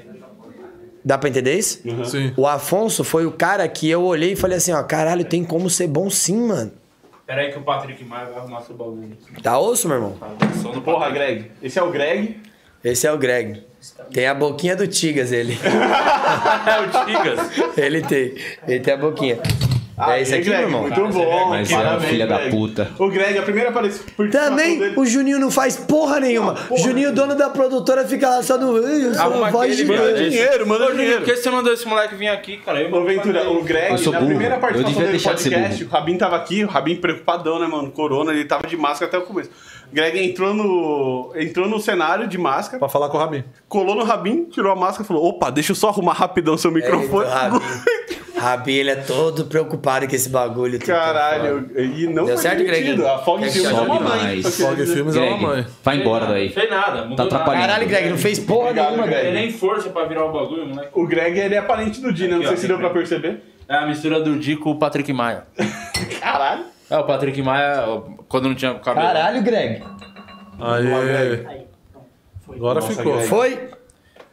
C: Dá pra entender isso?
D: Sim.
C: O Afonso foi o cara que eu olhei e falei assim, ó, caralho, tem como ser bom sim, mano.
A: Pera aí que o Patrick Maia vai arrumar seu bagulho.
C: Tá osso, meu irmão?
B: Porra, Greg. Esse é o Greg.
C: Esse é o Greg. Tem a boquinha do Tigas, ele.
A: É o Tigas?
C: Ele tem a boquinha. É esse aqui,
B: Greg,
C: meu irmão?
B: Muito bom.
E: Mas é um filho da puta.
B: O Greg, a primeira apareceu.
C: Também o Juninho não faz porra nenhuma. Juninho, dono da produtora, fica lá só no...
A: Voz de
B: dinheiro, manda dinheiro.
A: Por que você mandou esse moleque vir aqui, cara?
B: Ô, Ventura, o Greg, na primeira participação do podcast,
E: o
B: Rabin tava aqui, o Rabin preocupadão, né, mano? Corona, ele tava de máscara até o começo. O Greg entrou no cenário de máscara.
D: Pra falar com o Rabin.
B: Colou no Rabin, tirou a máscara e falou, opa, deixa eu só arrumar rapidão seu microfone.
C: Rabin, ele é todo preocupado com esse bagulho.
B: Caralho, e não
C: deu certo, Greg?
B: A Fog Filmes é uma mãe.
D: Fog Filmes é uma mãe.
E: Vai embora daí.
A: Não fez nada.
E: Tá atrapalhando.
C: Caralho, Greg, não fez porra nenhuma,
A: Ele
C: Greg.
A: nem força pra virar o bagulho, moleque.
B: O Greg, ele é parente do Di, né? Não sei se deu pra perceber.
A: É a mistura do Di com o Patrick Maia.
B: Caralho.
A: É, o Patrick Maia, quando não tinha cabelo.
C: Caralho, Greg.
D: Aí. Agora ficou.
C: Foi?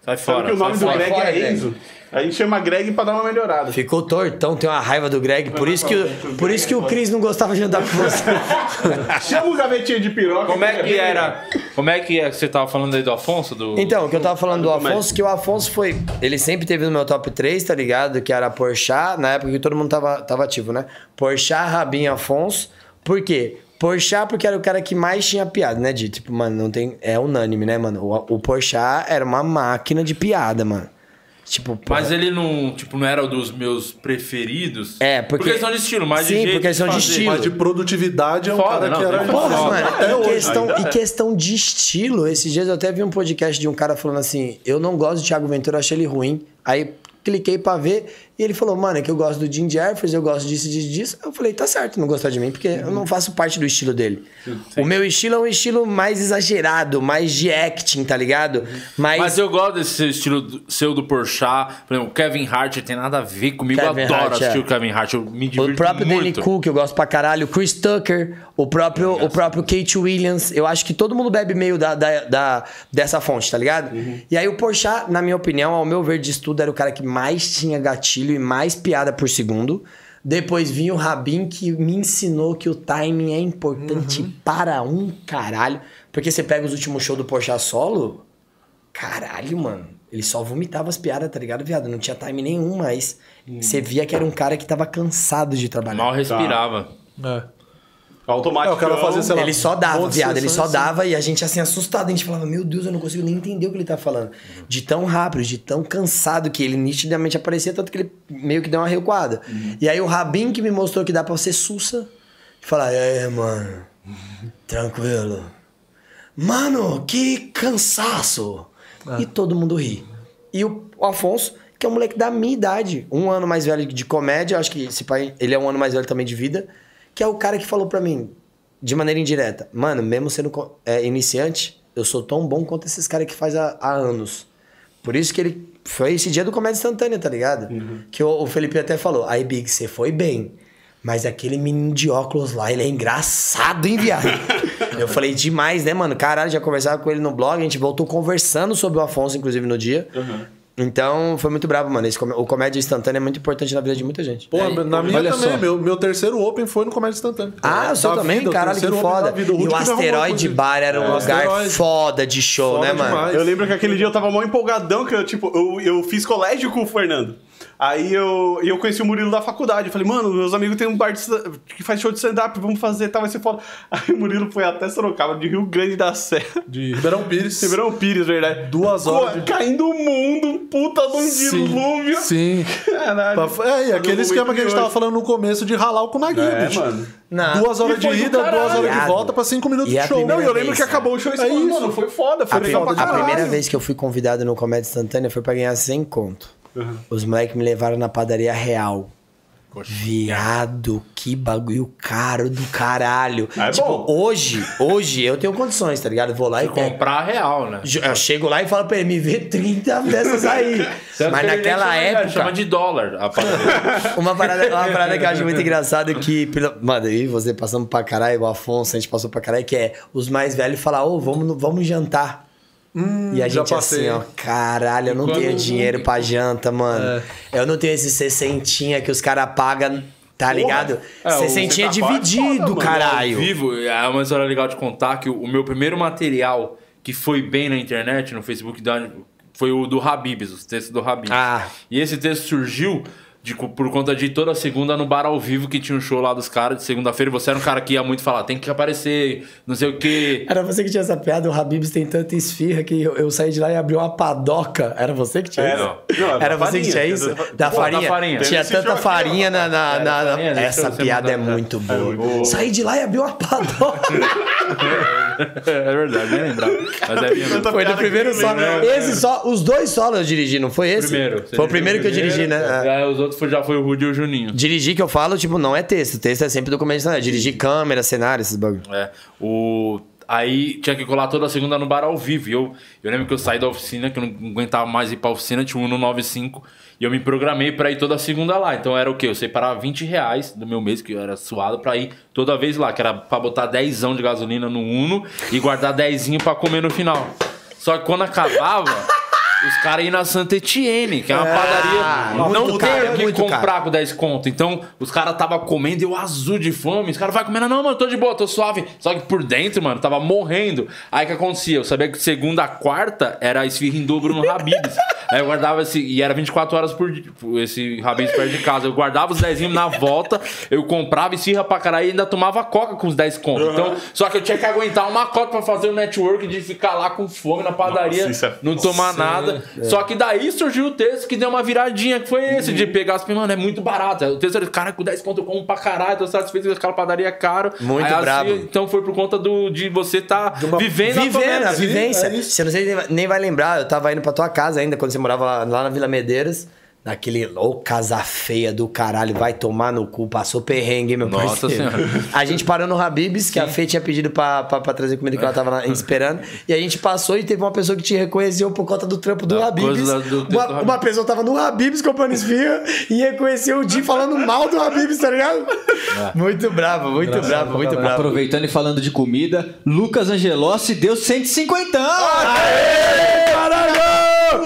A: Sai fora.
B: Sabe que o nome do
C: fora.
B: Greg
C: Sai fora,
B: é Enzo? A gente chama Greg pra dar uma melhorada.
C: Ficou tortão, tem uma raiva do Greg. Por isso que o Cris não gostava de andar com você.
B: Chama o gavetinho de piroca.
A: Como é que era? Como é que você tava falando aí do Afonso?
C: Então, o que eu tava falando do Afonso, que o Afonso foi... Ele sempre teve no meu top 3, tá ligado? Que era Porchat, na época que todo mundo tava ativo, né? Porchat, Rabin e Afonso. Por quê? Porchat porque era o cara que mais tinha piada, né, Di? Tipo, mano, não tem... É unânime, né, mano? O Porchat era uma máquina de piada, mano. Tipo,
A: mas ele não, tipo, não era um dos meus preferidos.
C: Porque
A: eles são de estilo, mas
C: sim,
A: de jeito
C: porque eles são de estilo.
D: Mas de produtividade é um
A: Foda,
D: cara
A: não,
D: que era...
C: Porra, mano,
D: até hoje.
C: em questão de estilo, esses dias eu até vi um podcast de um cara falando assim, eu não gosto do Thiago Ventura, eu achei ele ruim. Aí cliquei pra ver e ele falou, mano, é que eu gosto do Jim Jeffries, eu gosto disso. Eu falei, tá certo não gostar de mim, porque eu não faço parte do estilo dele. Sim. O meu estilo é um estilo mais exagerado, mais de acting, tá ligado?
A: Mas eu gosto desse estilo seu do Porchat. Por exemplo, o Kevin Hart tem nada a ver comigo. Eu adoro assistir o Kevin Hart, eu me divirto muito.
C: O próprio Danny Cook, eu gosto pra caralho. O Chris Tucker, o próprio Kate Williams. Eu acho que todo mundo bebe meio dessa fonte, tá ligado? E aí o Porchat, na minha opinião, ao meu ver de estudo, era o cara que mais tinha gatilho e mais piada por segundo. Depois vinha o Rabin, que me ensinou que o timing é importante para um caralho. Porque você pega os últimos shows do Porchat solo, caralho, mano. Ele só vomitava as piadas, tá ligado, viado? Não tinha time nenhum, mas você via que era um cara que tava cansado de trabalhar.
A: Mal respirava.
B: Automático.
D: O cara fazia, sei lá,
C: ele só dava, viado. Ele só
D: assim.
C: dava e a gente assim assustado. A gente falava, meu Deus, eu não consigo nem entender o que ele tá falando. De tão rápido, de tão cansado que ele nitidamente aparecia, tanto que ele meio que deu uma recuada. E aí o Rabin que me mostrou que dá pra ser sussa. E falar, mano, tranquilo. Mano, que cansaço. E todo mundo ri. E o Afonso, que é um moleque da minha idade, 1 ano mais velho de comédia, acho que esse pai, ele é 1 ano mais velho também de vida, que é o cara que falou pra mim, de maneira indireta, mano, mesmo sendo iniciante, eu sou tão bom quanto esses caras que faz há anos. Por isso que ele foi esse dia do Comédia Instantânea, tá ligado? Que o Felipe até falou, aí Big, você foi bem, mas aquele menino de óculos lá, ele é engraçado, hein, viado? Eu falei, demais, né, mano? Caralho, já conversava com ele no blog, a gente voltou conversando sobre o Afonso, inclusive, no dia. Então, foi muito bravo, mano. O Comédia Instantânea é muito importante na vida de muita gente.
D: Pô, na minha também. Meu terceiro Open foi no Comédia Instantânea.
C: Ah, o seu também? Caralho, que foda. E o Asteroide Bar era um lugar foda de show, né, mano?
B: Demais. Eu lembro que aquele dia eu tava mó empolgadão, que eu fiz colégio com o Fernando. Aí eu conheci o Murilo da faculdade. Eu falei, mano, meus amigos têm um bar que faz show de stand-up, vamos fazer, tá, vai ser foda. Aí o Murilo foi até Sorocaba, de Rio Grande da Serra.
D: De Ribeirão Pires.
B: Ribeirão Pires, verdade.
D: 2 horas.
B: Caindo o mundo, um puta de um dilúvio.
D: Sim.
B: Caralho.
D: E aquele esquema que a gente tava falando no começo de ralar o Kunaguinho, bicho.
B: Mano.
D: 2 horas de ida, 2 horas de volta pra 5 minutos de show.
B: Não, eu lembro que acabou o show e falou, mano, foi foda, foi legal pra caralho.
C: A primeira vez que eu fui convidado no Comédia Instantânea foi pra ganhar 100 conto. Os moleques me levaram na padaria Real. Viado, que bagulho caro do caralho. Tipo, hoje eu tenho condições, tá ligado? Vou lá e
A: comprar real, né?
C: Eu chego lá e falo pra ele, me vê 30 dessas aí. Mas naquela época...
A: Chama de dólar a padaria.
C: uma parada que eu acho muito engraçada que... Mano, e você passando pra caralho, o Afonso, a gente passou pra caralho, que é os mais velhos falar, vamos jantar. E a gente assim, ó, caralho, eu não tenho dinheiro pra janta, mano. Eu não tenho esse 60 que os caras pagam, tá ligado? 60 dividido, caralho.
A: Ao vivo, é uma história legal de contar que o meu primeiro material que foi bem na internet, no Facebook, foi o do Habibs, os textos do Habibs. E esse texto surgiu por conta de toda segunda no bar ao vivo que tinha um show lá dos caras de segunda-feira. Você era um cara que ia muito falar, tem que aparecer, não sei o quê.
C: Era você que tinha essa piada, o Habibs tem tanta esfirra que eu saí de lá e abri uma padoca. Era você que tinha isso?
B: Não,
C: era você que tinha isso? Da farinha? Tinha tanta farinha na... Essa piada é muito boa. Saí de lá e abri uma padoca.
A: É verdade, nem lembrava. Mas é minha.
C: Foi no primeiro solo. Os 2 solos eu dirigi, não foi esse? Foi o primeiro que eu dirigi, né?
A: Os outros já foi o Rudy e o Juninho.
C: Dirigir que eu falo, tipo, não é texto. O texto é sempre do Comédia Instantânea. Dirigir câmera, cenário, esses bagulho.
A: Aí tinha que colar toda segunda no bar ao vivo. E eu lembro que eu saí da oficina, que eu não aguentava mais ir pra oficina, tinha um no 95. E eu me programei pra ir toda segunda lá. Então era o quê? Eu separava R$20 do meu mês, que eu era suado, pra ir toda vez lá. Que era pra botar 10 de gasolina no Uno e guardar 10 pra comer no final. Só que quando acabava... os caras iam na Santa Etienne, que é uma padaria. Não tem o que comprar com 10 conto. Então, os caras estavam comendo, eu azul de fome. Os caras vai comendo, não, mano, tô de boa, tô suave. Só que por dentro, mano, tava morrendo. Aí o que acontecia? Eu sabia que segunda a quarta era esfirra em dobro no Habib's. Aí eu guardava e era 24 horas por dia, esse Habib's perto de casa. Eu guardava os 10 na volta, eu comprava esfirra pra caralho e ainda tomava coca com os 10 contos. Então, só que eu tinha que aguentar uma coca pra fazer o network de ficar lá com fome na padaria, não tomar nada. Só que daí surgiu o texto que deu uma viradinha, que foi esse, de pegar as mano, é muito barato. O texto era, cara, com 10 conto eu como pra caralho, tô satisfeito com aquela padaria caro.
C: Muito brabo.
A: Então foi por conta de você tá vivendo
C: a vivência. Você não sei, nem vai lembrar, eu tava indo pra tua casa ainda, quando você morava lá na Vila Medeiros. Naquele casa feia do caralho, vai tomar no cu, passou perrengue, meu parceiro. Senhora. A gente parou no Habib's, que a Fê tinha pedido pra trazer comida que ela tava lá esperando. E a gente passou e teve uma pessoa que te reconheceu por conta do trampo do Habib's. Uma pessoa tava no Habib's comprando esfirra e reconheceu o Di falando mal do Habib's, tá ligado? Muito bravo, muito bravo.
E: Aproveitando e falando de comida, Lucas Angelossi deu 150.
C: Aê, caralho!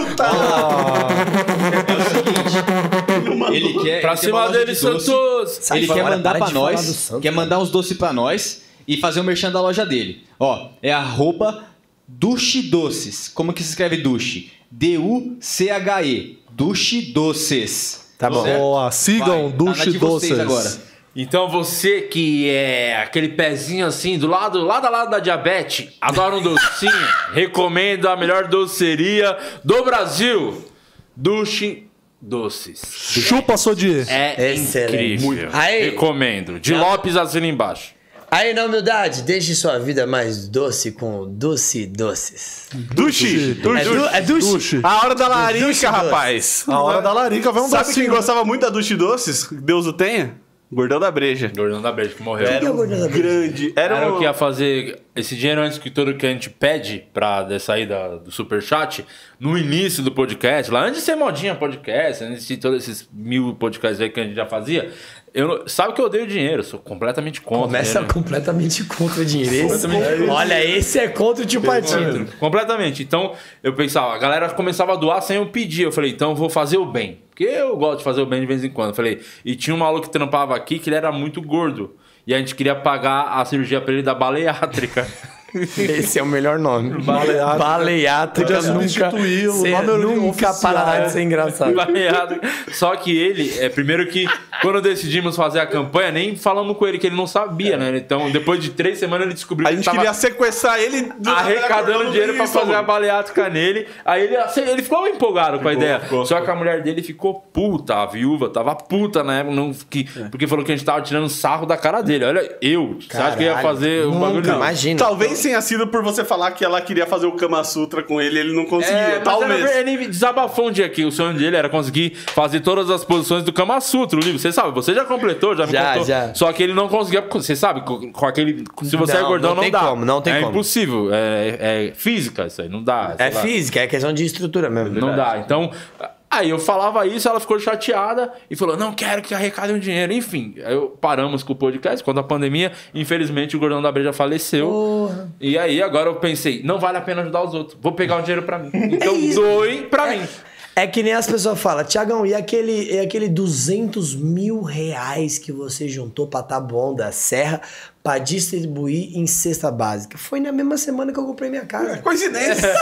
E: Ele quer
A: pra cima dele, Santos.
E: Ele quer mandar pra nós, quer mandar uns doces pra nós e fazer o merchan da loja dele. Ó, é @Duche Doces. Como que se escreve Duche? D-U-C-H-E. Duche Doces.
D: Tá bom. Boa, sigam Duche Doces
E: agora.
A: Então você que é aquele pezinho assim, lado da diabetes, adora um docinho, recomendo a melhor doceria do Brasil, Duche Doces.
D: Chupa, Sodier.
A: É incrível. Recomendo. De Lopes assina embaixo.
C: Aí, na humildade, deixe sua vida mais doce com Duche Doces.
B: Duche.
C: É Duche.
B: A hora da larica, rapaz.
D: A hora da larica vai um
B: docinho. Sabe quem gostava muito da Duche Doces? Deus o tenha? Gordão da Breja.
A: Gordão da Breja, que morreu.
B: Era um grande.
A: Era o que ia fazer esse dinheiro antes que tudo que a gente pede pra sair do Superchat, no início do podcast, lá antes de ser modinha podcast, antes de todos esses 1000 podcasts aí que a gente já fazia. Sabe que eu odeio dinheiro, sou completamente contra.
C: Começa completamente contra o dinheiro. Olha, esse é contra o tio Patinho.
A: Completamente. Então, eu pensava, a galera começava a doar sem eu pedir. Eu falei, então eu vou fazer o bem. Porque eu gosto de fazer o bem de vez em quando. Eu falei, e tinha um maluco que trampava aqui que ele era muito gordo. E a gente queria pagar a cirurgia pra ele da baleátrica.
C: Esse é o melhor nome.
D: Baleátrica.
C: Nunca parará de ser engraçado.
A: Baleátrica. Só que ele, primeiro que quando decidimos fazer a campanha, nem falamos com ele que ele não sabia, né? Então, depois de 3 semanas, ele descobriu
B: que a gente queria sequestrar ele
A: arrecadando dinheiro pra fazer a baleátrica nele. Aí ele ficou empolgado com a ideia. Só que a mulher dele ficou puta, a viúva tava puta na época, porque falou que a gente tava tirando sarro da cara dele. Olha, você acha que ia fazer o bagulho?
C: Imagina.
B: Talvez tenha sido por você falar que ela queria fazer o Kama Sutra com ele não conseguia. Talvez.
A: Ele desabafou um dia que o sonho dele era conseguir fazer todas as posições do Kama Sutra, o livro. Você sabe, você já completou, já me contou. Já. Só que ele não conseguia, você sabe, com aquele. Se você é gordão, não dá.
C: Não tem como.
A: É impossível. É física isso aí, não dá.
C: É física, é questão de estrutura mesmo.
A: Não dá. Então. Aí eu falava isso, ela ficou chateada e falou, não quero que arrecadem o dinheiro. Enfim, aí paramos com o podcast. Quando a pandemia, infelizmente, o Gordão da Breja faleceu. Porra. E aí agora eu pensei, não vale a pena ajudar os outros. Vou pegar o dinheiro pra mim. Então doe pra mim.
C: É que nem as pessoas falam, Tiagão, e aquele 200 mil reais que você juntou pra Taboão da Serra pra distribuir em cesta básica? Foi na mesma semana que eu comprei minha casa.
B: Coincidência.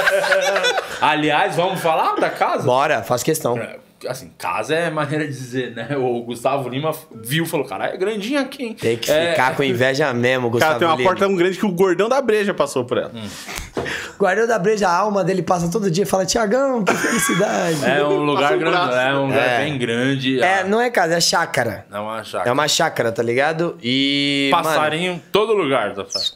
A: Aliás, vamos falar da casa?
C: Bora, faço questão.
A: Assim, casa é maneira de dizer, né? O Gustavo Lima viu e falou, caralho, é grandinho aqui, hein?
C: Tem que ficar com inveja mesmo, Gustavo Lima.
B: Cara, tem uma porta tão grande que o Gordão da Breja passou por ela.
C: O Gordão da Breja, a alma dele passa todo dia e fala, Tiagão, que felicidade.
A: É um lugar grande, é um lugar bem grande.
C: Não é casa, é chácara.
A: É uma chácara.
C: É uma chácara, tá ligado? E...
A: passarinho em todo lugar, tá certo?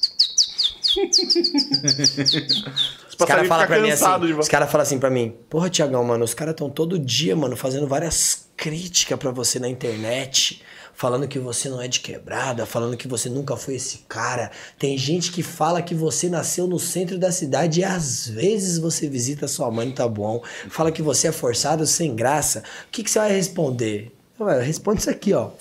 C: Os caras falam pra mim assim, os caras falam assim pra mim, porra, Tiagão, mano, os caras estão todo dia, mano, fazendo várias críticas pra você na internet, falando que você não é de quebrada, falando que você nunca foi esse cara. Tem gente que fala que você nasceu no centro da cidade e às vezes você visita sua mãe no Taboão, fala que você é forçado, sem graça. O que você vai responder? Responde isso aqui, ó.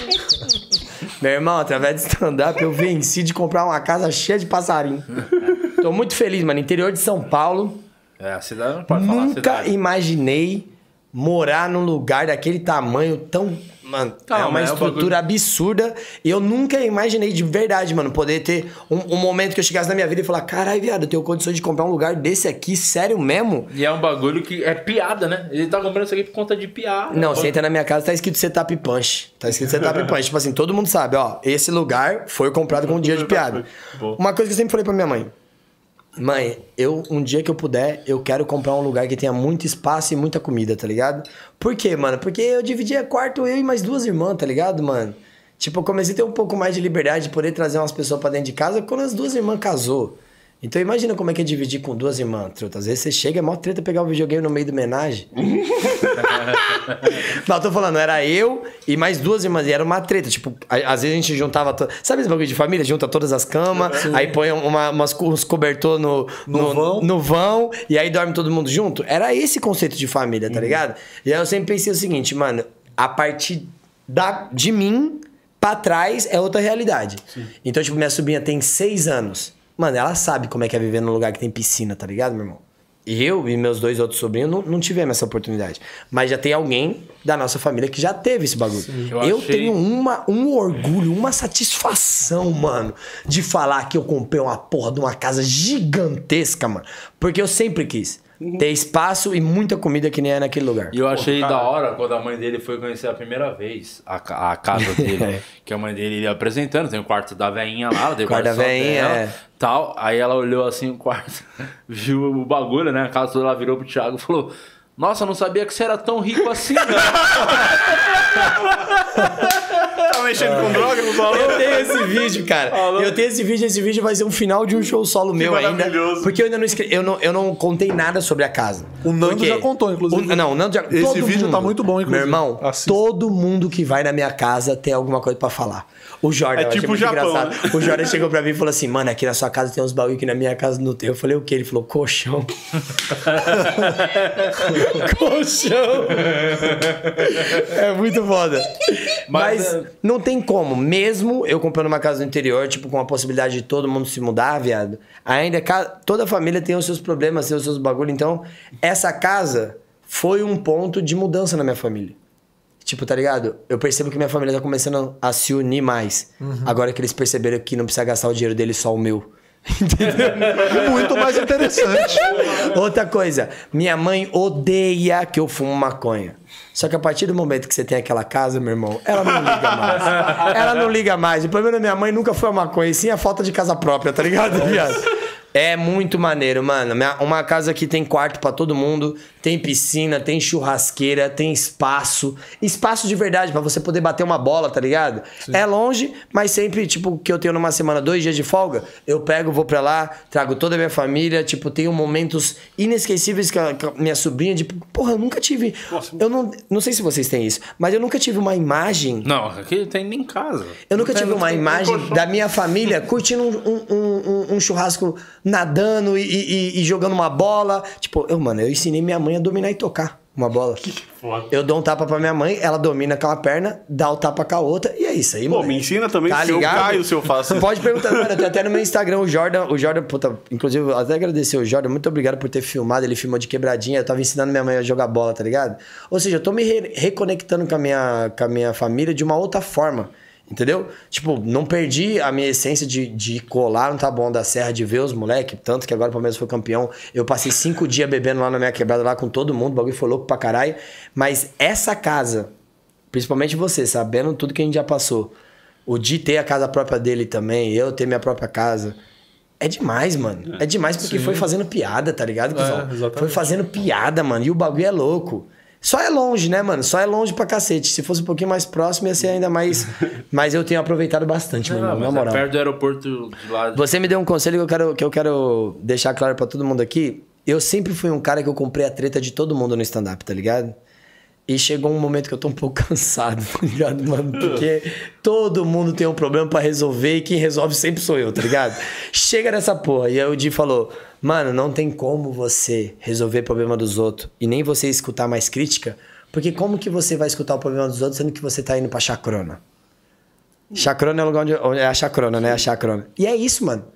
C: Meu irmão, através de stand-up eu venci de comprar uma casa cheia de passarinho. Tô muito feliz, mano. Interior de São Paulo.
A: A cidade não pode falar.
C: Nunca imaginei morar num lugar daquele tamanho tão... Mano, é uma estrutura absurda. E eu nunca imaginei de verdade, mano, poder ter um momento que eu chegasse na minha vida e falar: caralho, viado, eu tenho condições de comprar um lugar desse aqui, sério mesmo?
A: E é um bagulho que é piada, né? Ele tá comprando isso aqui por conta de piada.
C: Não, você entra na minha casa, tá escrito Setup Punch. Tá escrito Setup Punch. Tipo assim, todo mundo sabe, ó, esse lugar foi comprado com um dia de piada. Uma coisa que eu sempre falei pra minha mãe: mãe, um dia que eu puder, eu quero comprar um lugar que tenha muito espaço e muita comida, tá ligado? Por quê, mano? Porque eu dividia quarto, eu e mais 2 irmãs, tá ligado, mano? Tipo, eu comecei a ter um pouco mais de liberdade de poder trazer umas pessoas pra dentro de casa quando as 2 irmãs casou. Então imagina como é que é dividir com 2 irmãs, truta. Às vezes você chega, é mó treta pegar o videogame no meio do homenagem. Mas eu tô falando, era eu e mais 2 irmãs, e era uma treta. Tipo, às vezes a gente juntava... Sabe esse bagulho de família? Junta todas as camas, aí põe uns cobertor no vão, e aí dorme todo mundo junto. Era esse conceito de família, tá ligado? E aí eu sempre pensei o seguinte, mano, a partir de mim pra trás é outra realidade. Sim. Então, tipo, minha sobrinha tem 6 anos. Mano, ela sabe como é que é viver num lugar que tem piscina, tá ligado, meu irmão? E eu e meus 2 outros sobrinhos não tivemos essa oportunidade. Mas já tem alguém da nossa família que já teve esse bagulho. Sim, eu tenho um orgulho, uma satisfação, mano, de falar que eu comprei uma porra de uma casa gigantesca, mano. Porque eu sempre quis ter espaço e muita comida que nem é naquele lugar.
A: E eu achei da hora quando a mãe dele foi conhecer a primeira vez a casa dele. Que a mãe dele ia apresentando, tem o quarto da veinha lá, tem o quarto da veinha, tal. Aí ela olhou assim o quarto, viu o bagulho, né? A casa toda, ela virou pro Thiago e falou: nossa, eu não sabia que você era tão rico assim, né?
B: Tá mexendo com droga, não falou?
C: Eu tenho esse vídeo, cara. Eu tenho esse vídeo vai ser um final de um show solo meu ainda. Porque eu ainda não escrevi, eu não contei nada sobre a casa.
D: O Nando já contou, inclusive.
C: Não, o Nando já...
D: Esse vídeo tá muito bom, inclusive.
C: Meu irmão, todo mundo que vai na minha casa tem alguma coisa pra falar. O Jordan,
B: tipo o Japão,
C: engraçado. Né? O Jordan chegou pra mim e falou assim: mano, aqui na sua casa tem uns bagulho que na minha casa não tem. Eu falei: o quê? Ele falou: colchão. Colchão. É muito foda. Mas não tem como. Mesmo eu comprando uma casa no interior, tipo, com a possibilidade de todo mundo se mudar, viado, ainda toda família tem os seus problemas, tem os seus bagulho. Então, essa casa foi um ponto de mudança na minha família. Tipo, tá ligado? Eu percebo que minha família tá começando a se unir mais. Agora que eles perceberam que não precisa gastar o dinheiro deles, só o meu. Entendeu?
D: Muito mais interessante.
C: Outra coisa, minha mãe odeia que eu fumo maconha. Só que a partir do momento que você tem aquela casa, meu irmão, ela não liga mais. Ela não liga mais. O problema da minha mãe nunca foi a maconha, e sim a falta de casa própria, tá ligado, viado? É muito maneiro, mano. Uma casa que tem quarto pra todo mundo, tem piscina, tem churrasqueira, tem espaço. Espaço de verdade, pra você poder bater uma bola, tá ligado? Sim. É longe, mas sempre, tipo, que eu tenho numa semana 2 dias de folga, eu pego, vou pra lá, trago toda a minha família, tipo, tenho momentos inesquecíveis com a minha sobrinha, tipo, porra, eu nunca tive... Nossa. Eu não sei se vocês têm isso, mas eu nunca tive uma imagem...
A: Não, aqui tem nem casa.
C: Eu nunca tive uma imagem da minha família curtindo um churrasco... nadando e jogando uma bola. Tipo, eu ensinei minha mãe a dominar e tocar uma bola. Que foda. Eu dou um tapa pra minha mãe, ela domina com uma perna, dá o tapa com a outra, e é isso aí, mano.
B: Pô, me ensina também, tá se ligado? Eu caio, se eu faço.
C: Pode perguntar, mano, eu tenho até no meu Instagram, o Jordan, puta, inclusive, eu até agradecer o Jordan, muito obrigado por ter filmado, ele filmou de quebradinha, eu tava ensinando minha mãe a jogar bola, tá ligado? Ou seja, eu tô me reconectando com a minha família de uma outra forma. Entendeu? Tipo, não perdi a minha essência de colar no Taboão da Serra, de ver os moleques, tanto que agora o Palmeiras foi campeão. Eu passei 5 dias bebendo lá na minha quebrada, lá com todo mundo, o bagulho foi louco pra caralho. Mas essa casa, principalmente você, sabendo tudo que a gente já passou, o Di ter a casa própria dele também, eu ter minha própria casa, é demais, mano. É demais porque foi fazendo piada, tá ligado, pessoal? Foi fazendo piada, mano, e o bagulho é louco. Só é longe, né, mano? Só é longe pra cacete. Se fosse um pouquinho mais próximo, ia ser ainda mais... Mas eu tenho aproveitado bastante, meu irmão, na moral.
A: Perto do aeroporto de lá...
C: Você me deu um conselho que eu quero deixar claro pra todo mundo aqui. Eu sempre fui um cara que eu comprei a treta de todo mundo no stand-up, tá ligado? E chegou um momento que eu tô um pouco cansado, tá ligado, mano? Porque todo mundo tem um problema pra resolver e quem resolve sempre sou eu, tá ligado? Chega nessa porra. E aí o Di falou... Mano, não tem como você resolver o problema dos outros e nem você escutar mais crítica, porque como que você vai escutar o problema dos outros sendo que você tá indo pra chacrona? Chacrona é o lugar onde é a chacrona, né? A chacrona. E é isso, mano.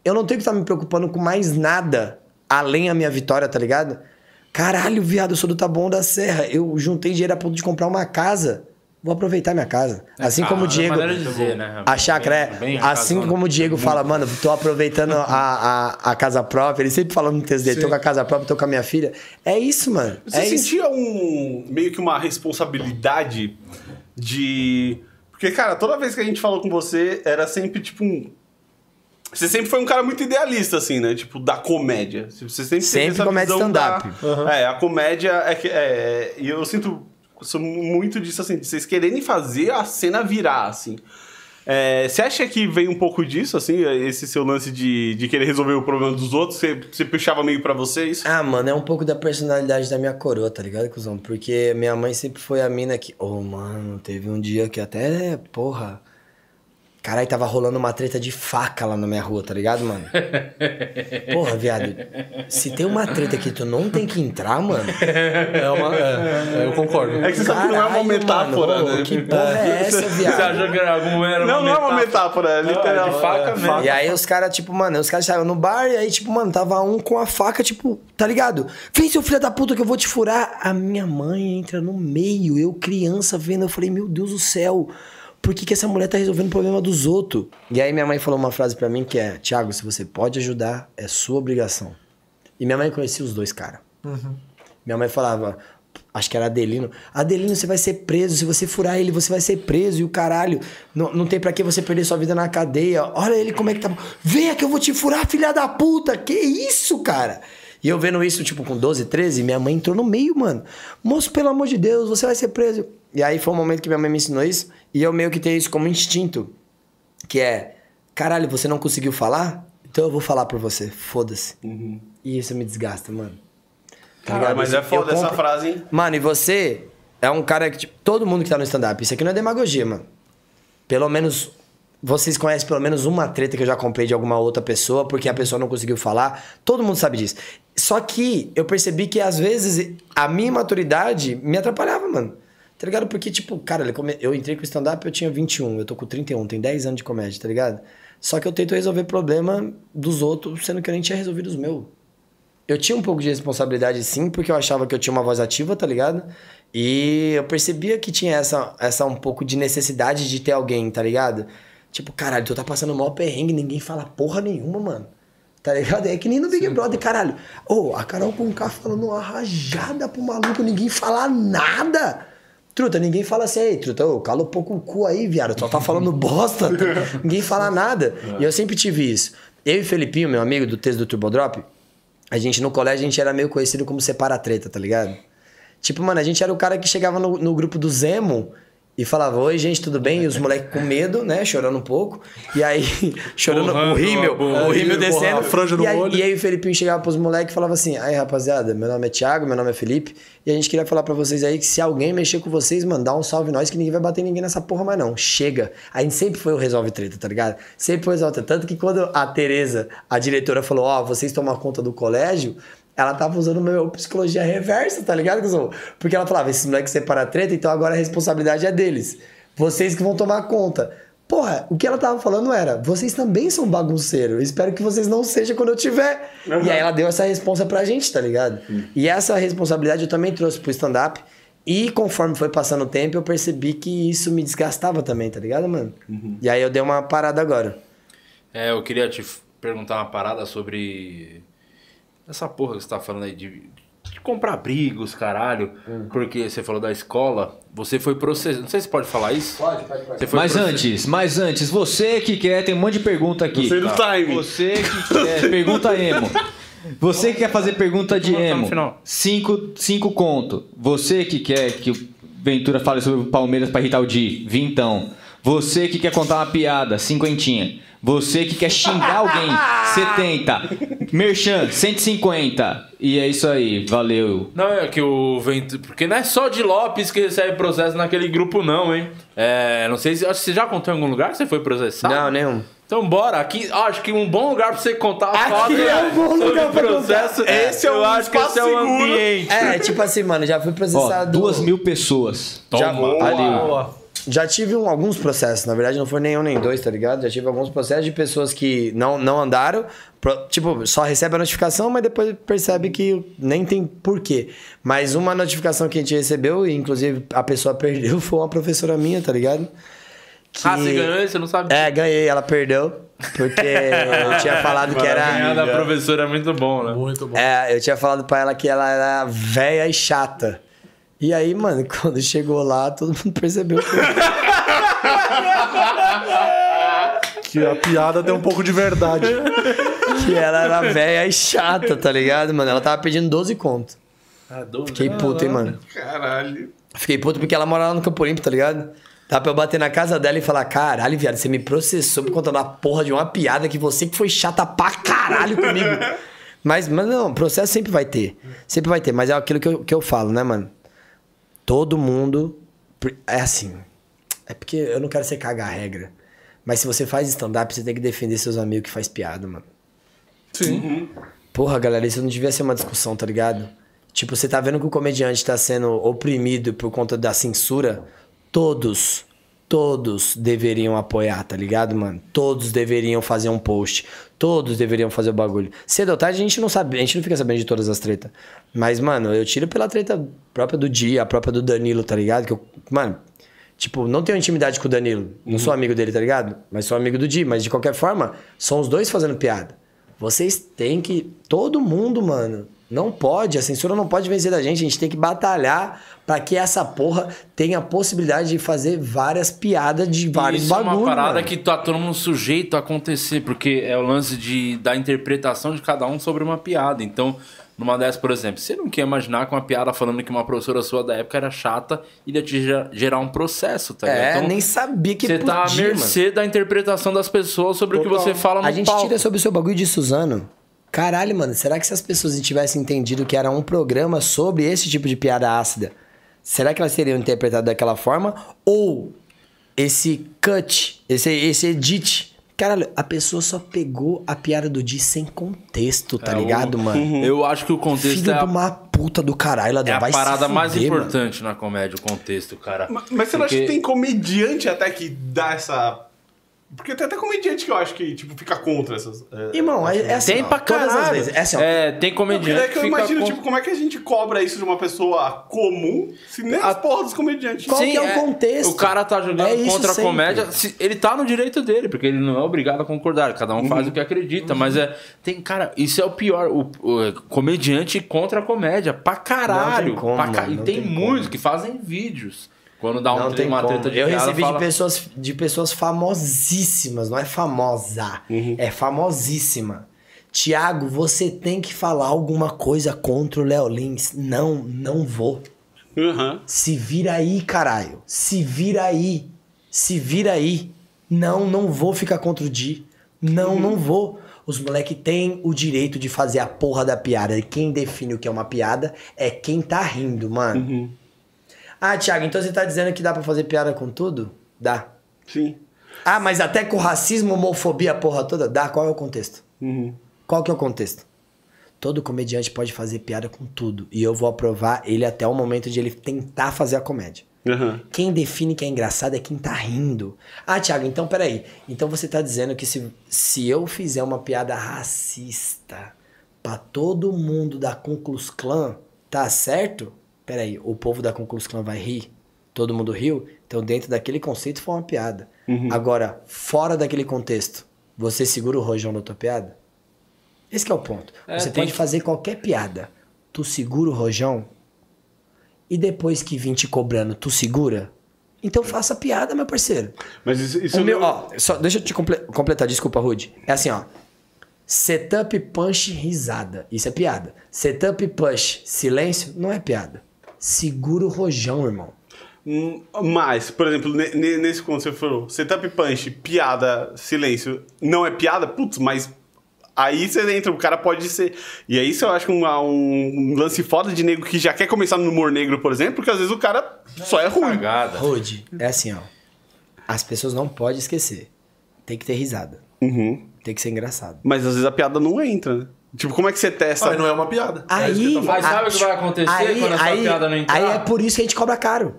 C: eu não tenho que estar me preocupando com mais nada além a minha vitória, tá ligado? Caralho, viado, eu sou do Taboão da Serra. Eu juntei dinheiro a ponto de comprar uma casa. Vou aproveitar minha casa. Assim como o Diego...
A: dizer, né?
C: A chácara assim como o Diego fala, mano, tô aproveitando a casa própria. Ele sempre fala no texto dele, tô com a casa própria, tô com a minha filha. É isso, mano.
B: Você sentia meio que uma responsabilidade de... Porque, cara, toda vez que a gente falou com você, era sempre tipo Você sempre foi um cara muito idealista, assim, né? Tipo, da comédia. Você sempre
C: comédia stand-up.
B: A comédia e eu sinto muito disso, assim, de vocês quererem fazer a cena virar, assim. Você acha que veio um pouco disso, assim, esse seu lance de querer resolver o problema dos outros? Você puxava meio pra você isso?
C: Ah, mano, é um pouco da personalidade da minha coroa, tá ligado, cuzão? Porque minha mãe sempre foi a mina que... mano, teve um dia que até, porra... Caralho, tava rolando uma treta de faca lá na minha rua, tá ligado, mano? Porra, viado, se tem uma treta que tu não tem que entrar, mano...
D: eu concordo.
B: É que você sabe que não é uma metáfora,
C: mano,
B: né?
C: Que porra é essa, viado?
A: Você achou que era uma metáfora?
B: Não é uma metáfora, é literal.
A: De faca mesmo.
C: E aí os caras, tipo, mano, saíram no bar e aí, tipo, mano, tava um com a faca, tipo, tá ligado? Vem, seu filho da puta, que eu vou te furar. A minha mãe entra no meio, eu criança vendo, eu falei, meu Deus do céu... Por que essa mulher tá resolvendo o problema dos outros? E aí minha mãe falou uma frase pra mim que é: Thiago, se você pode ajudar, é sua obrigação. E minha mãe conhecia os dois, cara. Minha mãe falava, acho que era Adelino. Adelino, você vai ser preso. Se você furar ele, você vai ser preso. E o caralho, não tem pra que você perder sua vida na cadeia. Olha ele como é que tá. Venha que eu vou te furar, filha da puta. Que isso, cara? E eu vendo isso, tipo, com 12, 13, minha mãe entrou no meio, mano. Moço, pelo amor de Deus, você vai ser preso. E aí foi um momento que minha mãe me ensinou isso. E eu meio que tenho isso como instinto. Que é, caralho, você não conseguiu falar? Então eu vou falar por você, foda-se. E isso me desgasta, mano. Tá ligado?
B: Mas é foda essa frase, hein?
C: Mano, e você é um cara que, tipo, todo mundo que tá no stand-up, isso aqui não é demagogia, mano. Pelo menos, vocês conhecem pelo menos uma treta que eu já comprei de alguma outra pessoa, porque a pessoa não conseguiu falar. Todo mundo sabe disso. Só que eu percebi que, às vezes, a minha imaturidade me atrapalhava, mano. Tá ligado? Porque, tipo, cara, eu entrei com o stand-up, eu tinha 21, eu tô com 31, tem 10 anos de comédia, tá ligado? Só que eu tento resolver problema dos outros, sendo que eu nem tinha resolvido os meus. Eu tinha um pouco de responsabilidade, sim, porque eu achava que eu tinha uma voz ativa, tá ligado? E eu percebia que tinha essa um pouco de necessidade de ter alguém, tá ligado? Tipo, caralho, tu tá passando o maior perrengue, ninguém fala porra nenhuma, mano. Tá ligado? É que nem no Big Brother, caralho. A Carol Conká falando uma rajada pro maluco, ninguém fala nada. Truta, ninguém fala assim, ei, Truta, cala um pouco o cu aí, viado, só tá falando bosta. Ninguém fala nada. E eu sempre tive isso. Eu e Felipinho, meu amigo do texto do Turbo Drop, a gente no colégio, a gente era meio conhecido como separa-treta, tá ligado? Tipo, mano, a gente era o cara que chegava no grupo do Zemo e falava, oi, gente, tudo bem? E os moleques com medo, né? Chorando um pouco. E aí, chorando, o rímel descendo.
D: Franja no olho.
C: E aí o Felipinho chegava pros moleques e falava assim, aí, rapaziada, meu nome é Thiago, meu nome é Felipe, e a gente queria falar pra vocês aí que se alguém mexer com vocês, mano, dá um salve nós que ninguém vai bater ninguém nessa porra mais não. Chega. A gente sempre foi o resolve treta, tá ligado? Sempre foi o resolve treta. Tanto que quando a Tereza, a diretora, falou, vocês tomam conta do colégio, ela tava usando meu psicologia reversa, tá ligado, cuzão? Porque ela falava, esses moleques separam treta, então agora a responsabilidade é deles. Vocês que vão tomar conta. Porra, o que ela tava falando era, vocês também são bagunceiros, espero que vocês não sejam quando eu tiver. E aí ela deu essa responsa pra gente, tá ligado? E essa responsabilidade eu também trouxe pro stand-up. E conforme foi passando o tempo, eu percebi que isso me desgastava também, tá ligado, mano? E aí eu dei uma parada agora.
A: Eu queria te perguntar uma parada sobre... essa porra que você tá falando aí de comprar abrigos, caralho, porque você falou da escola, você foi processado, não sei se pode falar isso?
C: Pode.
E: Mas antes, você que quer, tem um monte de pergunta aqui.
B: Gostei do time.
E: Você que quer, pergunta emo. Você que quer fazer pergunta de emo, 5 conto. Você que quer que o Ventura fale sobre o Palmeiras pra irritar o Di, vintão. Você que quer contar uma piada, 50. Você que quer xingar alguém, 70. Merchan, 150. E é isso aí, valeu.
A: Não, é que o Ventura... Porque não é só de Lopes que recebe processo naquele grupo, não, hein? Não sei se... Acho que você já contou em algum lugar que você foi processado?
C: Não, nenhum.
A: Então bora, aqui acho que um bom lugar pra você contar a foto
C: é um bom lugar pra
A: processo.
B: Esse é
A: eu acho que esse é o ambiente.
C: Tipo assim, mano, já fui processado...
E: 2.000 pessoas.
C: Já,
A: Toma.
C: ali. Já tive alguns processos, na verdade não foi nenhum nem dois, tá ligado? Já tive alguns processos de pessoas que não andaram, tipo, só recebe a notificação, mas depois percebe que nem tem porquê. Mas uma notificação que a gente recebeu, e inclusive a pessoa perdeu, foi uma professora minha, tá ligado?
A: Ah, você ganhou e você não sabe?
C: Ganhei, ela perdeu. Porque eu tinha falado que era...
A: Ganhar da professora é muito bom, né?
D: Muito bom.
C: Eu tinha falado pra ela que ela era velha e chata. E aí, mano, quando chegou lá, todo mundo percebeu
D: que a piada tem um pouco de verdade.
C: Que ela era velha e chata, tá ligado, mano? Ela tava pedindo 12 conto. Fiquei puto, hein, mano?
B: Caralho.
C: Fiquei puto porque ela mora lá no Campo Limpo, tá ligado? Dá pra eu bater na casa dela e falar, caralho, viado, você me processou por conta de uma porra de uma piada que você que foi chata pra caralho comigo. Mas não, processo sempre vai ter. Sempre vai ter, mas é aquilo que eu falo, né, mano? Todo mundo... É assim... É porque eu não quero ser cagar a regra. Mas se você faz stand-up, você tem que defender seus amigos que faz piada, mano.
D: Sim.
C: Porra, galera, isso não devia ser uma discussão, tá ligado? Tipo, você tá vendo que o comediante tá sendo oprimido por conta da censura... Todos deveriam apoiar, tá ligado, mano? Todos deveriam fazer um post. Todos deveriam fazer o bagulho. Cedo ou tarde a gente não sabe, a gente não fica sabendo de todas as tretas. Mas, mano, eu tiro pela treta própria do Dia, a própria do Danilo, tá ligado? Que eu, mano, tipo, não tenho intimidade com o Danilo. Não sou amigo dele, tá ligado? Mas sou amigo do Dia. Mas de qualquer forma, são os dois fazendo piada. Vocês têm que... Todo mundo, mano... Não pode, a censura não pode vencer da gente. A gente tem que batalhar pra que essa porra tenha a possibilidade de fazer várias piadas de vários bagulhos.
A: Isso é uma parada,
C: mano,
A: que tá todo mundo sujeito a acontecer, porque é o lance da interpretação de cada um sobre uma piada. Então, numa dessas, por exemplo, você não quer imaginar com uma piada falando que uma professora sua da época era chata e ia te gerar um processo, tá ligado? Então,
C: nem sabia que
A: você
C: podia,
A: tá à mercê da interpretação das pessoas sobre o que você fala no palco.
C: A gente tira sobre o seu bagulho de Suzano. Caralho, mano, será que se as pessoas tivessem entendido que era um programa sobre esse tipo de piada ácida, será que elas teriam interpretado daquela forma? Ou esse cut, esse edit... Caralho, a pessoa só pegou a piada do Di sem contexto, tá ligado, mano?
A: Eu acho que o contexto
C: Filho de uma puta do caralho.
A: É a parada mais importante na comédia, o contexto, cara.
B: Mas você não acha que tem comediante até que dá essa... Porque tem até comediante que eu acho que, tipo, fica contra essas...
C: Irmão, é assim,
A: tem pra caralho.
C: Todas as vezes. É assim, ó.
A: Tem comediante
B: que eu imagino, tipo, como é que a gente cobra isso de uma pessoa comum, se nem as porra dos comediantes.
C: Qual que é o contexto?
A: O cara tá jogando contra a comédia, ele tá no direito dele, porque ele não é obrigado a concordar, cada um faz o que acredita, mas cara, isso é o pior, o comediante contra a comédia, pra caralho.
C: Não tem como, mano,
A: e tem muitos que fazem vídeos. Quando dá uma treta de
C: eu
A: piada,
C: recebi de pessoas famosíssimas, não é famosa, é famosíssima. Tiago, você tem que falar alguma coisa contra o Léo Lins. Não vou. Se vira aí, caralho. Se vira aí. Não vou ficar contra o Di. Não vou. Os moleque têm o direito de fazer a porra da piada. E quem define o que é uma piada é quem tá rindo, mano. Ah, Thiago, então você tá dizendo que dá pra fazer piada com tudo? Dá.
B: Sim.
C: Ah, mas até com racismo, homofobia, a porra toda? Dá. Qual é o contexto? Qual que é o contexto? Todo comediante pode fazer piada com tudo. E eu vou aprovar ele até o momento de ele tentar fazer a comédia. Quem define que é engraçado é quem tá rindo. Ah, Thiago, então peraí. Então você tá dizendo que se eu fizer uma piada racista pra todo mundo da Ku Klux Klan, tá certo? Peraí, o povo da Ku Klux Klan vai rir? Todo mundo riu? Então dentro daquele conceito foi uma piada. Agora, fora daquele contexto, você segura o rojão da tua piada? Esse que é o ponto. Você pode fazer qualquer piada. Tu segura o rojão? E depois que vim te cobrando, tu segura? Então faça piada, meu parceiro.
B: Mas isso
C: só deixa eu te completar, desculpa, Rude. É assim, ó. Setup, punch, risada. Isso é piada. Setup, push, silêncio, não é piada. Segura o rojão, irmão.
B: Mas, por exemplo, nesse quando você falou, setup, punch, piada, silêncio, não é piada? Putz, mas aí você entra, o cara pode ser... E aí isso eu acho um lance foda de nego que já quer começar no humor negro, por exemplo, porque às vezes o cara só é ruim.
C: Rude, é assim, ó. As pessoas não podem esquecer. Tem que ter risada. Tem que ser engraçado.
B: Mas às vezes a piada não entra, né? Tipo, como é que você testa?
D: Aí não é uma piada.
A: Mas sabe o que vai acontecer quando essa piada não entrar?
C: Aí é por isso que a gente cobra caro.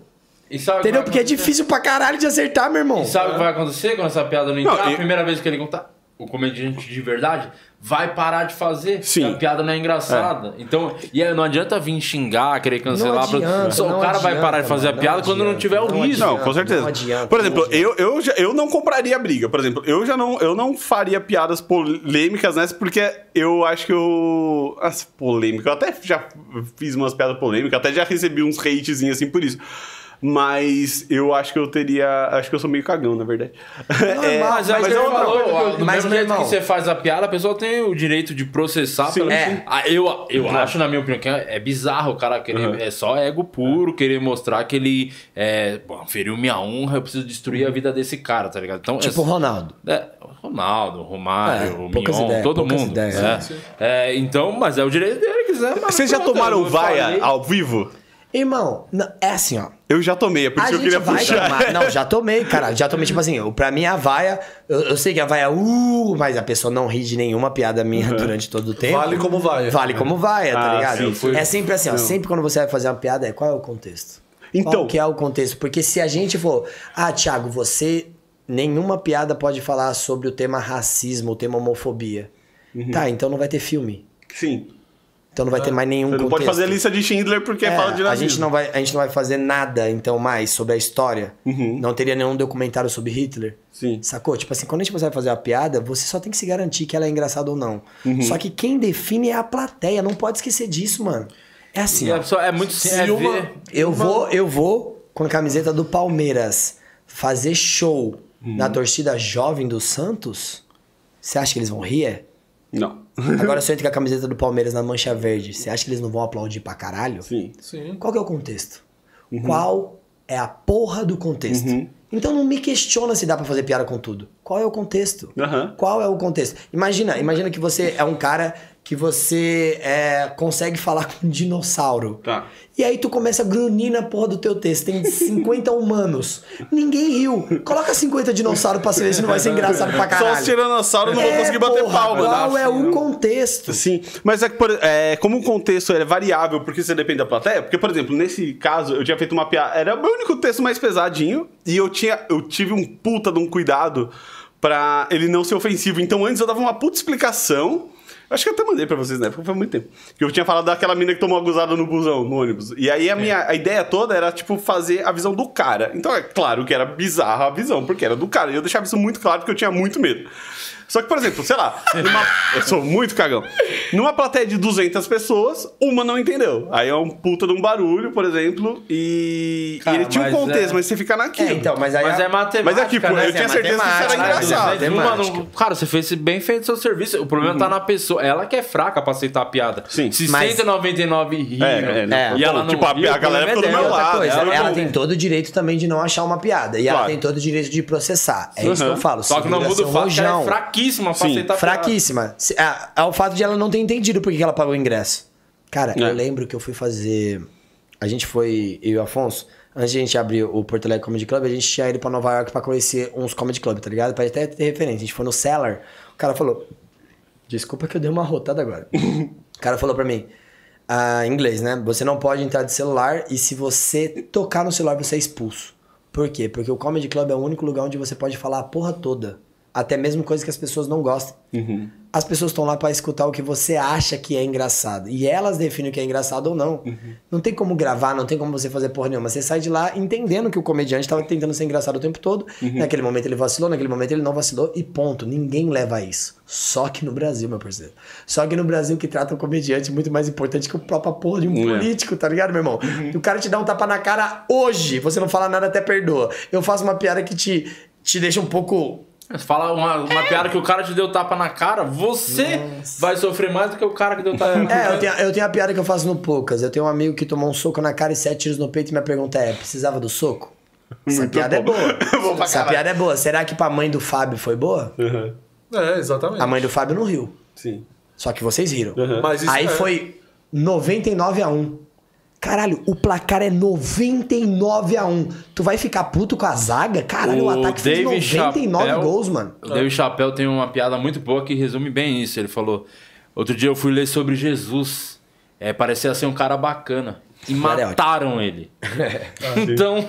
C: Entendeu? Porque é difícil pra caralho de acertar, meu irmão.
A: E sabe o que vai acontecer quando essa piada não entrar? A primeira vez que ele contar, o comediante de verdade vai parar de fazer. Sim. A piada não é engraçada. Então, e aí não adianta vir xingar, querer cancelar. O cara vai parar de fazer a piada quando não tiver o riso.
B: Não, com certeza. Por exemplo, eu não compraria briga. Por exemplo, eu não faria piadas polêmicas nessa, porque eu acho que as polêmicas, eu até já fiz umas piadas polêmicas, até já recebi uns hatezinhos assim por isso. Mas eu acho que eu teria. Acho que eu sou meio cagão, na verdade.
A: Mas é outra coisa. Do mesmo jeito que você faz a piada, a pessoa tem o direito de processar.
B: Sim,
A: eu acho, na minha opinião, que é bizarro o cara querer. É só ego puro, querer mostrar que ele feriu minha honra, eu preciso destruir a vida desse cara, tá ligado? Então,
C: tipo o Ronaldo.
A: Romário, o Mignon, todo mundo. Então, mas é o direito dele, quiser.
B: Vocês já tomaram vaia ao vivo?
C: Irmão, é assim, ó.
B: Eu já tomei, é por isso que eu queria puxar.
C: Não, já tomei, cara. Já tomei, tipo assim, pra mim a vaia... Eu sei que a vaia mas a pessoa não ri de nenhuma piada minha durante todo o tempo.
D: Vale como vaia.
C: Vale como vaia, tá ligado? Sim, é sempre assim, ó. Sempre quando você vai fazer uma piada, qual é o contexto?
B: Então...
C: Qual que é o contexto? Porque se a gente for... Thiago, nenhuma piada pode falar sobre o tema racismo, o tema homofobia. Tá, então não vai ter filme.
B: Sim.
C: Então não vai ter mais nenhum contexto.
B: Não pode fazer a lista de Schindler porque fala de nazismo.
C: A gente não vai fazer nada, então, mais sobre a história. Não teria nenhum documentário sobre Hitler.
B: Sim.
C: Sacou? Tipo assim, quando a gente vai fazer uma piada, você só tem que se garantir que ela é engraçada ou não. Só que quem define é a plateia. Não pode esquecer disso, mano. É assim,
A: é muito simples.
C: Eu vou com a camiseta do Palmeiras fazer show na torcida jovem do Santos. Você acha que eles vão rir?
B: Não.
C: Agora, se eu entro com a camiseta do Palmeiras na mancha verde, você acha que eles não vão aplaudir pra caralho?
B: Sim.
C: Qual que é o contexto? Qual é a porra do contexto? Então não me questiona se dá pra fazer piada com tudo. Qual é o contexto? Qual é o contexto? Imagina que você é um cara que você consegue falar com um dinossauro.
B: Tá.
C: E aí tu começa a grunir na porra do teu texto. Tem 50 humanos. Ninguém riu. Coloca 50 dinossauros pra ver se não vai ser engraçado pra caralho.
B: Só os tiranossauros não vão conseguir bater palma.
C: Qual é o contexto?
B: Sim, mas é que como o contexto é variável porque você depende da plateia, porque, por exemplo, nesse caso, eu tinha feito uma piada, era o meu único texto mais pesadinho, e eu tive um puta de um cuidado pra ele não ser ofensivo. Então antes eu dava uma puta explicação. Acho que eu até mandei pra vocês, né? Porque foi muito tempo. Que eu tinha falado daquela mina que tomou a gozada no busão, no ônibus. E aí a ideia toda era, tipo, fazer a visão do cara. Então é claro que era bizarra a visão, porque era do cara. E eu deixava isso muito claro porque eu tinha muito medo. Só que, por exemplo, sei lá, eu sou muito cagão. Numa plateia de 200 pessoas, uma não entendeu. Aí é um puta de um barulho, por exemplo, e ele tinha um contexto, mas você fica naquilo.
C: Então, mas é matemática.
B: Mas é tipo, eu tinha certeza que isso era engraçado.
A: Cara, você fez bem feito o seu serviço. O problema tá na pessoa. Ela que é fraca pra aceitar a piada.
B: Sim.
A: Se 199 riram e ela não
B: tipo, a galera ficou do meu lado.
C: Ela tem todo o direito também de não achar uma piada. E ela tem todo o direito de processar. É isso que eu falo.
A: Só que não muda o fato que ela é fraquíssima pra aceitar a piada.
C: Fraquíssima. É o fato de ela não ter entendido por que ela pagou o ingresso. Cara, eu lembro que eu fui fazer... A gente foi, eu e o Afonso, antes de a gente abrir o Porto Alegre Comedy Club, a gente tinha ido pra Nova York pra conhecer uns comedy club, tá ligado? Pra até ter referência. A gente foi no Cellar, o cara falou... Desculpa que eu dei uma rotada agora. O cara falou pra mim, em inglês, né? Você não pode entrar de celular e se você tocar no celular, você é expulso. Por quê? Porque o Comedy Club é o único lugar onde você pode falar a porra toda. Até mesmo coisas que as pessoas não gostam. As pessoas estão lá pra escutar o que você acha que é engraçado. E elas definem o que é engraçado ou não. Não tem como gravar, não tem como você fazer porra nenhuma. Você sai de lá entendendo que o comediante estava tentando ser engraçado o tempo todo. Naquele momento ele vacilou, naquele momento ele não vacilou. E ponto. Ninguém leva a isso. Só que no Brasil, meu parceiro. Só que no Brasil que trata o comediante muito mais importante que o próprio porra de um político, tá ligado, meu irmão? O cara te dá um tapa na cara hoje. Você não fala nada, até perdoa. Eu faço uma piada que te deixa um pouco...
A: Você fala uma piada que o cara te deu tapa na cara, você vai sofrer mais do que o cara que deu tapa na cara.
C: Eu tenho a piada que eu faço no Poucas. Eu tenho um amigo que tomou um soco na cara e 7 tiros no peito e minha pergunta é, precisava do soco? Essa piada é boa. Essa piada é boa. Será que pra mãe do Fábio foi boa?
D: Exatamente.
C: A mãe do Fábio não riu.
B: Sim.
C: Só que vocês riram.
D: Mas isso
C: aí foi 99-1. Caralho, o placar é 99-1. Tu vai ficar puto com a zaga? Caralho, o ataque fez 99 gols, mano.
A: O David Chappelle tem uma piada muito boa que resume bem isso. Ele falou, outro dia eu fui ler sobre Jesus. Parecia ser um cara bacana. e mataram ele. Então...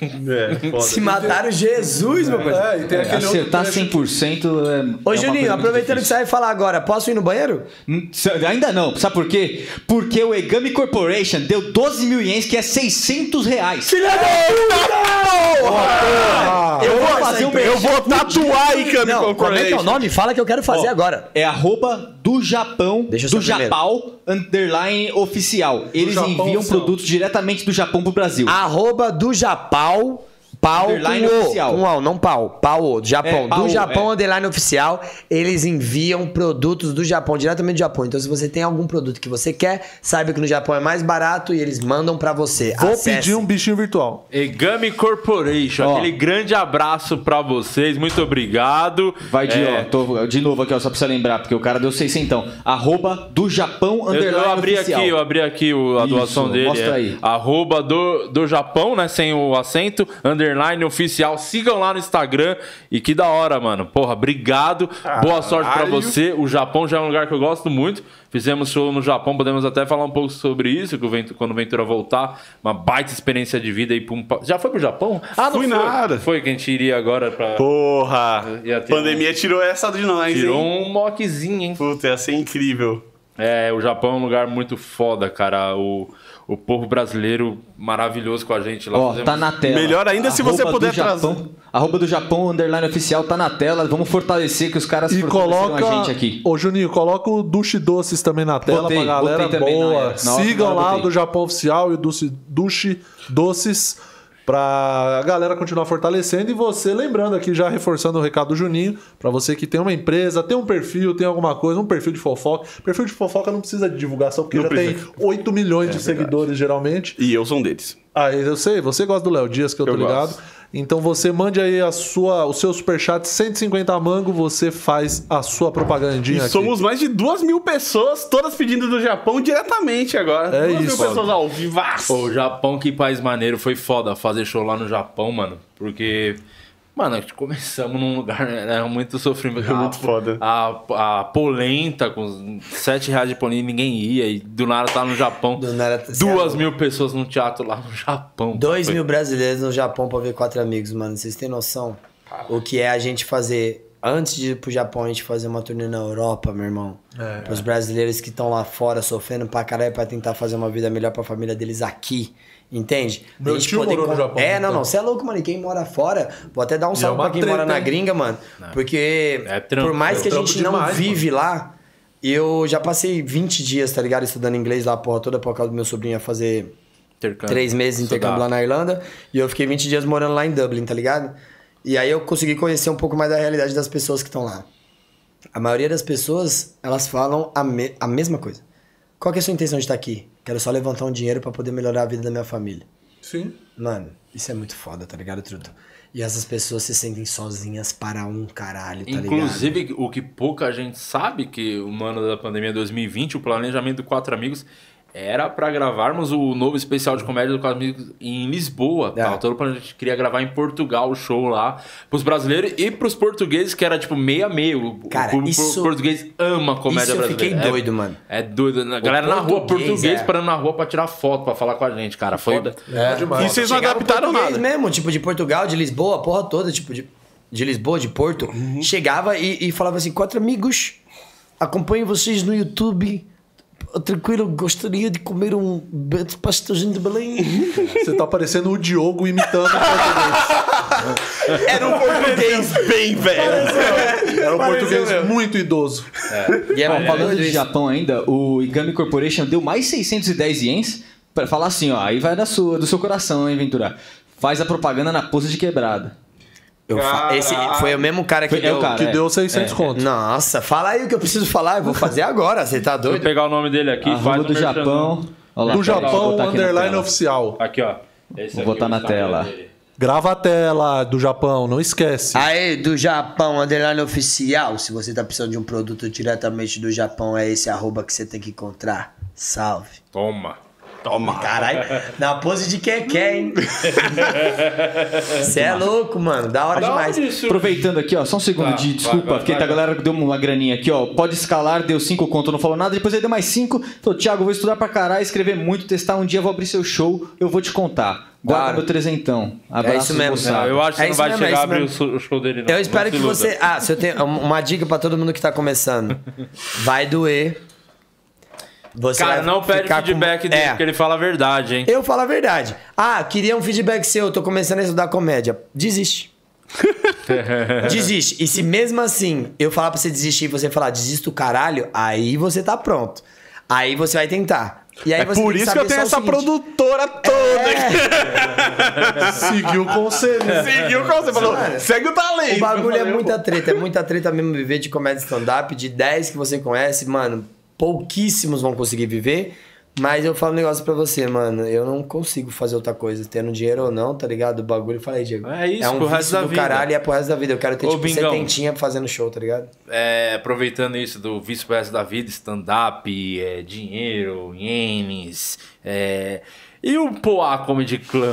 C: Se mataram Jesus, meu pai.
D: E tem aquele
E: acertar 100%
C: Ô, Juninho, aproveitando que você vai falar agora, posso ir no banheiro?
E: Ainda não. Sabe por quê? Porque o Egami Corporation deu 12 mil ienes, que é 600 reais.
C: Filha da puta!
B: Eu vou tatuar aí, Egami Corporation.
C: Como é que é o nome? Fala que eu quero fazer agora.
E: É @do Japão, do Japão _oficial. Eles enviam produtos diretamente do Japão pro Brasil.
C: @do Japão. Pau
E: underline
C: com
E: oficial.
C: Com O, não pau. Pau, do Japão.
E: Pau,
C: do Japão, underline oficial. Eles enviam produtos do Japão, diretamente do Japão. Então, se você tem algum produto que você quer, saiba que no Japão é mais barato e eles mandam pra você.
D: Vou pedir um bichinho virtual.
A: Egami Corporation, aquele grande abraço pra vocês. Muito obrigado.
E: Vai de novo aqui, ó, só pra você lembrar, porque o cara deu 600 então. @do Japão _oficial.
A: Eu abri aqui a doação dele.
E: Mostra aí.
A: @do Japão, né? Sem o acento, _oficial. Sigam lá no Instagram. E que da hora, mano. Porra, obrigado. Boa sorte pra você. O Japão já é um lugar que eu gosto muito. Fizemos show no Japão, podemos até falar um pouco sobre isso, quando o Ventura voltar. Uma baita experiência de vida aí. Já foi pro Japão?
B: Não fui nada.
A: Foi que a gente iria agora pra...
B: Porra! Pandemia tirou essa de nós,
A: Tirou
B: hein?
A: um moquezinho, hein?
B: Puta, ia ser incrível.
A: O Japão é um lugar muito foda, cara. O povo brasileiro maravilhoso com a gente lá.
E: Ó, tá na tela.
B: Melhor ainda se você puder trazer.
E: @do Japão _oficial tá na tela. Vamos fortalecer que os caras fortaleceram a gente aqui.
D: Ô, Juninho, coloca o Dushi Doces também na tela pra galera boa. Sigam lá do Japão Oficial e o Dushi Doces pra galera continuar fortalecendo. E você, lembrando aqui, já reforçando o recado do Juninho, pra você que tem uma empresa, tem um perfil, tem alguma coisa, um perfil de fofoca. Perfil de fofoca não precisa de divulgação, porque tem 8 milhões de seguidores, geralmente.
B: E eu sou um deles.
D: Eu sei, você gosta do Léo Dias, que eu tô ligado.
B: Gosto.
D: Então você mande aí o seu superchat, 150 mango, você faz a sua propagandinha aqui.
B: Somos mais de 2.000 pessoas, todas pedindo do Japão diretamente agora.
D: É
B: 2.000
D: isso.
B: pessoas ao vivo.
A: O Japão, que país maneiro. Foi foda fazer show lá no Japão, mano. Porque... Mano, a gente começamos num lugar, né, muito sofrimento.
B: É muito foda.
A: A polenta, com R$7 de polenta, ninguém ia. E do nada tá no Japão.
C: Do nada,
A: 2.000 pessoas no teatro lá no Japão.
C: 2.000 brasileiros no Japão pra ver 4 amigos, mano. Vocês têm noção? O que é a gente fazer... Antes de ir pro Japão, a gente fazer uma turnê na Europa, meu irmão. Pros brasileiros que estão lá fora sofrendo pra caralho pra tentar fazer uma vida melhor pra família deles aqui. Entende?
D: Meu tio morou no Japão.
C: Não, você é louco, mano. E quem mora fora, vou até dar um salve pra quem mora na gringa, mano. Porque por mais que a gente não vive lá, eu já passei 20 dias, tá ligado? Estudando inglês lá, porra toda, por causa do meu sobrinho ia fazer 3 meses de intercâmbio lá na Irlanda. E eu fiquei 20 dias morando lá em Dublin, tá ligado? E aí eu consegui conhecer um pouco mais da realidade das pessoas que estão lá. A maioria das pessoas, elas falam a mesma coisa. Qual que é a sua intenção de estar aqui? Quero só levantar um dinheiro pra poder melhorar a vida da minha família.
D: Sim.
C: Mano, isso é muito foda, tá ligado, Truto? E essas pessoas se sentem sozinhas para um caralho, tá ligado?
A: Inclusive, o que pouca gente sabe, que o ano da pandemia 2020, o planejamento do 4 Amigos era pra gravarmos o novo especial de comédia do 4 Amigos em Lisboa. Todo a gente queria gravar em Portugal o show lá pros brasileiros e pros portugueses, que era tipo meio a meio.
C: Cara,
A: o português ama comédia brasileira.
C: Eu fiquei doido, mano.
A: É doido. A galera na rua, português parando na rua pra tirar foto, pra falar com a gente, cara. Foi
B: demais. E vocês não adaptaram nada.
C: Mesmo, tipo, de Portugal, de Lisboa, a porra toda, tipo, de Lisboa, de Porto. Chegava e falava assim: 4 amigos, acompanho vocês no YouTube. Tranquilo, gostaria de comer um pastelzinho de Belém.
D: Você tá parecendo o Diogo imitando o português.
B: Era um português bem velho.
D: Era um português muito idoso.
C: E
E: falando de Japão ainda, o Egami Corporation deu mais 610 ienes pra falar assim, ó, aí vai do seu coração, hein, Ventura? Faz a propaganda na pose de quebrada.
C: Esse foi o mesmo cara que
D: deu 600 contos.
C: Nossa, fala aí o que eu preciso falar. Eu vou fazer agora, você tá doido?
A: Vou pegar o nome dele aqui.
E: Faz do Japão.
D: Lá, do Japão, _ oficial.
A: Aqui, ó.
E: Vou botar na tela.
D: Grava a tela do Japão, não esquece.
C: Aí, do Japão, _ oficial. Se você tá precisando de um produto diretamente do Japão, é esse @ que você tem que encontrar. Salve.
A: Toma.
B: Toma.
C: Caralho, na pose de quer, hein? Você é louco, mano. Da hora demais.
E: Aproveitando aqui, ó, só um segundo de desculpa, porque a galera deu uma graninha aqui, ó. Pode escalar, deu 5 conto, não falou nada. Depois ele deu mais 5. Falou, Thiago, vou estudar pra caralho, escrever muito, testar. Um dia vou abrir seu show, eu vou te contar. Guarda meu trezentão. Abraço,
C: é isso mesmo.
A: Eu acho que você não vai chegar a abrir o show dele, não.
C: Eu espero que você... se eu tenho uma dica pra todo mundo que tá começando. Vai doer. Você
A: cara, não pede feedback dele, porque ele fala a verdade, hein?
C: Eu falo a verdade. Queria um feedback seu, eu tô começando a estudar comédia. Desiste. Desiste. E se mesmo assim eu falar pra você desistir e você falar desista o caralho, aí você tá pronto. Aí você vai tentar. E aí você
B: por isso que eu tenho essa produtora toda.
D: Seguiu o conselho.
B: Seguiu o conselho. Falou, segue o talento.
C: O bagulho é muita treta mesmo viver de comédia stand-up. De 10 que você conhece, mano, pouquíssimos vão conseguir viver. Mas eu falo um negócio pra você, mano. Eu não consigo fazer outra coisa, tendo dinheiro ou não, tá ligado? O bagulho, eu falei, Diego.
A: É isso,
C: pro resto da vida. Caralho, e é pro resto da vida. Eu quero ter, tipo,
A: Bingão,
C: 70 fazendo show, tá ligado?
A: Aproveitando isso do vício pro resto da vida, stand-up, dinheiro, ienes, e o Poá Comedy Club?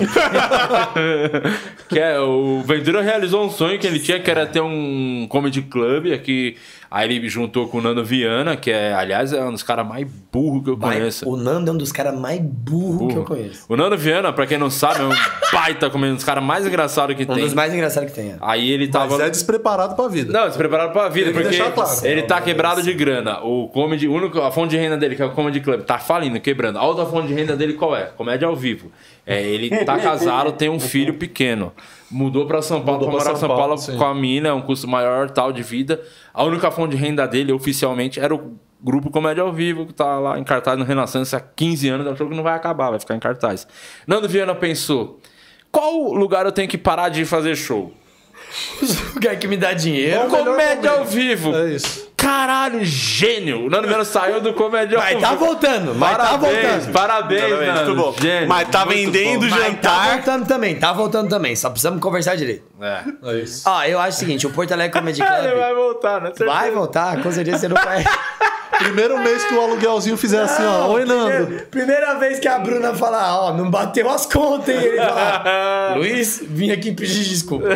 A: O Ventura realizou um sonho que ele tinha, que era ter um comedy club aqui. Aí ele juntou com o Nando Viana, que aliás, é um dos caras mais burros que eu conheço.
C: O Nando é um dos caras mais burros que eu conheço.
A: O Nando Viana, pra quem não sabe, é um baita comediante, um dos caras mais engraçados que tem.
C: Um dos mais engraçados que tem.
A: Aí ele tava...
D: Mas é despreparado pra vida.
A: Não, despreparado pra vida, porque
D: claro.
A: ele tá quebrado de grana. A fonte de renda dele, que é o Comedy Club, tá falindo, quebrando. A outra fonte de renda dele qual é? Comédia ao vivo. Ele tá casado, tem um filho pequeno. Mudou pra São Paulo, pra morar em São Paulo com a mina, é um custo maior, tal, de vida. A única fonte de renda dele, oficialmente, era o grupo Comédia ao Vivo, que tá lá em cartaz no Renascença há 15 anos. Achou que não vai acabar, vai ficar em cartaz. Nando Viana pensou, qual lugar eu tenho que parar de fazer show?
C: O lugar que me dá dinheiro.
A: Comédia ao Vivo.
D: É isso.
A: Caralho, gênio! O Nando Viana saiu do Comédia ao Vivo.
C: Mas tá voltando,
A: Parabéns,
B: Nando. Muito bom.
A: Gênio,
B: mas tá vendendo jantar.
C: Tá voltando também. Só precisamos conversar direito.
D: É isso.
C: Eu acho o seguinte, o Porto Alegre Comedy Club...
A: Ele vai voltar, né?
C: Vai voltar, com certeza você não vai...
D: Primeiro mês que o aluguelzinho fizer assim, ó. Oi, Nando.
C: Primeira vez que a Bruna falar, não bateu as contas, hein? Ele fala, Luiz, vim aqui pedir desculpa.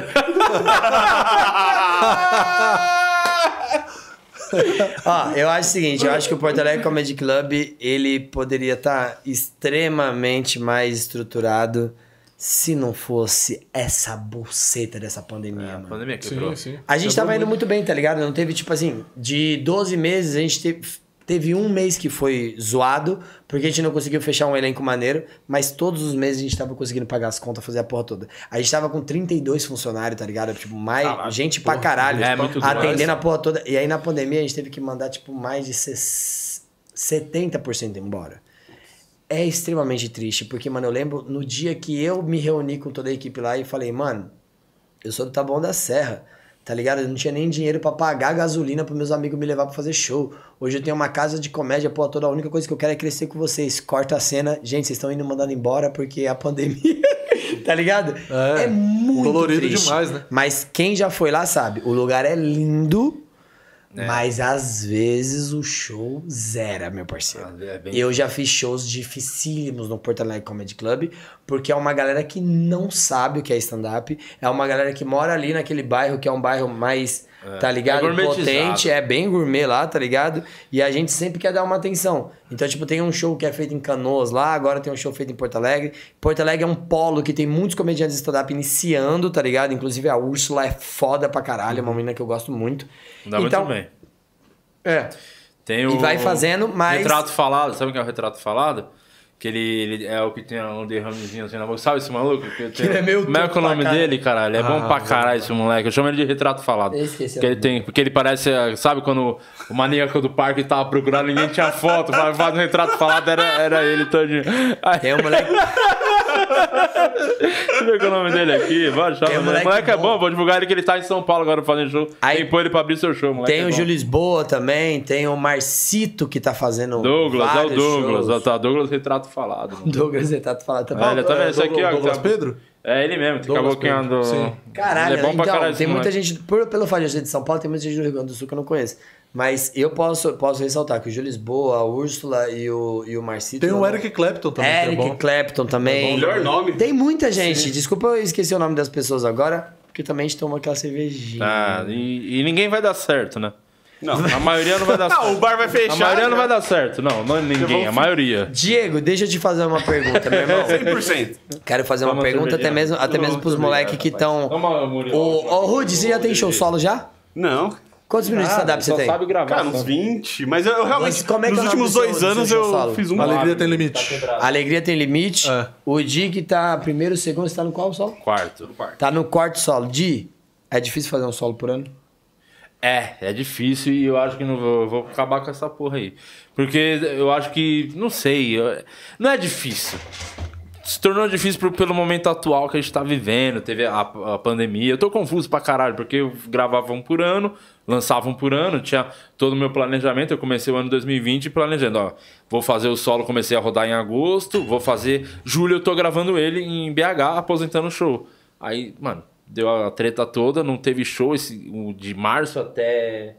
C: Eu acho o seguinte, eu acho que o Porto Alegre Comedy Club, ele poderia estar extremamente mais estruturado se não fosse essa buceta dessa pandemia, mano.
A: A pandemia quebrou.
D: Sim.
C: A gente tava indo muito bem, tá ligado? Não teve, tipo assim, de 12 meses, a gente teve um mês que foi zoado, porque a gente não conseguiu fechar um elenco maneiro, mas todos os meses a gente tava conseguindo pagar as contas, fazer a porra toda. A gente tava com 32 funcionários, tá ligado? Tipo, gente pra caralho, atendendo a porra toda. E aí na pandemia a gente teve que mandar, tipo, mais de 70% embora. É extremamente triste, porque, mano, eu lembro no dia que eu me reuni com toda a equipe lá e falei, mano, eu sou do Taboão da Serra, tá ligado? Eu não tinha nem dinheiro pra pagar gasolina pros meus amigos me levar pra fazer show. Hoje eu tenho uma casa de comédia, pô, toda a única coisa que eu quero é crescer com vocês. Corta a cena. Gente, vocês estão indo mandando embora porque a pandemia, tá ligado? É muito
D: dolorido
C: triste.
D: Demais, né?
C: Mas quem já foi lá sabe, o lugar é lindo, mas às vezes o show zera, meu parceiro. Eu já fiz shows dificílimos no Porto Alegre Comedy Club, porque é uma galera que não sabe o que é stand-up, é uma galera que mora ali naquele bairro, que é um bairro mais, tá ligado? Potente, é bem gourmet lá, tá ligado? E a gente sempre quer dar uma atenção. Então, tipo, tem um show que é feito em Canoas lá, agora tem um show feito em Porto Alegre. Porto Alegre é um polo que tem muitos comediantes de stand-up iniciando, tá ligado? Inclusive a Úrsula é foda pra caralho, é uma menina que eu gosto muito.
A: Dá muito bem. Tem
C: e vai fazendo, mas...
A: Retrato falado, sabe o que é o retrato falado? Que ele é o que tem um derramezinho assim na boca. Sabe esse maluco?
C: Que ele é meio
A: como é que é o nome dele, caralho? É bom pra caralho esse moleque. Eu chamo ele de retrato falado. Porque ele parece... Sabe quando o maníaco do parque tava procurando, ninguém tinha foto. Faz um retrato falado, era ele todinho. Aí...
C: Tem um moleque...
A: Deixa eu ver o nome dele aqui. O moleque é bom, vou divulgar ele que ele tá em São Paulo agora fazendo show. Tem que pôr ele pra abrir seu show, moleque.
C: Tem o Gil Lisboa também, tem o Marcito que tá fazendo
A: Douglas, é o Douglas. Douglas Retrato Falado.
C: Mano. Douglas Retrato Falado também.
A: Ele também, esse aqui, ó.
D: Douglas Pedro?
A: É ele mesmo, que acabou ganhando.
C: Caralho,
A: ele é bom pra
C: então,
A: caralho,
C: tem muita
A: moleque.
C: gente, pelo fato de eu ser de São Paulo, tem muita gente do Rio Grande do Sul que eu não conheço. Mas eu posso ressaltar que o Gil Lisboa, a Úrsula e o Marcito...
D: Tem o Eric Clapton também, que é
C: Eric
D: bom.
C: Clapton também.
B: Melhor nome.
C: Tem muita gente. Desculpa eu esqueci o nome das pessoas agora, porque também a gente toma aquela cervejinha.
A: Ah, e ninguém vai dar certo, né?
B: Não.
A: A maioria não vai dar certo.
B: Não, o bar vai fechar.
A: A maioria não
B: já.
A: vai dar certo. Não é ninguém, a maioria.
C: Diego, deixa eu te fazer uma pergunta, meu irmão.
B: 100%.
C: Quero fazer uma
A: Toma
C: pergunta
A: cervejinha.
C: até mesmo pros moleques que estão...
A: Toma, Murilo.
C: Ô, Rudy, você já tem show solo já?
B: Não.
C: Quantos minutos de stand-up você
A: só
C: tem?
A: sabe gravar.
B: Cara, uns 20. Mas eu realmente,
C: Mas como é que
B: nos
C: é o nome
B: últimos
C: do
B: 2
C: seu
B: anos,
C: show
B: eu
C: solo?
B: fiz um...
D: A alegria tem limite.
C: Alegria tem limite. O Di que tá primeiro, segundo, você tá no qual solo?
A: Quarto.
C: Tá no quarto solo. Di, é difícil fazer um solo por ano?
A: É difícil e eu acho que não vou acabar com essa porra aí. Porque eu acho que, não sei, não é difícil. Se tornou difícil pelo momento atual que a gente tá vivendo, teve a pandemia. Eu tô confuso pra caralho, porque eu gravava um por ano, lançava um por ano, tinha todo o meu planejamento. Eu comecei o ano 2020 planejando, ó, vou fazer o solo, comecei a rodar em agosto, vou fazer julho, eu tô gravando ele em BH, aposentando o show. Aí, mano, deu a treta toda, não teve show o de março até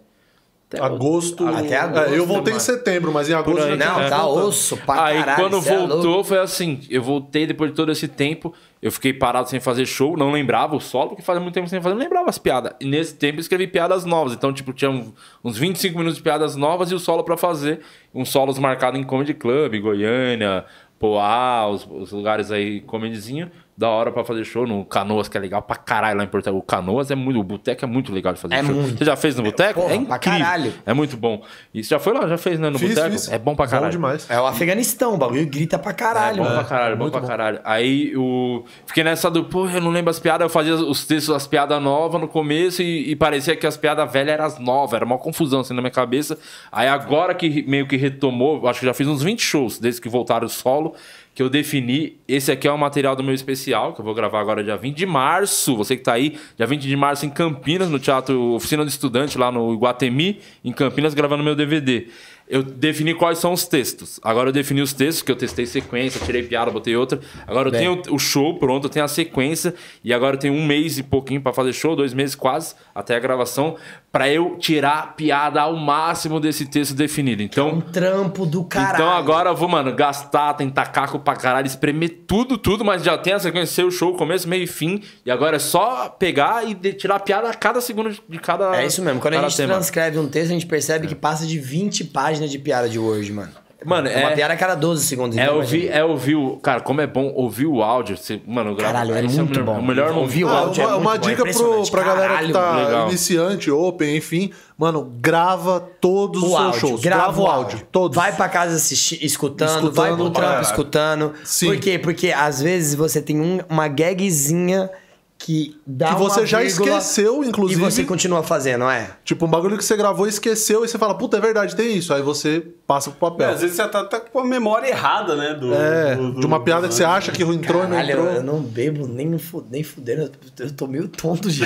D: Agosto.
C: Até agosto,
D: eu voltei em
C: mano.
D: setembro, mas em agosto
A: Por aí.
D: já
C: Não,
D: tinha
C: tá
D: voltado.
C: osso pra
A: Aí
C: caralho.
A: quando
C: cê é
A: voltou
C: louco.
A: foi assim, eu voltei depois de todo esse tempo, eu fiquei parado sem fazer show, não lembrava o solo, porque fazia muito tempo sem fazer, não lembrava as piadas. E nesse tempo eu escrevi piadas novas, então tipo, tinha uns 25 minutos de piadas novas e o solo pra fazer, uns solos marcados em Comedy Club, Goiânia, Poá, os lugares aí, comedyzinho, da hora pra fazer show no Canoas, que é legal pra caralho lá em Porto Alegre. O Canoas o boteco é muito legal de fazer
C: É
A: show.
C: muito.
A: Você já fez no boteco?
C: Porra,
A: É incrível.
C: pra caralho.
A: É muito bom. E você já foi lá? Já fez, né, no boteco?
D: Fiz.
A: É bom pra caralho.
D: Bom demais.
C: É o Afeganistão, o bagulho grita pra caralho,
A: É bom
C: mano.
A: pra caralho, bom pra caralho. Aí fiquei nessa do, pô, eu não lembro as piadas, eu fazia os textos, as piadas novas no começo e parecia que as piadas velhas eram as novas, era uma confusão assim na minha cabeça. Aí agora que meio que retomou, acho que já fiz uns 20 shows desde que voltaram o solo, que eu defini, esse aqui é o material do meu especial, que eu vou gravar agora dia 20 de março, você que tá aí, dia 20 de março em Campinas, no Teatro Oficina do Estudante, lá no Iguatemi, em Campinas, gravando meu DVD. Eu defini quais são os textos. Agora eu defini os textos, que eu testei sequência, tirei piada, botei outra. Agora eu tenho o show pronto, eu tenho a sequência. E agora eu tenho 1 mês e pouquinho pra fazer show, 2 meses quase, até a gravação, pra eu tirar piada ao máximo desse texto definido. Então,
C: Um trampo do caralho.
A: então agora eu vou, mano, gastar, tentar caco pra caralho, espremer tudo, mas já tem a sequência, o show, começo, meio e fim. E agora é só pegar e tirar a piada a cada segundo de cada.
C: É isso mesmo. Quando a
A: cada
C: gente
A: tema.
C: transcreve um texto, a gente percebe que passa de 20 páginas de piada de Word, mano.
A: Mano,
C: Uma piada a cada 12 segundos. então,
A: ouvir o. Cara, como é bom ouvir o áudio. Mano, eu gravo.
C: Caralho, é
A: esse
C: muito
A: o
C: bom.
A: melhor momento.
C: Ouvir o áudio é muito
D: uma
C: bom,
D: dica
C: impressionante.
D: pra galera que tá
C: Caralho,
A: legal.
D: iniciante, open, enfim. Mano, grava todos os
C: o
D: seus
C: áudio,
D: shows.
C: grava o áudio.
D: Todos.
C: Vai pra casa escutando, vai pro trampo escutando.
D: Sim.
C: Por quê? Porque às vezes você tem uma gagzinha que dá
D: Que você
C: uma
D: já
C: vírgula
D: esqueceu, inclusive.
C: E você continua fazendo, não é?
D: Tipo, um bagulho que você gravou e esqueceu e você fala, puta, é verdade, tem isso. Aí você passa pro papel.
B: Às vezes você tá com a memória errada, né?
D: De uma piada que você acha que entrou e não
C: Caralho,
D: entrou.
C: eu não bebo nem fudendo. Eu tô meio tonto já.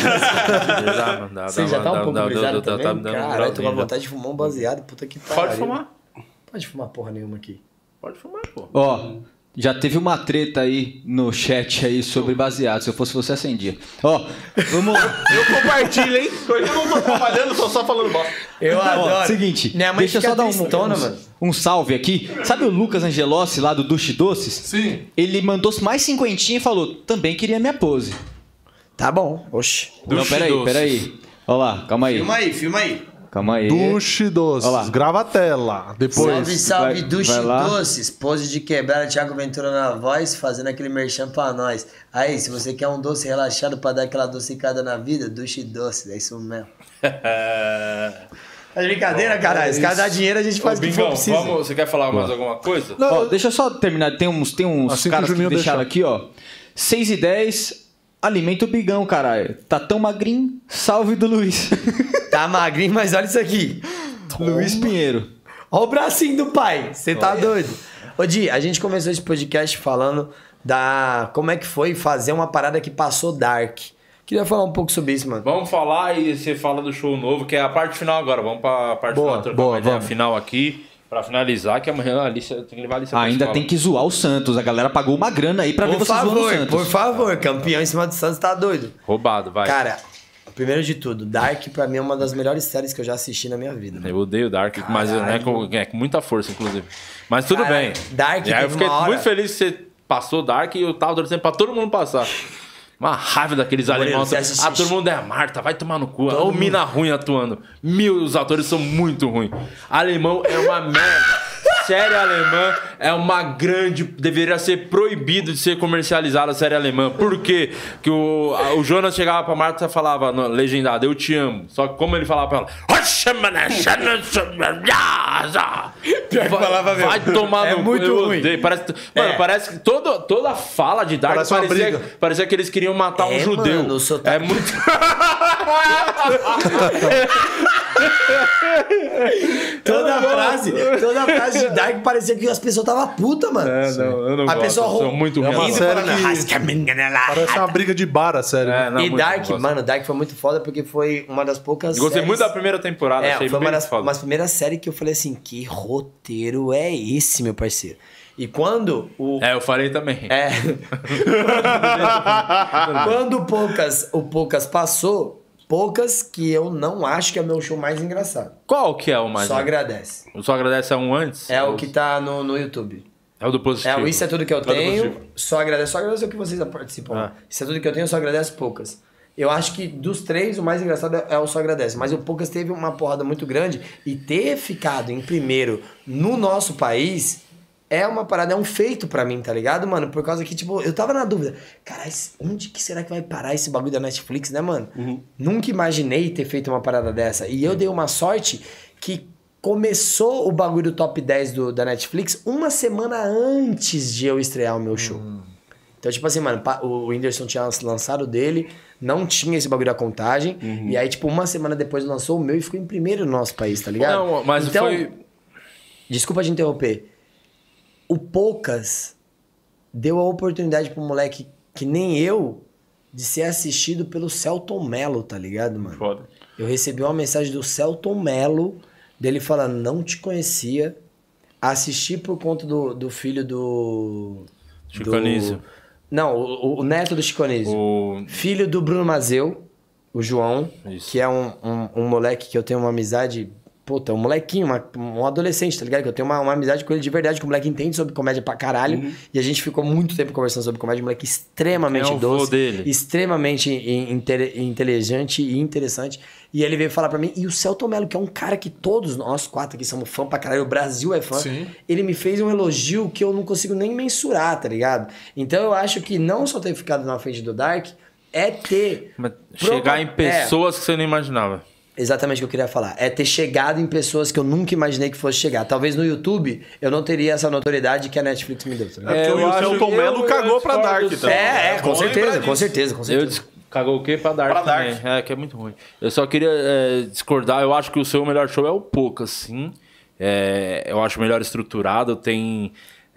C: Você já tá um pouco brisado também? Caralho, tô com vontade de fumar um baseado. Puta que pariu.
A: Pode fumar.
C: Pode fumar porra nenhuma aqui.
A: Pode fumar, pô.
E: Ó, já teve uma treta aí no chat aí sobre baseado. Se eu fosse você, acendia. Ó, vamos lá.
B: Eu compartilho, hein? Eu não tô trabalhando, tô só falando bosta.
C: Eu adoro.
E: Seguinte,
C: Minha mãe
E: deixa eu
C: fica
E: só dar
C: tristona, mano.
E: um salve aqui. Sabe o Lucas Angelossi lá do Duche Doces?
D: Sim.
E: Ele mandou mais 50 e falou, também queria minha pose.
C: Tá bom, oxe.
E: Não,
A: Duche
E: peraí,
A: Doces.
E: peraí. Ó lá, calma aí.
C: Filma aí.
E: Calma aí.
D: Duche Doces.
E: Olha lá.
D: Grava a tela. Depois.
C: Salve, salve,
E: vai
C: Duche
E: lá.
C: Doces. Pose de quebrada, Thiago Ventura na voz, fazendo aquele merchan pra nós. Aí, se você quer um doce relaxado pra dar aquela docicada na vida, Duche Doces, é isso mesmo. É brincadeira, caralho. Se cara dá dinheiro, a gente faz o que for
A: Bingão,
C: preciso.
A: você quer falar mais alguma coisa?
E: Ó, deixa eu só terminar. Tem uns
D: Assim que
E: caras
D: o
E: que
D: Juninho
E: deixaram
D: deixar.
E: aqui, ó. 6:10. Alimenta o bigão, caralho. Tá tão magrinho. Salve do Luiz.
C: Tá magrinho, mas olha isso aqui.
E: Luiz Pinheiro.
C: Olha o bracinho do pai. Você tá doido? Ô, Di, a gente começou esse podcast falando da como é que foi fazer uma parada que passou dark. Queria falar um pouco sobre isso, mano.
A: Vamos falar e você fala do show novo, que é a parte final agora. Vamos pra parte
D: Boa,
A: final, trocar
D: boa,
A: uma ideia
D: vamos.
A: final aqui. Pra finalizar, que amanhã a lista tem que levar a lista pra
E: Ainda
A: escola.
E: tem que zoar o Santos. A galera pagou uma grana aí pra ver vocês zoando o Santos.
C: Por favor, campeão em cima do Santos tá doido.
A: Roubado, vai.
C: Cara, primeiro de tudo, Dark pra mim é uma das melhores séries que eu já assisti na minha vida.
A: Eu odeio Dark, mas né, com muita força, inclusive. Mas tudo bem.
C: Dark
A: e aí eu
C: teve
A: fiquei
C: uma hora-
A: muito feliz que você passou Dark e eu tava torcendo pra todo mundo passar. Uma raiva daqueles
C: Murilo,
A: alemães.
C: você assistiu?
A: Todo mundo é a Marta, vai tomar no cu. Ou mina ruim atuando. Os atores são muito ruins. Alemão é uma merda. Série alemã é uma grande... Deveria ser proibido de ser comercializada a série alemã. Por quê? Porque o Jonas chegava pra Marta e falava, legendado, eu te amo. Só que como ele falava pra ela... Vai tomar no cu.
C: muito
A: Eu
C: ruim.
A: odeio. Parece que toda a fala de Dark
D: Parece uma briga.
A: parecia que eles queriam matar um judeu.
C: Mano, o sotaque-
A: É muito...
C: Toda frase de Dark parecia que as pessoas estavam putas, mano.
A: eu não
C: A
A: gosto.
C: pessoa
A: São muito
D: É uma
A: ruins.
D: série parece uma briga de bar, a série.
C: E Dark, mano, Dark foi muito foda porque foi uma das poucas
A: Gostei
C: séries...
A: muito da primeira temporada, achei
C: foi
A: bem
C: uma das
A: foda.
C: primeiras séries que eu falei assim, que roteiro é esse, meu parceiro? E quando o...
A: Eu falei também.
C: Quando o Poucas passou, Poucas que eu não acho que é o meu show mais engraçado.
A: Qual que é o mais...
C: Só agradece.
A: O Só Agradece é um antes?
C: É o que tá no YouTube.
A: É o do positivo.
C: É o Isso é Tudo Que Eu
A: do
C: Tenho,
A: positivo.
C: Só agradece o que vocês participam. Isso é Tudo Que Eu Tenho, Só Agradece Poucas. Eu acho que dos três, o mais engraçado é o Só Agradece. Mas o Poucas teve uma porrada muito grande e ter ficado em primeiro no nosso país é uma parada, é um feito pra mim, tá ligado, mano? Por causa que, tipo, eu tava na dúvida. Caralho, onde que será que vai parar esse bagulho da Netflix, né, mano? Nunca imaginei ter feito uma parada dessa. E eu dei uma sorte que começou o bagulho do top 10 da Netflix uma semana antes de eu estrear o meu show. Então, tipo assim, mano, o Whindersson tinha lançado dele, não tinha esse bagulho da contagem. E aí, tipo, uma semana depois lançou o meu e ficou em primeiro no nosso país, tá ligado?
A: Não, mas
C: então,
A: foi...
C: Desculpa te interromper. O Poucas deu a oportunidade pro moleque que nem eu de ser assistido pelo Celton Mello, tá ligado, mano?
A: Foda.
C: Eu recebi uma mensagem do Celton Mello, dele falando, não te conhecia, assisti por conta do filho do...
A: Chico Anísio.
C: Não, o neto do Chico Anísio. Filho do Bruno Mazeu, o João,
A: Isso.
C: que é um moleque que eu tenho uma amizade... Puta, um molequinho, um adolescente, tá ligado? Que eu tenho uma amizade com ele de verdade, que o moleque entende sobre comédia pra caralho. E a gente ficou muito tempo conversando sobre comédia. Um moleque extremamente doce,
A: dele.
C: extremamente inteligente e interessante. E ele veio falar pra mim, e o Celton Mello, que é um cara que todos nós quatro aqui somos fã pra caralho, o Brasil é fã.
D: Sim.
C: Ele me fez um elogio que eu não consigo nem mensurar, tá ligado? Então eu acho que não só ter ficado na frente do Dark, é ter...
A: Mas chegar em pessoas que você não imaginava.
C: Exatamente o que eu queria falar. É ter chegado em pessoas que eu nunca imaginei que fosse chegar. Talvez no YouTube eu não teria essa notoriedade que a Netflix me deu. Tá ligado?
B: É porque o Celton Mello cagou pra Dark também.
C: Com certeza.
A: Cagou o quê? Pra Dark
B: Pra
A: também.
B: Dark.
A: É, que é muito ruim. Eu só queria discordar. Eu acho que o seu melhor show é o Poucas, sim. Eu acho melhor estruturado. Tem...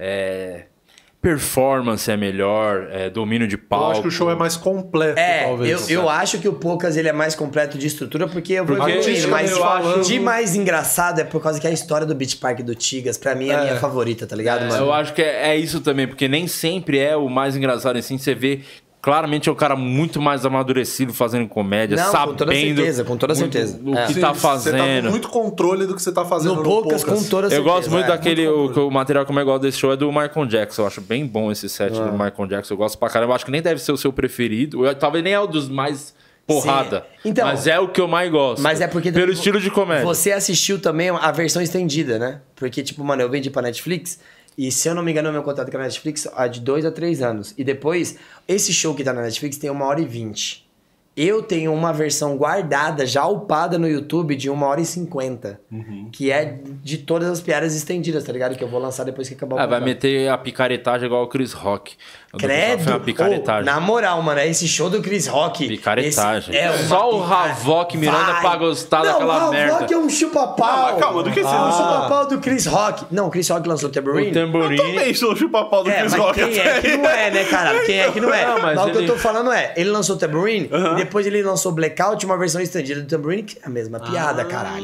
A: performance é melhor, domínio de palco.
D: Eu acho que o show é mais completo, talvez.
C: Eu acho que o Poucas ele é mais completo de estrutura, porque eu vou
A: Porque
C: evoluindo, mas
A: eu acho-
C: de mais engraçado é por causa que a história do Beach Park do Tigas, pra mim, é a minha favorita, tá ligado, mano?
A: Eu acho que é isso também, porque nem sempre é o mais engraçado assim. Você vê, claramente é um cara muito mais amadurecido fazendo comédia,
C: Não,
A: sabendo
C: com toda certeza.
A: o que
D: Sim,
A: tá
D: Você tá
A: fazendo.
D: com muito controle do que você tá fazendo
C: No Poucas, com toda certeza.
A: Eu gosto muito daquele.
D: muito
A: O material que eu mais gosto desse show é do Michael Jackson. Eu acho bem bom esse set do Michael Jackson. Eu gosto pra caramba. Eu acho que nem deve ser o seu preferido. Talvez nem é o dos mais porrada.
C: Sim. Então,
A: mas é o que eu mais gosto.
C: Mas é porque...
A: Pelo estilo de comédia.
C: Você assistiu também a versão estendida, né? Porque, tipo, mano, eu vendi pra Netflix... E se eu não me engano, o meu contrato com a Netflix é de 2 a 3 anos. E depois, esse show que tá na Netflix tem 1h20. Eu tenho uma versão guardada, já upada no YouTube, de 1h50. Que é de todas as piadas estendidas, tá ligado? Que eu vou lançar depois que acabar o
A: Vai
C: contrato.
A: meter a picaretagem igual o Chris Rock.
C: Credo!
A: Foi uma picaretagem.
C: Na moral, mano, esse show do Chris Rock...
A: Picaretagem.
C: uma
A: Só o Havok Miranda pra gostar daquela merda.
C: O Havok é um chupa-pau.
B: Calma, do que você
C: Um chupa-pau do Chris Rock. Não, o Chris Rock lançou o Tambourine.
A: O Tambourine.
B: Também sou chupa-pau do Chris
C: Mas
B: Rock.
C: quem é que não é, né, caralho? Quem é que não é?
A: Não, mas
C: mas o que eu
A: ele-
C: tô falando é, ele lançou o Tambourine, e depois ele lançou Blackout, uma versão estendida do Tambourine, que é a mesma piada, caralho.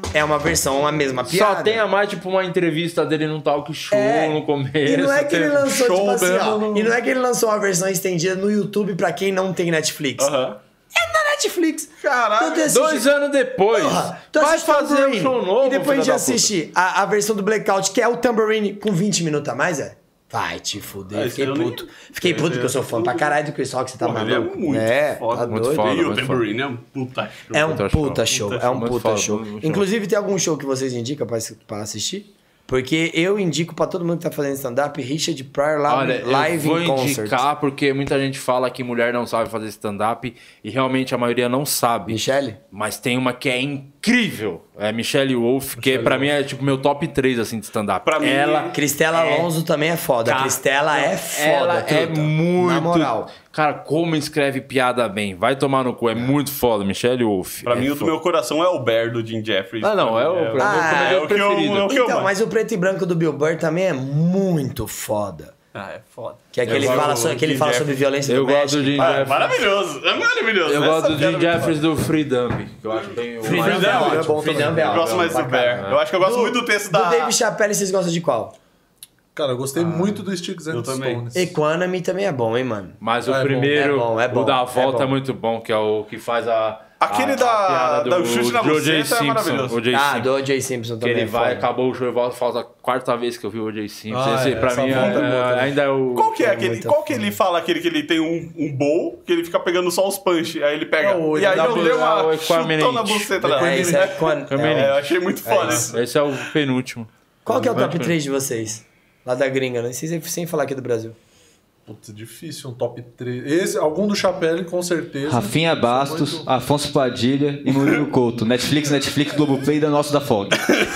C: é uma versão, a mesma piada.
A: Só tem a mais, tipo, uma entrevista dele num talk show no começo.
C: E não é que ele lançou,
D: show
C: tipo assim,
D: mesmo,
C: e não é que ele lançou uma versão estendida no YouTube pra quem não tem Netflix. É na Netflix.
B: Caralho,
C: Então, tu
A: 2 anos depois,
C: tu
A: vai
C: assiste
A: fazer um
C: Tambourine,
A: show novo,
C: e depois
A: filho
C: de
A: da
C: assistir a versão do Blackout, que é o Tambourine com 20 minutos a mais, Vai te fuder, fiquei puto. Fiquei puto porque eu sou fã pra caralho do Chris Rock, você tá maluco.
B: Ele é muito foda,
C: tá
B: muito
C: doido.
B: foda. E o Tambourine é um puta show.
C: É um puta show, é um
A: Muito
C: puta
A: foda,
C: show.
A: muito show.
C: Inclusive, tem algum show que vocês indicam pra assistir? Porque eu indico pra todo mundo que tá fazendo stand-up Richard Pryor
A: Olha,
C: Live
A: eu vou
C: in Concert.
A: indicar porque muita gente fala que mulher não sabe fazer stand-up e realmente a maioria não sabe.
C: Michele?
A: Mas tem uma que é incrível. É Michelle Wolf, que pra mim é tipo meu top 3 assim de stand-up.
B: Pra mim,
C: Cristela Alonso também é foda.
A: Cara,
C: Cristela é foda,
A: ela é
C: truta.
A: muito...
C: Na moral.
A: Cara, como escreve piada bem. Vai tomar no cu. É muito foda, Michelle Wolf.
B: Pra mim, o do meu coração é o Bear do Jim Jeffries.
A: Ah, não. É o meu comediante
B: o que eu-
A: preferido.
B: o que eu-
C: Então, mas o preto e branco do Bill Burr também é muito foda.
B: É foda.
C: Que é que ele fala, sobre violência
A: Eu gosto
C: doméstica.
A: do Jim
B: É
A: Jeffries.
B: maravilhoso, é maravilhoso.
A: Eu
B: Essa
A: gosto do
B: piada
A: Jim
B: é muito
A: Jeffries do Free Dump. Que eu acho bem...
C: Free Dump é ótimo.
D: bom
C: Free
D: também.
C: Dump é
B: foda. Eu gosto mais do Bear. Eu acho que eu gosto muito do texto
C: Do
B: da...
C: Dave Chappelle, vocês gostam de qual?
D: Cara, eu gostei muito do Sticks and
B: eu também.
D: Stones.
C: Equanimity também é bom, hein, mano?
A: Mas o
D: É bom,
A: primeiro,
C: é bom,
A: o da
C: é
A: volta é,
C: bom.
A: muito bom, que é o que faz a...
B: Aquele
A: a
B: da
A: piada
B: do chute na
A: O.J.
B: buceta é maravilhoso.
A: O.J. Simpson.
C: Do O.J. Simpson
A: Que
C: também
A: ele
C: é
A: vai,
C: foda.
A: acabou o show e volta, falta a quarta vez que eu vi o O.J. Simpson.
D: Ah,
A: Esse,
D: é,
A: pra
D: essa
A: mim,
D: volta é boa também.
A: ainda é o...
B: Qual que é aquele?
C: muito
B: Qual que ele fala aquele que ele tem um bowl, que ele fica pegando só os punch, aí ele pega.
D: o
B: e aí eu dei
A: o
B: uma
A: Equanimity.
B: chutão na buceta dela.
C: É, isso é
B: Eu achei muito foda.
A: Esse é o penúltimo.
C: Qual que é o top 3 de vocês? Lá da gringa, né? Sem falar aqui do Brasil.
D: Putz, difícil, um top 3. Algum do Chapelle, com certeza.
E: Rafinha Bastos,
D: Muito-
E: Afonso Padilha e Murilo Couto. Netflix, Globoplay da Nosso da Fog.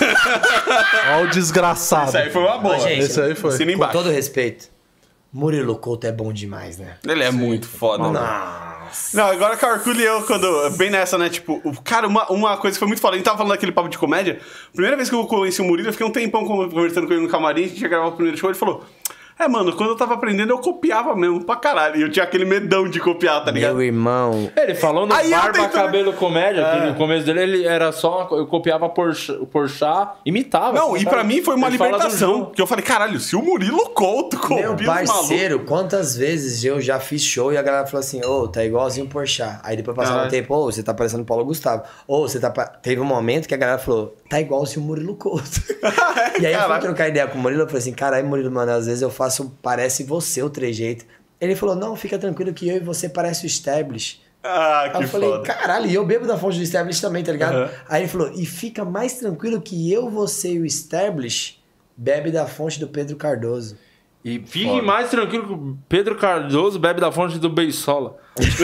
D: Olha o desgraçado.
B: Esse aí foi uma boa.
C: Gente,
D: Esse aí foi.
B: Assina
C: Com
B: embaixo.
C: todo respeito, Murilo Couto é bom demais, né?
B: Ele é muito foda.
C: Nossa.
B: Não, agora que o Arthur e eu, quando. Bem nessa, né? Tipo, cara, uma coisa que foi muito foda. A gente tava falando daquele papo de comédia. Primeira vez que eu conheci o Murilo, eu fiquei um tempão conversando com ele no camarim. A gente ia gravar o primeiro show. Ele falou: mano, quando eu tava aprendendo, eu copiava mesmo pra caralho. E eu tinha aquele medão de copiar, tá ligado?
C: Meu irmão.
A: Ele falou no
B: Aí eu
A: Barba,
B: tento-
A: Cabelo, Comédia, que no começo dele ele era só... Eu copiava o Porchat, imitava.
B: Não, e pra mim foi uma
A: Ele fala do
B: libertação.
A: jogo.
B: Porque eu falei, caralho, se o Murilo Couto copia
C: Meu
B: os malucos...
C: parceiro, quantas vezes eu já fiz show e a galera falou assim, tá igualzinho o Porchat. Aí depois passava um tempo, você tá parecendo o Paulo Gustavo. Você tá... Teve um momento que a galera falou, tá igualzinho o Murilo Couto. E aí eu fui trocar ideia com o Murilo, eu falei assim, caralho, Murilo, mano, às vezes eu faço, parece você o trejeito. Ele falou, não, fica tranquilo que eu e você parece o Stablish.
B: Ah,
C: Aí
B: que
C: eu falei,
B: foda.
C: caralho, e eu bebo da fonte do Stablish também, tá ligado? Aí ele falou, e fica mais tranquilo que eu, você e o Stablish bebe da fonte do Pedro Cardoso.
A: E fique mais tranquilo que o Pedro Cardoso bebe da fonte do Beisola.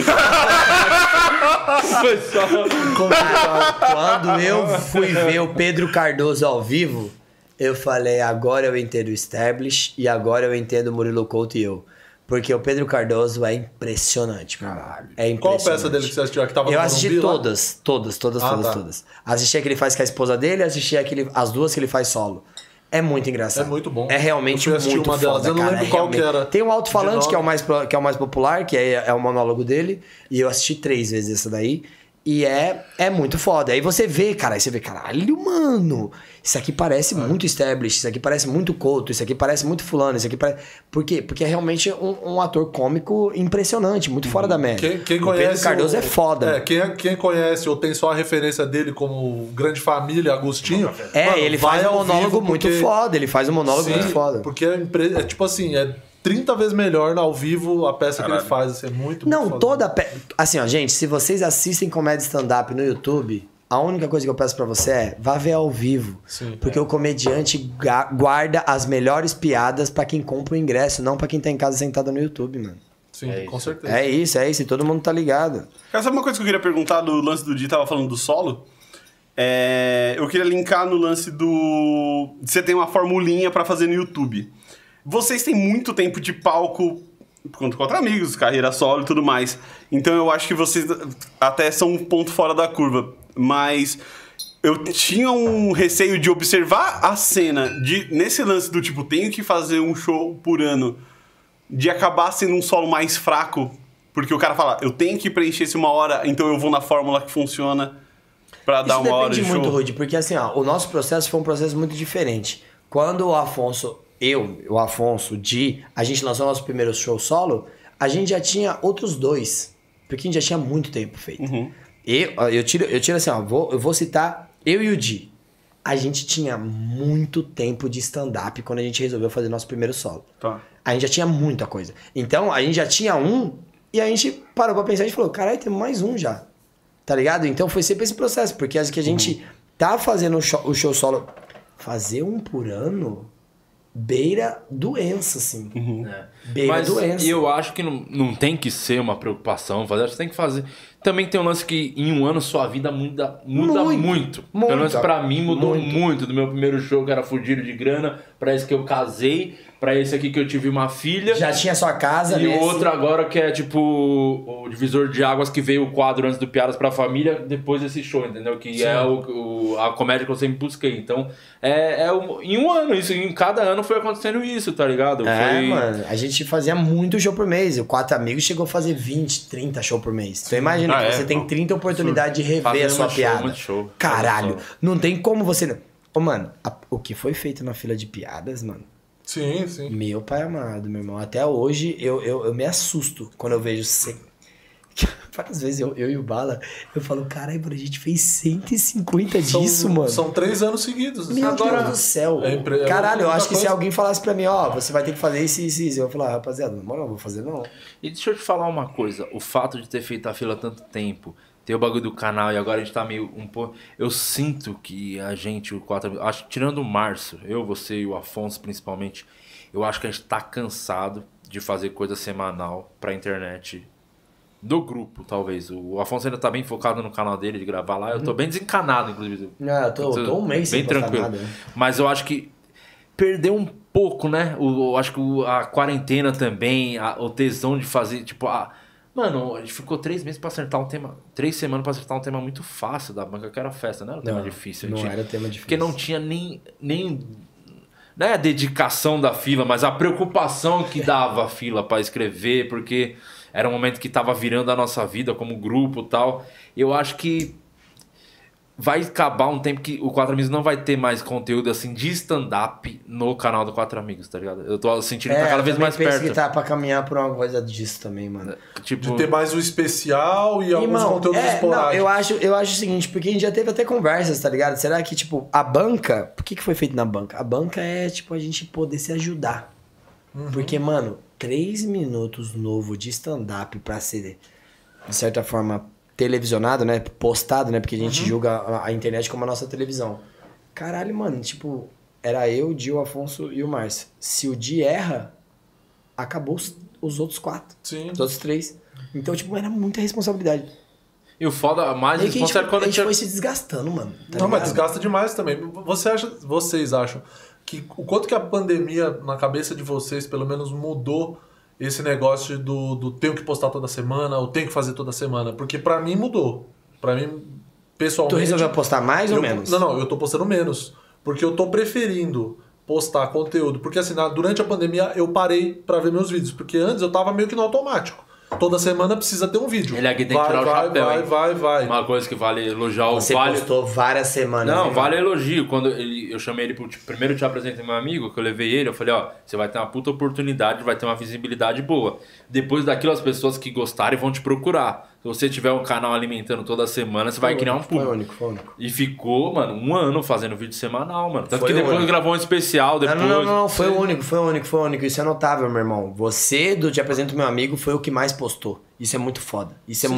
C: Quando eu fui ver o Pedro Cardoso ao vivo, eu falei, agora eu entendo o Stablish e agora eu entendo o Murilo Couto e eu. Porque o Pedro Cardoso é impressionante, meu irmão. É impressionante.
D: Qual peça dele que você assistiu? Que tava
C: Eu
D: no
C: assisti
D: Morumbi lá?
C: todas.
D: Tá.
C: Assisti a que ele faz com a esposa dele, assisti as duas que ele faz solo. É muito engraçado.
D: É muito bom.
C: É realmente
D: Eu fui assistir
C: muito
D: uma delas,
C: foda,
D: eu não
C: cara.
D: lembro
C: É
D: qual que
C: realmente-
D: era.
C: Tem um alto-falante,
D: De
C: que é o mais popular, que é o monólogo dele. E eu assisti 3 vezes essa daí. E é muito foda. Aí você vê, cara, aí você vê, caralho, mano. Isso aqui parece muito Stablish, isso aqui parece muito Couto, isso aqui parece muito fulano, isso aqui parece... Por quê? Porque é realmente um ator cômico impressionante, muito fora da média.
D: Quem
C: o
D: conhece
C: Pedro Cardoso é foda.
D: Quem conhece ou tem só a referência dele como Grande Família, Agostinho. Mano,
C: Ele
D: vai
C: faz um
D: ao
C: monólogo
D: vivo
C: muito
D: porque-
C: foda. Ele faz um monólogo
D: Sim,
C: muito foda.
D: Porque é tipo assim, é 30 vezes melhor ao vivo a peça que ele faz. Assim, é muito
C: Não,
D: foda.
C: Assim, ó, gente, se vocês assistem comédia stand-up no YouTube, a única coisa que eu peço pra você é vá ver ao vivo.
D: Sim.
C: Porque o comediante guarda as melhores piadas pra quem compra o ingresso, não pra quem tá em casa sentado no YouTube, mano.
D: Sim, com certeza.
C: É isso, e todo mundo tá ligado.
B: Cara, sabe uma coisa que eu queria perguntar do lance do Di, tava falando do solo? Eu queria linkar no lance do... Você tem uma formulinha pra fazer no YouTube. Vocês têm muito tempo de palco contra amigos, carreira solo e tudo mais. Então eu acho que vocês até são um ponto fora da curva. Mas eu tinha um receio de observar a cena nesse lance do tipo, tenho que fazer um show por ano, de acabar sendo um solo mais fraco. Porque o cara fala, eu tenho que preencher isso 1 hora, então eu vou na fórmula que funciona. Pra dar uma hora de show.
C: Depende muito, Rudy, porque assim, ó, o nosso processo foi um processo muito diferente. Quando o Afonso, o Afonso, o Di, a gente lançou nosso primeiro show solo, a gente já tinha outros 2, porque a gente já tinha muito tempo feito. Eu tiro assim, ó, eu vou citar eu e o Di. A gente tinha muito tempo de stand-up quando a gente resolveu fazer nosso primeiro solo.
B: Tá.
C: A gente já tinha muita coisa. Então, a gente já tinha um, e a gente parou pra pensar e falou, caralho, temos mais um já. Tá ligado? Então foi sempre esse processo, porque acho que a gente tá fazendo o show solo. Fazer um por ano beira doença, assim. Beira doença.
A: E eu acho que não tem que ser uma preocupação fazer, você tem que fazer. Também tem um lance que em um ano sua vida muda muito. Pelo menos pra mim mudou muito. Do meu primeiro show que era fudido de grana, pra esse que eu casei, pra esse aqui que eu tive uma filha.
C: Já tinha sua casa,
A: e o outro agora que é tipo o divisor de águas, que veio o quadro antes do Piadas pra Família, depois desse show, entendeu? Que é a comédia que eu sempre busquei. Então, em um ano, isso, em cada ano foi acontecendo isso, tá ligado?
C: Mano, a gente fazia muito show por mês. O 4 Amigos chegou a fazer 20, 30 show por mês. Então imagina que você tem 30 oportunidades de rever a sua piada.
A: Show.
C: Caralho, não tem como você... Ô, mano, o que foi feito na fila de piadas, mano?
D: Sim, sim.
C: Meu pai amado, meu irmão. Até hoje eu me assusto quando eu vejo... Várias vezes eu e o Bala, eu falo, caralho, a gente fez 150 disso, mano.
D: São 3 anos seguidos.
C: Meu Deus do céu. Caralho, eu acho que se alguém falasse pra mim, você vai ter que fazer isso, eu vou falar, rapaziada, não vou fazer não.
A: E deixa eu te falar uma coisa, o fato de ter feito a fila há tanto tempo, ter o bagulho do canal e agora a gente tá meio um pouco... Eu sinto que a gente, o 4... Acho que tirando o Márcio, eu, você e o Afonso principalmente, eu acho que a gente tá cansado de fazer coisa semanal pra internet... Do grupo, talvez. O Afonso ainda tá bem focado no canal dele, de gravar lá. Eu tô bem desencanado, inclusive.
C: Eu tô um mês
A: bem
C: sem
A: tranquilo.
C: Nada, né?
A: Mas eu acho que perdeu um pouco, né? Eu acho que a quarentena também, o tesão de fazer, tipo... Mano, a gente ficou 3 meses pra acertar um tema... 3 semanas pra acertar um tema muito fácil da banca, que era festa, não era um tema difícil.
C: Não era tema difícil.
A: Porque não tinha nem não é a dedicação da fila, mas a preocupação que dava a fila pra escrever, porque... Era um momento que estava virando a nossa vida como grupo e tal. Eu acho que vai acabar um tempo que o 4 Amigos não vai ter mais conteúdo assim de stand-up no canal do 4 Amigos, tá ligado? Eu tô sentindo que tá cada vez mais perto.
C: Eu penso que tá pra caminhar por uma coisa disso também, mano.
A: Tipo...
D: De ter mais o especial e alguns conteúdos esporádicos.
C: Não, eu acho o seguinte, porque a gente já teve até conversas, tá ligado? Será que, tipo, a banca... Por que foi feito na banca? A banca é, tipo, a gente poder se ajudar. Porque, mano... 3 minutos novo de stand-up pra ser, de certa forma, televisionado, né? Postado, né? Porque a gente julga a internet como a nossa televisão. Caralho, mano, tipo, era eu, o Di, o Afonso e o Márcio. Se o Di erra, acabou os outros 4.
D: Sim.
C: Os outros 3. Então, tipo, era muita responsabilidade.
A: E o foda, mais responsável é quando
C: a gente foi se desgastando, mano.
D: Tá ligado? Mas desgasta demais também. Vocês acham que o quanto que a pandemia, na cabeça de vocês, pelo menos mudou esse negócio do tenho que postar toda semana, ou tenho que fazer toda semana? Porque pra mim mudou. Pra mim, pessoalmente...
C: Tu resolveu postar mais ou menos?
D: Não, eu tô postando menos. Porque eu tô preferindo postar conteúdo. Porque assim, durante a pandemia eu parei pra ver meus vídeos. Porque antes eu tava meio que no automático. Toda semana precisa ter um vídeo.
A: Ele aqui tem que tirar o chapéu.
D: Vai.
A: Uma coisa que vale elogiar o
C: Você postou várias semanas.
A: Não, vale elogio. Quando eu chamei ele pro... Primeiro eu te apresentei meu amigo, que eu levei ele, eu falei, você vai ter uma puta oportunidade, vai ter uma visibilidade boa. Depois daquilo, as pessoas que gostarem vão te procurar. Se você tiver um canal alimentando toda semana, você vai criar um público.
C: Foi único.
A: E ficou, mano, 1 ano fazendo vídeo semanal, mano. Tanto que depois gravou um especial, depois...
C: Não, foi único. Isso é notável, meu irmão. Você, do Te Apresento Meu Amigo, foi o que mais postou. Isso é muito foda.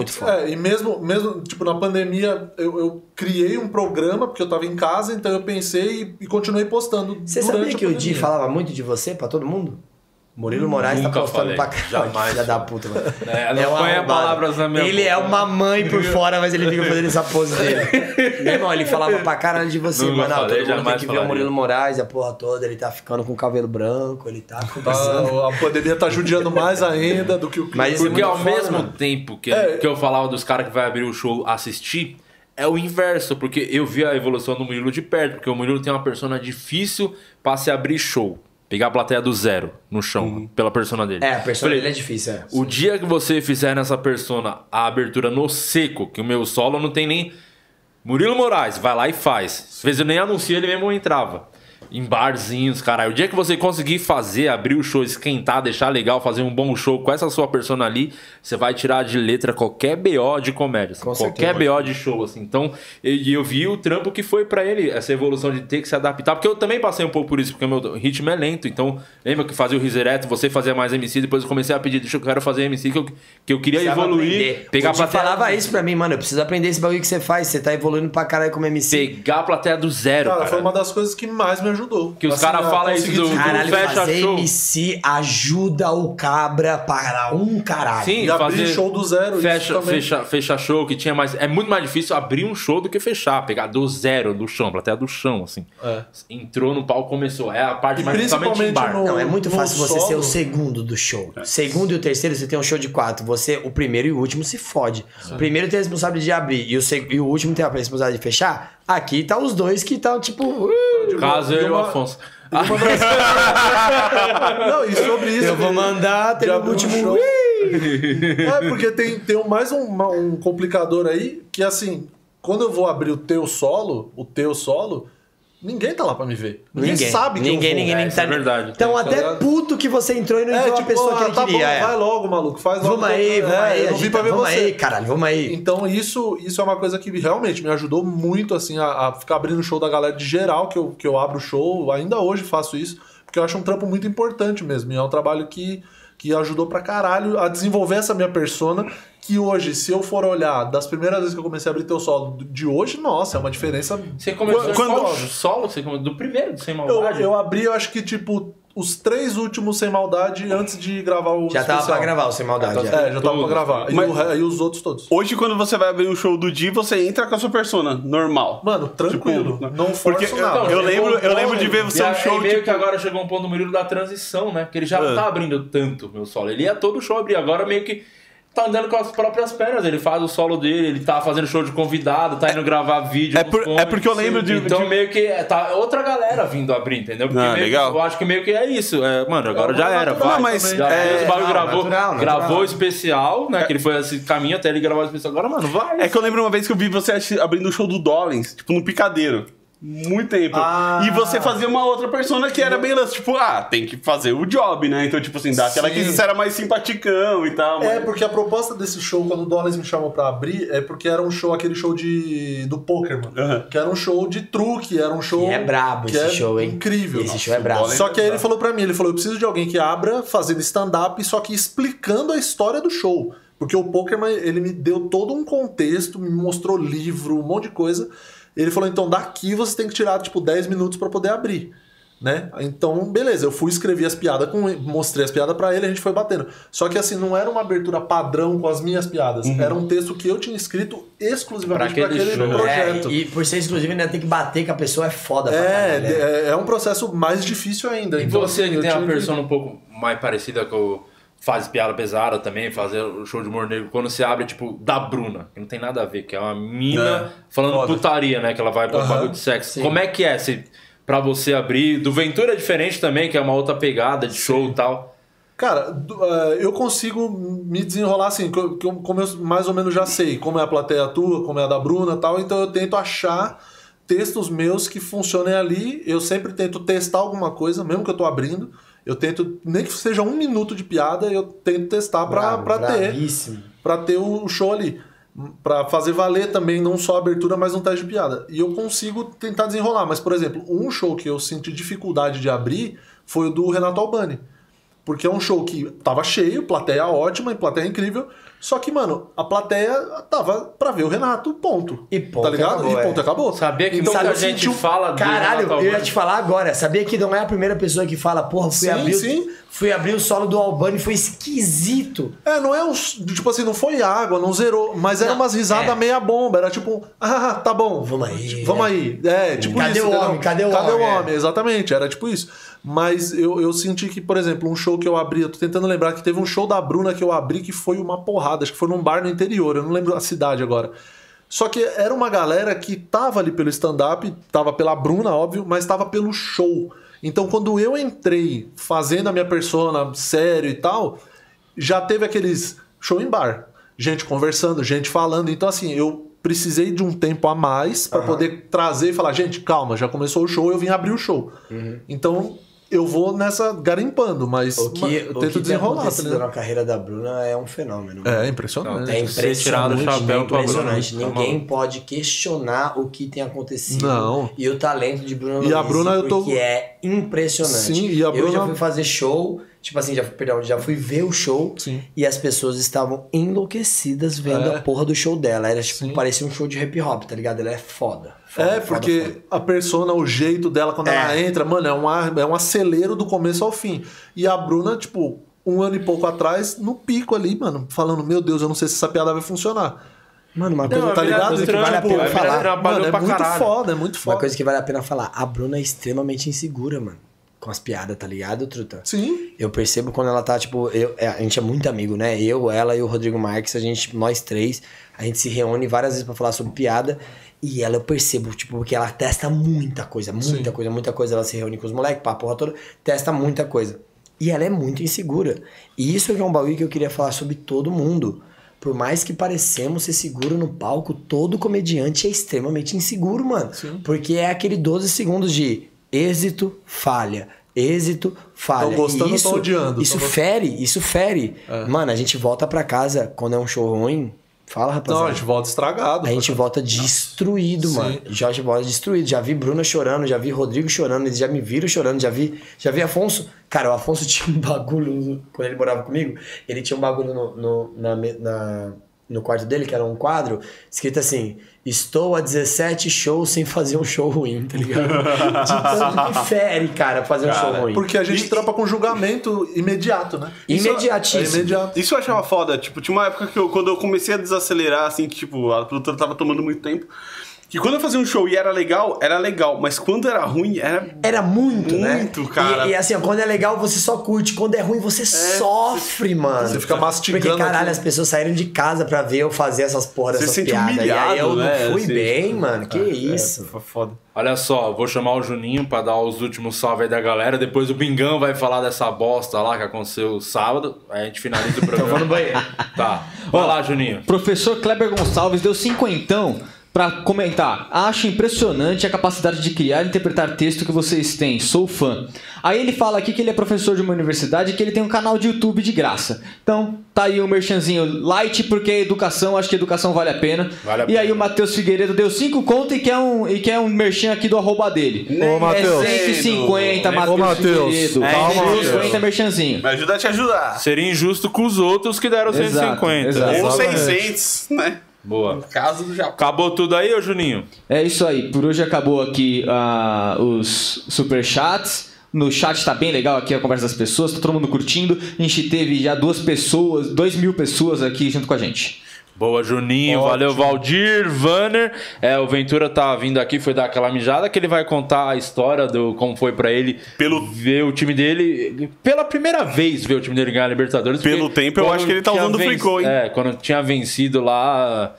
D: E mesmo tipo, na pandemia, eu criei um programa, porque eu tava em casa, então eu pensei e continuei postando.
C: Você sabia que o Di falava muito de você pra todo mundo? Murilo Moraes tá postando pra caralho.
A: Jamais.
C: Filha da puta, mano.
A: Não ponha palavras na minha
C: Ele
A: boca.
C: é uma mãe por fora, mas ele fica fazendo essa pose dele. Meu irmão, ele falava pra caralho de você,
A: Nunca
C: mano.
A: falei,
C: Todo mundo tem que ver o
A: falaria.
C: Murilo Moraes, a porra toda. Ele tá ficando com o cabelo branco, ele tá começando.
D: A pandemia tá judiando mais ainda do que o...
C: Mas isso é
A: Porque
C: muito
A: ao
C: foda,
A: mesmo
C: mano.
A: tempo que eu falava dos caras que vai abrir o show assistir, é o inverso, porque eu vi a evolução do Murilo de perto, porque o Murilo tem uma persona difícil pra se abrir show. Pegar a plateia do zero no chão, pela persona dele.
C: A persona dele é difícil,
A: O dia que você fizer nessa persona a abertura no seco, que o meu solo não tem nem... Murilo Moraes, vai lá e faz. Às vezes eu nem anuncio, ele mesmo entrava. Em barzinhos, caralho. O dia que você conseguir fazer, abrir o show, esquentar, deixar legal, fazer um bom show com essa sua persona ali, você vai tirar de letra qualquer BO de comédia. Assim, qualquer BO de show, assim. Então, eu vi o trampo que foi pra ele, essa evolução de ter que se adaptar. Porque eu também passei um pouco por isso, porque o meu ritmo é lento. Então, lembra que fazia o Risereto, você fazia mais MC, depois eu comecei a pedir, deixa eu quero fazer MC, que eu queria evoluir.
C: Pegar a plateia. Falava isso pra mim, mano, eu preciso aprender esse bagulho que você faz, você tá evoluindo pra caralho como MC.
A: Pegar a plateia do zero, cara.
D: Foi uma das coisas que mais me ajudou.
A: Que os caras falam isso do fecha
C: fazer
A: show.
C: MC ajuda o cabra para um caralho.
A: Sim,
D: e abrir show do zero.
A: Fecha show, que tinha mais... É muito mais difícil abrir um show do que fechar. Pegar do zero, do chão, plateia do chão, assim. Entrou no palco, começou. É a parte mais principalmente em bar.
C: Não, é muito fácil você ser o segundo do show. Segundo e o terceiro, você tem um show de 4. Você, o primeiro e o último, se fode. O primeiro tem a responsabilidade de abrir e o último tem a responsabilidade de fechar. Aqui tá os dois que estão, tipo...
A: Caso eu e o Afonso.
D: Não, e sobre isso...
C: Eu vou mandar, tem o último...
D: Show. Porque tem mais um complicador aí, que assim, quando eu vou abrir o teu solo, ninguém tá lá pra me ver. Ninguém sabe que
C: ninguém tá...
A: É verdade.
C: Então até puto que você entrou e não entrou a pessoa que ele queria.
D: Bom, vai logo, maluco. Faz logo.
C: Vamos aí,
D: eu não vim pra ver
C: vamos
D: você.
C: Aí, caralho, vamos aí.
D: Então isso é uma coisa que realmente me ajudou muito, assim, a ficar abrindo o show da galera de geral, que eu abro o show. Ainda hoje faço isso, porque eu acho um trampo muito importante mesmo. E é um trabalho que ajudou pra caralho a desenvolver essa minha persona, que hoje, se eu for olhar das primeiras vezes que eu comecei a abrir teu solo de hoje, nossa, é uma diferença...
A: Você começou quando solo? Você começou do primeiro, Sem Maldade?
D: Eu abri, eu acho que, tipo, os 3 últimos Sem Maldade antes de gravar o
C: Já
D: especial.
C: tava pra gravar o Sem Maldade.
D: Já tava pra gravar. E os outros todos.
B: Hoje, quando você vai abrir um show do Di, você entra com a sua persona, normal.
D: Mano, tranquilo.
B: Tipo,
D: não forço nada.
B: Eu lembro de ver você um show...
A: E meio que agora chegou um ponto do Murilo da transição, né? Que ele já não tá abrindo tanto meu solo. Ele ia todo show abrir. Agora meio que tá andando com as próprias pernas. Ele faz o solo dele, ele tá fazendo show de convidado, tá indo gravar vídeo.
B: É porque eu lembro de...
A: Então meio que tá outra galera vindo abrir, entendeu? Porque
B: legal.
A: Eu acho que meio que é isso. Mano, agora já era.
B: Não, mas...
A: Gravou o especial, né? Que ele foi esse caminho até ele gravar o especial. Agora, mano, vai.
B: É que eu lembro uma vez que eu vi você abrindo o show do Dollins, tipo, no Picadeiro. Muito tempo. E você fazia uma outra persona que era bem lance, tipo, tem que fazer o job, né? Então, tipo assim, dá aquela que você era mais simpaticão e tal.
D: Porque a proposta desse show, quando o Dollars me chamou pra abrir, é porque era um show, aquele show do poker, mano. Que era um show de truque, era um show...
C: Que é brabo esse show, hein?
D: Incrível.
C: Esse show é brabo.
D: Só que aí ele falou pra mim, eu preciso de alguém que abra fazendo stand-up, só que explicando a história do show. Porque o poker, ele me deu todo um contexto, me mostrou livro, um monte de coisa... Ele falou, então daqui você tem que tirar, tipo, 10 minutos pra poder abrir, né? Então, beleza, eu fui escrever as piadas, mostrei as piadas pra ele, a gente foi batendo. Só que assim, não era uma abertura padrão com as minhas piadas. Era um texto que eu tinha escrito exclusivamente pra aquele projeto.
C: E por ser exclusivo, ainda tem que bater com a pessoa, é foda pra caralho, né?
D: É um processo mais difícil ainda.
A: E então, você que tem uma persona um pouco mais parecida com o... Faz piada pesada também, fazer o show de humor negro. Quando você abre, tipo, da Bruna, que não tem nada a ver, que é uma mina falando putaria, né? Que ela vai pra bagulho de sexo. Sim. Como é que é pra você abrir? Do Ventura é diferente também, que é uma outra pegada de show e tal.
D: Cara, eu consigo me desenrolar assim, como eu mais ou menos já sei como é a plateia tua, como é a da Bruna e tal, então eu tento achar textos meus que funcionem ali. Eu sempre tento testar alguma coisa, mesmo que eu tô abrindo. Eu tento, nem que seja 1 minuto de piada, eu tento testar pra ter o show ali. Pra fazer valer também, não só a abertura, mas um teste de piada. E eu consigo tentar desenrolar. Mas, por exemplo, um show que eu senti dificuldade de abrir foi o do Renato Albani. Porque é um show que tava cheio, plateia ótima, plateia incrível. Só que, mano, a plateia tava pra ver o Renato, ponto.
C: E ponto,
D: tá ligado?
C: Acabou,
D: e ponto, acabou.
A: Sabia que então, muita gente fala...
C: Caralho, eu ia te falar agora. Sabia que não é a primeira pessoa que fala, porra, fui abrir o solo do Albani, foi esquisito.
D: Não é tipo assim, não foi água, não zerou, mas era umas risadas meia bomba, era tipo, tá bom.
C: Vamos aí.
D: Vamos aí. Tipo
C: cadê
D: isso.
C: O homem? Cadê o
D: homem? Exatamente, era tipo isso. Mas eu senti que, por exemplo, um show que eu abri, eu tô tentando lembrar que teve um show da Bruna que eu abri que foi uma porrada, acho que foi num bar no interior, eu não lembro a cidade agora. Só que era uma galera que tava ali pelo stand-up, tava pela Bruna, óbvio, mas tava pelo show. Então quando eu entrei fazendo a minha persona sério e tal, já teve aqueles show em bar, gente conversando, gente falando. Então assim, eu precisei de um tempo a mais pra poder trazer e falar, gente, calma, já começou o show, eu vim abrir o show. Então, eu vou nessa garimpando, mas
C: eu tento desenrolar. O que tem na carreira da Bruna é um fenômeno.
D: É impressionante.
C: É impressionante. Impressionante. Ninguém pode questionar o que tem acontecido.
D: Não.
C: E o talento de Bruna
D: E a Bruna,
C: porque é impressionante.
D: Sim, e a Bruna...
C: Eu já fui fazer show, tipo assim, já fui ver o show.
D: Sim.
C: E as pessoas estavam enlouquecidas vendo a porra do show dela. Era tipo, parecia um show de hip hop, tá ligado? Ela é foda.
D: Porque a persona, o jeito dela quando ela entra, mano, é um acelero do começo ao fim. E a Bruna, tipo, 1 ano e pouco atrás, no pico ali, mano, falando, meu Deus, eu não sei se essa piada vai funcionar.
C: Mano, uma coisa,
D: tá ligado?
C: Que vale a pena falar.
D: Mano, é muito foda, é muito foda.
C: Uma coisa que vale a pena falar, a Bruna é extremamente insegura, mano. Com as piadas, tá ligado, truta?
D: Sim.
C: Eu percebo quando ela tá, tipo... a gente é muito amigo, né? Eu, ela e o Rodrigo Marques, nós três, a gente se reúne várias vezes pra falar sobre piada. E ela eu percebo, tipo, porque ela testa muita coisa. Ela se reúne com os moleques, pá, porra toda, testa muita coisa. E ela é muito insegura. E isso é um bagulho que eu queria falar sobre todo mundo. Por mais que parecemos ser seguro no palco, todo comediante é extremamente inseguro, mano. Sim. Porque é aquele 12 segundos de êxito, falha. Êxito, falha.
D: Tô gostando, tô odiando.
C: Isso fere. Mano, a gente volta pra casa quando é um show ruim. Fala, rapaziada.
D: Não, a gente volta estragado.
C: A gente volta destruído, mano. Já volta destruído. Já vi Bruna chorando, já vi Rodrigo chorando, eles já me viram chorando, já vi Afonso. Cara, o Afonso tinha um bagulho, quando ele morava comigo, ele tinha um bagulho no quarto dele, que era um quadro, escrito assim: estou a 17 shows sem fazer um show ruim, tá ligado? De tanto que fere, cara, fazer um show ruim.
D: Porque a gente trampa com julgamento imediato, né?
C: Imediatíssimo.
B: Isso eu achava foda. Tipo, tinha uma época que quando eu comecei a desacelerar, assim, que tipo, a produtora tava tomando muito tempo. Que quando eu fazia um show e era legal, mas quando era ruim,
C: era muito, né?
B: Muito, cara.
C: E assim, ó, quando é legal, você só curte. Quando é ruim, você sofre, mano.
D: Você fica mastigando.
C: Porque, caralho, as pessoas saíram de casa pra ver eu fazer essas porra dessas piadas.
B: Humilhado,
C: e aí eu
B: né?
C: não fui
B: assim,
C: bem, mano. Que isso.
B: Foi foda.
A: Olha só, vou chamar o Juninho pra dar os últimos salve aí da galera. Depois o Bingão vai falar dessa bosta lá que aconteceu sábado. Aí a gente finaliza o programa.
C: Então vou no banheiro.
A: Tá. Vai lá, Juninho.
E: Professor Kleber Gonçalves deu 50 pra comentar. Acho impressionante a capacidade de criar e interpretar texto que vocês têm. Sou fã. Aí ele fala aqui que ele é professor de uma universidade e que ele tem um canal de YouTube de graça. Então, tá aí o merchanzinho light, porque educação, acho que educação vale a pena. E aí o Matheus Figueiredo deu 5 conto e quer um merchan aqui do arroba dele.
D: Ô, Matheus.
E: 150, Matheus Figueiredo.
D: Calma,
E: 150 merchanzinho.
B: Me ajuda a te ajudar.
A: Seria injusto com os outros que deram 150.
E: Exato.
B: Ou 600, né?
A: Boa.
B: No caso do Japão.
A: Acabou tudo aí, ô Juninho?
E: É isso aí. Por hoje acabou aqui os superchats. No chat tá bem legal aqui a conversa das pessoas. Tá todo mundo curtindo. A gente teve já 2.000 pessoas aqui junto com a gente.
A: Boa, Juninho. Ótimo. Valeu, Valdir, Vanner. O Ventura tá vindo aqui, foi dar aquela mijada, que ele vai contar a história do como foi pra ele ver o time dele. Pela primeira vez ver o time dele ganhar a Libertadores.
B: Pelo tempo, eu acho que ele tá usando o fricô, hein?
A: Quando tinha vencido lá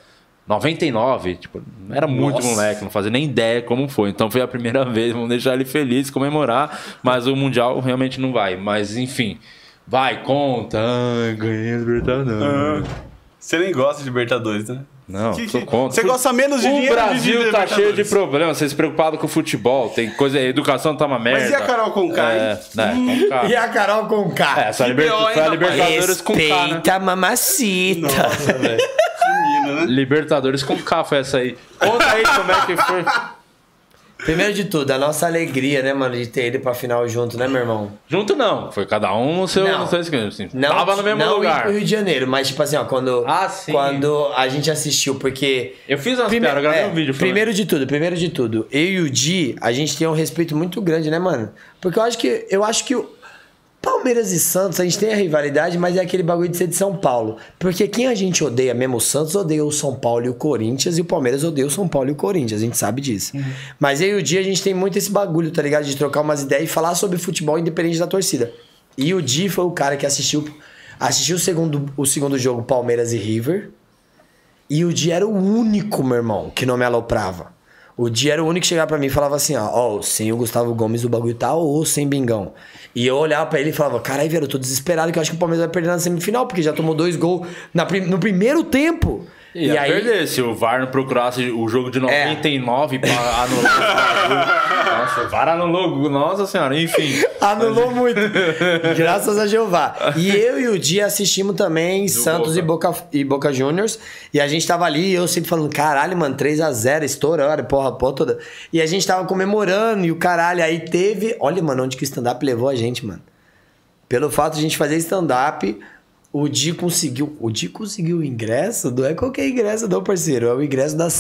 A: 99, tipo, era muito moleque, não fazia nem ideia como foi. Então foi a primeira vez, vamos deixar ele feliz, comemorar. Mas o Mundial realmente não vai. Mas enfim, vai, conta. Ganhei a Libertadores.
B: Você nem gosta de Libertadores, né?
A: Não, sou contra.
B: Você gosta menos de dinheiro.
A: O Brasil tá cheio de problemas. Vocês se preocupado com o futebol. Tem coisa. A educação tá uma merda.
B: Mas e a Carol Conká?
C: Conká. E a Carol Conká?
A: Foi a Libertadores com K, né?
C: Respeita a mamacita.
B: Nossa, velho. Que mina, né?
A: Libertadores com K foi essa aí. Conta aí como é que foi.
C: Primeiro de tudo, a nossa alegria, né, mano, de ter ido pra final junto, né, meu irmão?
A: Junto não, foi cada um no seu assim,
C: não,
A: tava no mesmo lugar.
C: Não pro Rio de Janeiro, mas tipo assim, ó, quando a gente assistiu, porque...
A: Eu fiz umas piadas, eu gravei um vídeo.
C: Primeiro de tudo, eu e o Di, a gente tem um respeito muito grande, né, mano? Porque eu acho que Palmeiras e Santos, a gente tem a rivalidade, mas é aquele bagulho de ser de São Paulo. Porque quem a gente odeia mesmo, o Santos odeia o São Paulo e o Corinthians, e o Palmeiras odeia o São Paulo e o Corinthians, a gente sabe disso. Mas eu e o Di, a gente tem muito esse bagulho, tá ligado? De trocar umas ideias e falar sobre futebol independente da torcida. E o Di foi o cara que assistiu o segundo jogo, Palmeiras e River, e o Di era o único, meu irmão, que não me aloprava. O Di era o único que chegava pra mim e falava assim, ó, sem o Gustavo Gomes o bagulho tá, ou sem Bingão. E eu olhava pra ele e falava, caralho, velho, eu tô desesperado que eu acho que o Palmeiras vai perder na semifinal, porque já tomou 2 gols no primeiro tempo.
A: E aí perder, se o VAR não procurasse o jogo de 99 pra anular. Nossa, o VAR anulou. Nossa senhora, enfim.
C: Anulou muito. Graças a Jeová. E eu e o Di assistimos também Santos e Boca Juniors. E a gente tava ali e eu sempre falando, caralho, mano, 3-0, estourando, porra toda. E a gente tava comemorando e o caralho, aí teve... Olha, mano, onde que o stand-up levou a gente, mano. Pelo fato de a gente fazer stand-up... O Di conseguiu o ingresso, não é qualquer ingresso não, parceiro, é o ingresso da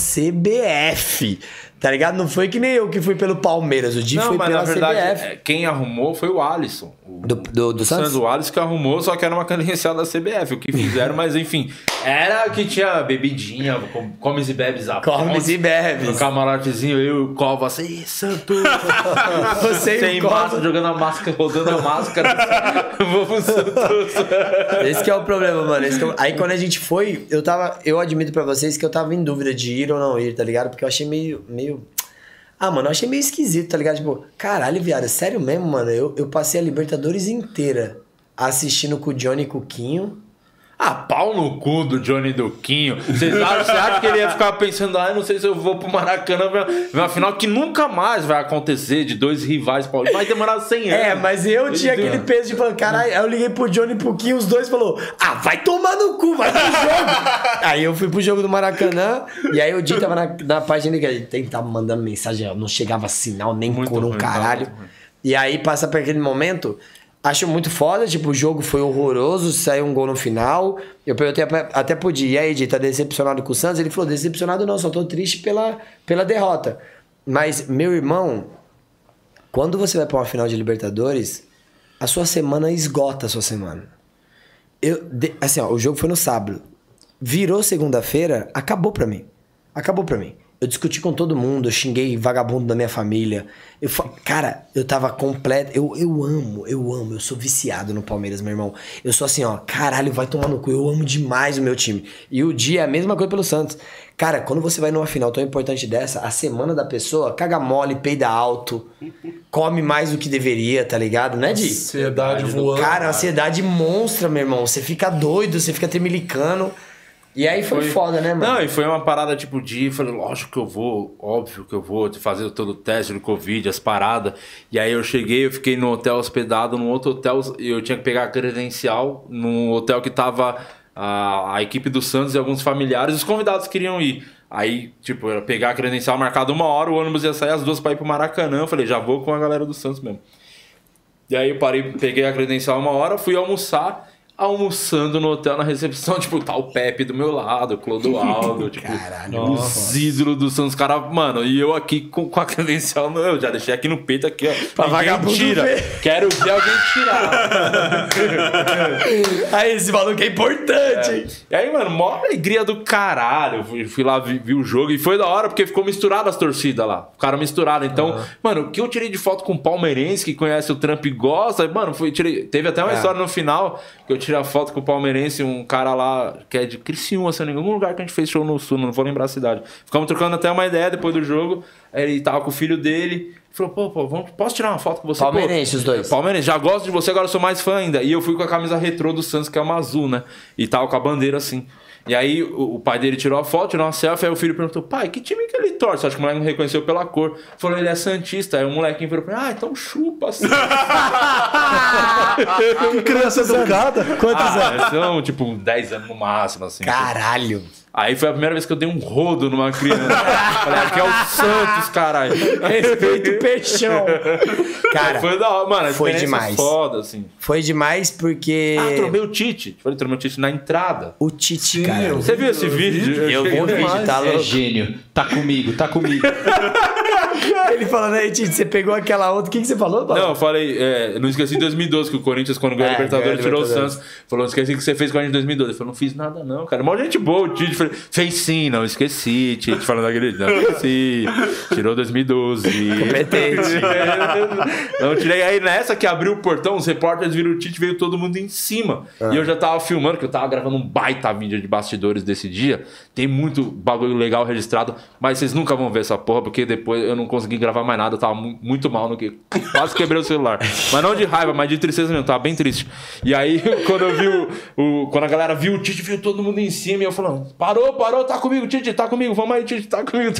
C: CBF, tá ligado? Não foi que nem eu que fui pelo Palmeiras, o Di foi pela
A: na verdade,
C: CBF.
A: Quem arrumou foi o Alisson.
C: Do Santos?
A: O Alisson que arrumou, só que era uma credencial da CBF, o que fizeram, mas enfim, era que tinha bebidinha, comes e bebes a
C: Comes e bebes.
A: No camarotezinho, eu e o Cova assim, Santos!
C: Você
A: sem máscara, jogando a máscara, rodando a máscara. Vamos, Santos!
C: Esse que é o problema, mano. Aí quando a gente foi, eu admito pra vocês que eu tava em dúvida de ir ou não ir, tá ligado? Porque eu achei meio... Ah, mano, eu achei meio esquisito, tá ligado? Tipo, caralho, viado, sério mesmo, mano? Eu passei a Libertadores inteira assistindo com o Johnny e com o Quinho.
A: Ah, pau no cu do Johnny e do Quinho. Você acha que ele ia ficar pensando, não sei se eu vou pro Maracanã ver uma final que nunca mais vai acontecer de dois rivais paulistas. Vai demorar 100 anos.
C: Mas eu tinha aquele peso de falar, caralho, aí eu liguei pro Johnny e pro Quinho, os dois falou, vai tomar no cu, vai pro jogo. Aí eu fui pro jogo do Maracanã, e aí o Di tava na página que ele tava mandando mensagem, não chegava sinal nem
A: muito
C: por um
A: ruim,
C: caralho. E aí passa por aquele momento... Acho muito foda, tipo, o jogo foi horroroso, saiu um gol no final. Eu perguntei até pro Di, e aí, Di, tá decepcionado com o Santos? Ele falou, decepcionado não, só tô triste pela derrota. Mas, meu irmão, quando você vai pra uma final de Libertadores, a sua semana esgota a sua semana. Assim, ó, o jogo foi no sábado. Virou segunda-feira, acabou pra mim. Eu discuti com todo mundo, eu xinguei vagabundo da minha família. Cara, eu tava completo. Eu amo, eu sou viciado no Palmeiras, meu irmão. Eu sou assim, ó, caralho, vai tomar no cu. Eu amo demais o meu time. E o Dia é a mesma coisa pelo Santos. Cara, quando você vai numa final tão importante dessa, a semana da pessoa caga mole, peida alto, come mais do que deveria, tá ligado? Né, Di?
D: Ansiedade voando.
C: Cara, ansiedade monstra, meu irmão. Você fica doido, você fica tremelicando. E aí foi foda, né, mano?
A: Não, e foi uma parada tipo de... Falei, lógico que eu vou, óbvio que eu vou fazer todo o teste do Covid, as paradas. E aí eu cheguei, eu fiquei no hotel hospedado, num outro hotel, eu tinha que pegar a credencial num hotel que tava a equipe do Santos e alguns familiares, os convidados queriam ir. Aí, tipo, eu ia pegar a credencial marcada 1 hora, o ônibus ia sair às 2 pra ir pro Maracanã. Eu falei, já vou com a galera do Santos mesmo. E aí eu peguei a credencial 1 hora, fui almoçar... Almoçando no hotel, na recepção, tipo, tá o Pepe do meu lado, o Clodoaldo, tipo,
C: caralho,
A: os ídolos do Santos, cara, mano, e eu aqui com a credencial, eu já deixei aqui no peito, aqui, ó,
C: pra vagabundo
A: tira, quero ver alguém tirar.
C: Aí, esse maluco é importante.
A: E aí, mano, maior alegria do caralho, fui lá, vi o jogo, e foi da hora, porque ficou misturado as torcidas lá, ficaram misturadas, então, mano, o que eu tirei de foto com o palmeirense, que conhece o Trump e gosta, mano, teve até uma história no final, que eu tirei a foto com o palmeirense, um cara lá que é de Criciúma, assim, em algum lugar que a gente fez show no Sul, não vou lembrar a cidade. Ficamos trocando até uma ideia depois do jogo. Aí ele tava com o filho dele. Falou, posso tirar uma foto com você?
C: Palmeirense, os dois.
A: Palmeirense, já gosto de você, agora eu sou mais fã ainda. E eu fui com a camisa retrô do Santos, que é uma azul, né? E tava com a bandeira assim. E aí o pai dele tirou a foto, tirou uma selfie, aí o filho perguntou, pai, que time que ele torce? Acho que o moleque não reconheceu pela cor. Falou, ele é santista. Aí o molequinho virou pra ele, então chupa assim.
D: Que criança educada.
C: Quantos anos?
A: São tipo 10 anos no máximo, assim.
C: Caralho.
A: Aí foi a primeira vez que eu dei um rodo numa criança. Falei, aqui é o Santos, caralho.
C: Respeito o peixão. Cara,
A: foi da hora, mano.
C: Foi demais.
A: Foda, assim.
C: Foi demais porque...
A: Tromei o Tite. Falei, tromei o Tite na entrada.
C: O Tite, cara.
A: Você viu esse vídeo?
C: Eu vi o vídeo, tá louco?
E: É gênio. Tá comigo.
C: Ele falando aí, Tite, você pegou aquela outra. O que você falou, Paulo?
A: Não, eu falei, não esqueci de 2012, que o Corinthians, quando ganhou a Libertadores, tirou o Santos. Falou, não esqueci o que você fez com a gente em 2012. Ele falou, não fiz nada não, cara. Mó gente boa, o Tite. Falei, fez sim, não esqueci. Tite falando daquele. Não esqueci. Tirou 2012.
C: Competente.
A: Não, tirei. Aí nessa que abriu o portão, os repórteres viram o Tite, veio todo mundo em cima. E eu já tava filmando, que eu tava gravando um baita vídeo de bastidores desse dia. Tem muito bagulho legal registrado, mas vocês nunca vão ver essa porra, porque depois eu não consegui gravar mais nada. Eu tava muito mal no que. Quase quebrei o celular. Mas não de raiva, mas de tristeza mesmo. Tava bem triste. E aí, quando eu vi quando a galera viu o Tite, viu todo mundo em cima. E eu falando: parou, tá comigo, Tite, tá comigo. Vamos aí, Tite, tá comigo.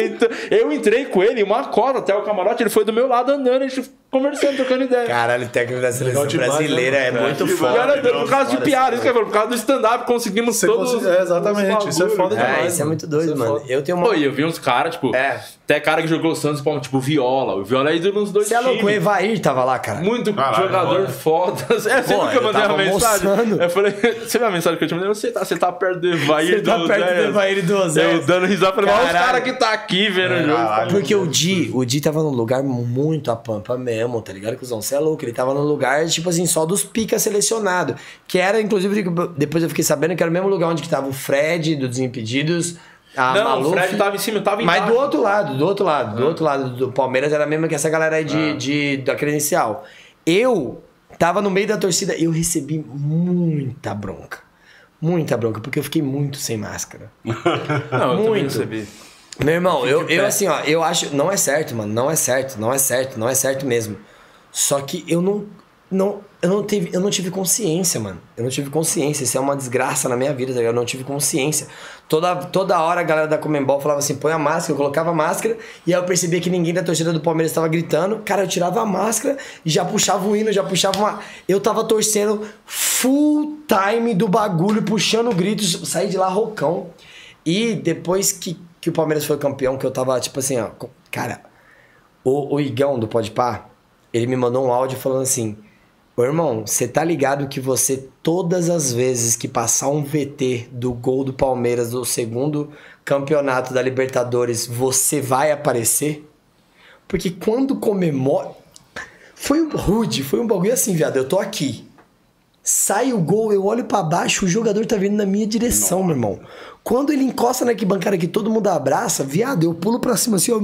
A: Eu entrei com ele, uma cola até o camarote. Ele foi do meu lado andando, a gente conversando, trocando ideia.
C: Caralho, o técnico da seleção brasileira é muito foda.
A: Por causa de piada, isso que eu falo, por causa do stand-up, conseguimos todos.
D: Exatamente, isso é foda demais.
C: Isso é muito doido, mano. Eu tenho uma.
A: Pô, eu vi uns caras, tipo, até cara que jogou o Santos, tipo, Viola. O Viola é ídolo nos dois times.
C: Você é louco, o Evair tava lá, cara.
A: Muito jogador foda. Você viu que eu mandei uma mensagem? Eu falei, você viu a mensagem que eu te mandei? Você tá perto do Evair
C: e do Zé. Você tá perto do Evair e do Zé.
A: Eu dando risada, falei, olha os caras que tá aqui vendo o jogo.
C: Porque o Di tava num lugar muito a pampa mesmo, tá ligado, cuzão? Você é louco, ele tava num lugar, tipo assim, só dos pica selecionado. Que era, inclusive, depois eu fiquei sabendo que era o mesmo lugar onde que tava o Fred, do Desimpedidos.
A: Não, o Fred tava em cima, tava embaixo.
C: Mas do outro lado do Palmeiras era mesmo que essa galera aí da credencial. Eu tava no meio da torcida, eu recebi muita bronca. Muita bronca, porque eu fiquei muito sem máscara.
A: Não, eu também recebi.
C: Meu irmão, eu assim, ó, eu acho... Não é certo, mano, não é certo mesmo. Só que eu não tive consciência, mano. Eu não tive consciência. Isso é uma desgraça na minha vida, tá ligado? Eu não tive consciência. Toda hora a galera da Conmebol falava assim, põe a máscara. Eu colocava a máscara e aí eu percebia que ninguém da torcida do Palmeiras estava gritando. Cara, eu tirava a máscara e já puxava o hino, já puxava uma... Eu tava torcendo full time do bagulho, puxando gritos. Saí de lá roucão. E depois que o Palmeiras foi campeão, que eu tava tipo assim, ó... Cara, o Igão do Podpah, ele me mandou um áudio falando assim... Ô irmão, você tá ligado que você, todas as vezes que passar um VT do gol do Palmeiras do segundo campeonato da Libertadores, você vai aparecer? Porque quando comemora... Foi um bagulho assim, viado, eu tô aqui. Sai o gol, eu olho pra baixo, o jogador tá vindo na minha direção, meu irmão. Quando ele encosta na arquibancada que todo mundo abraça, viado, eu pulo pra cima assim, ó.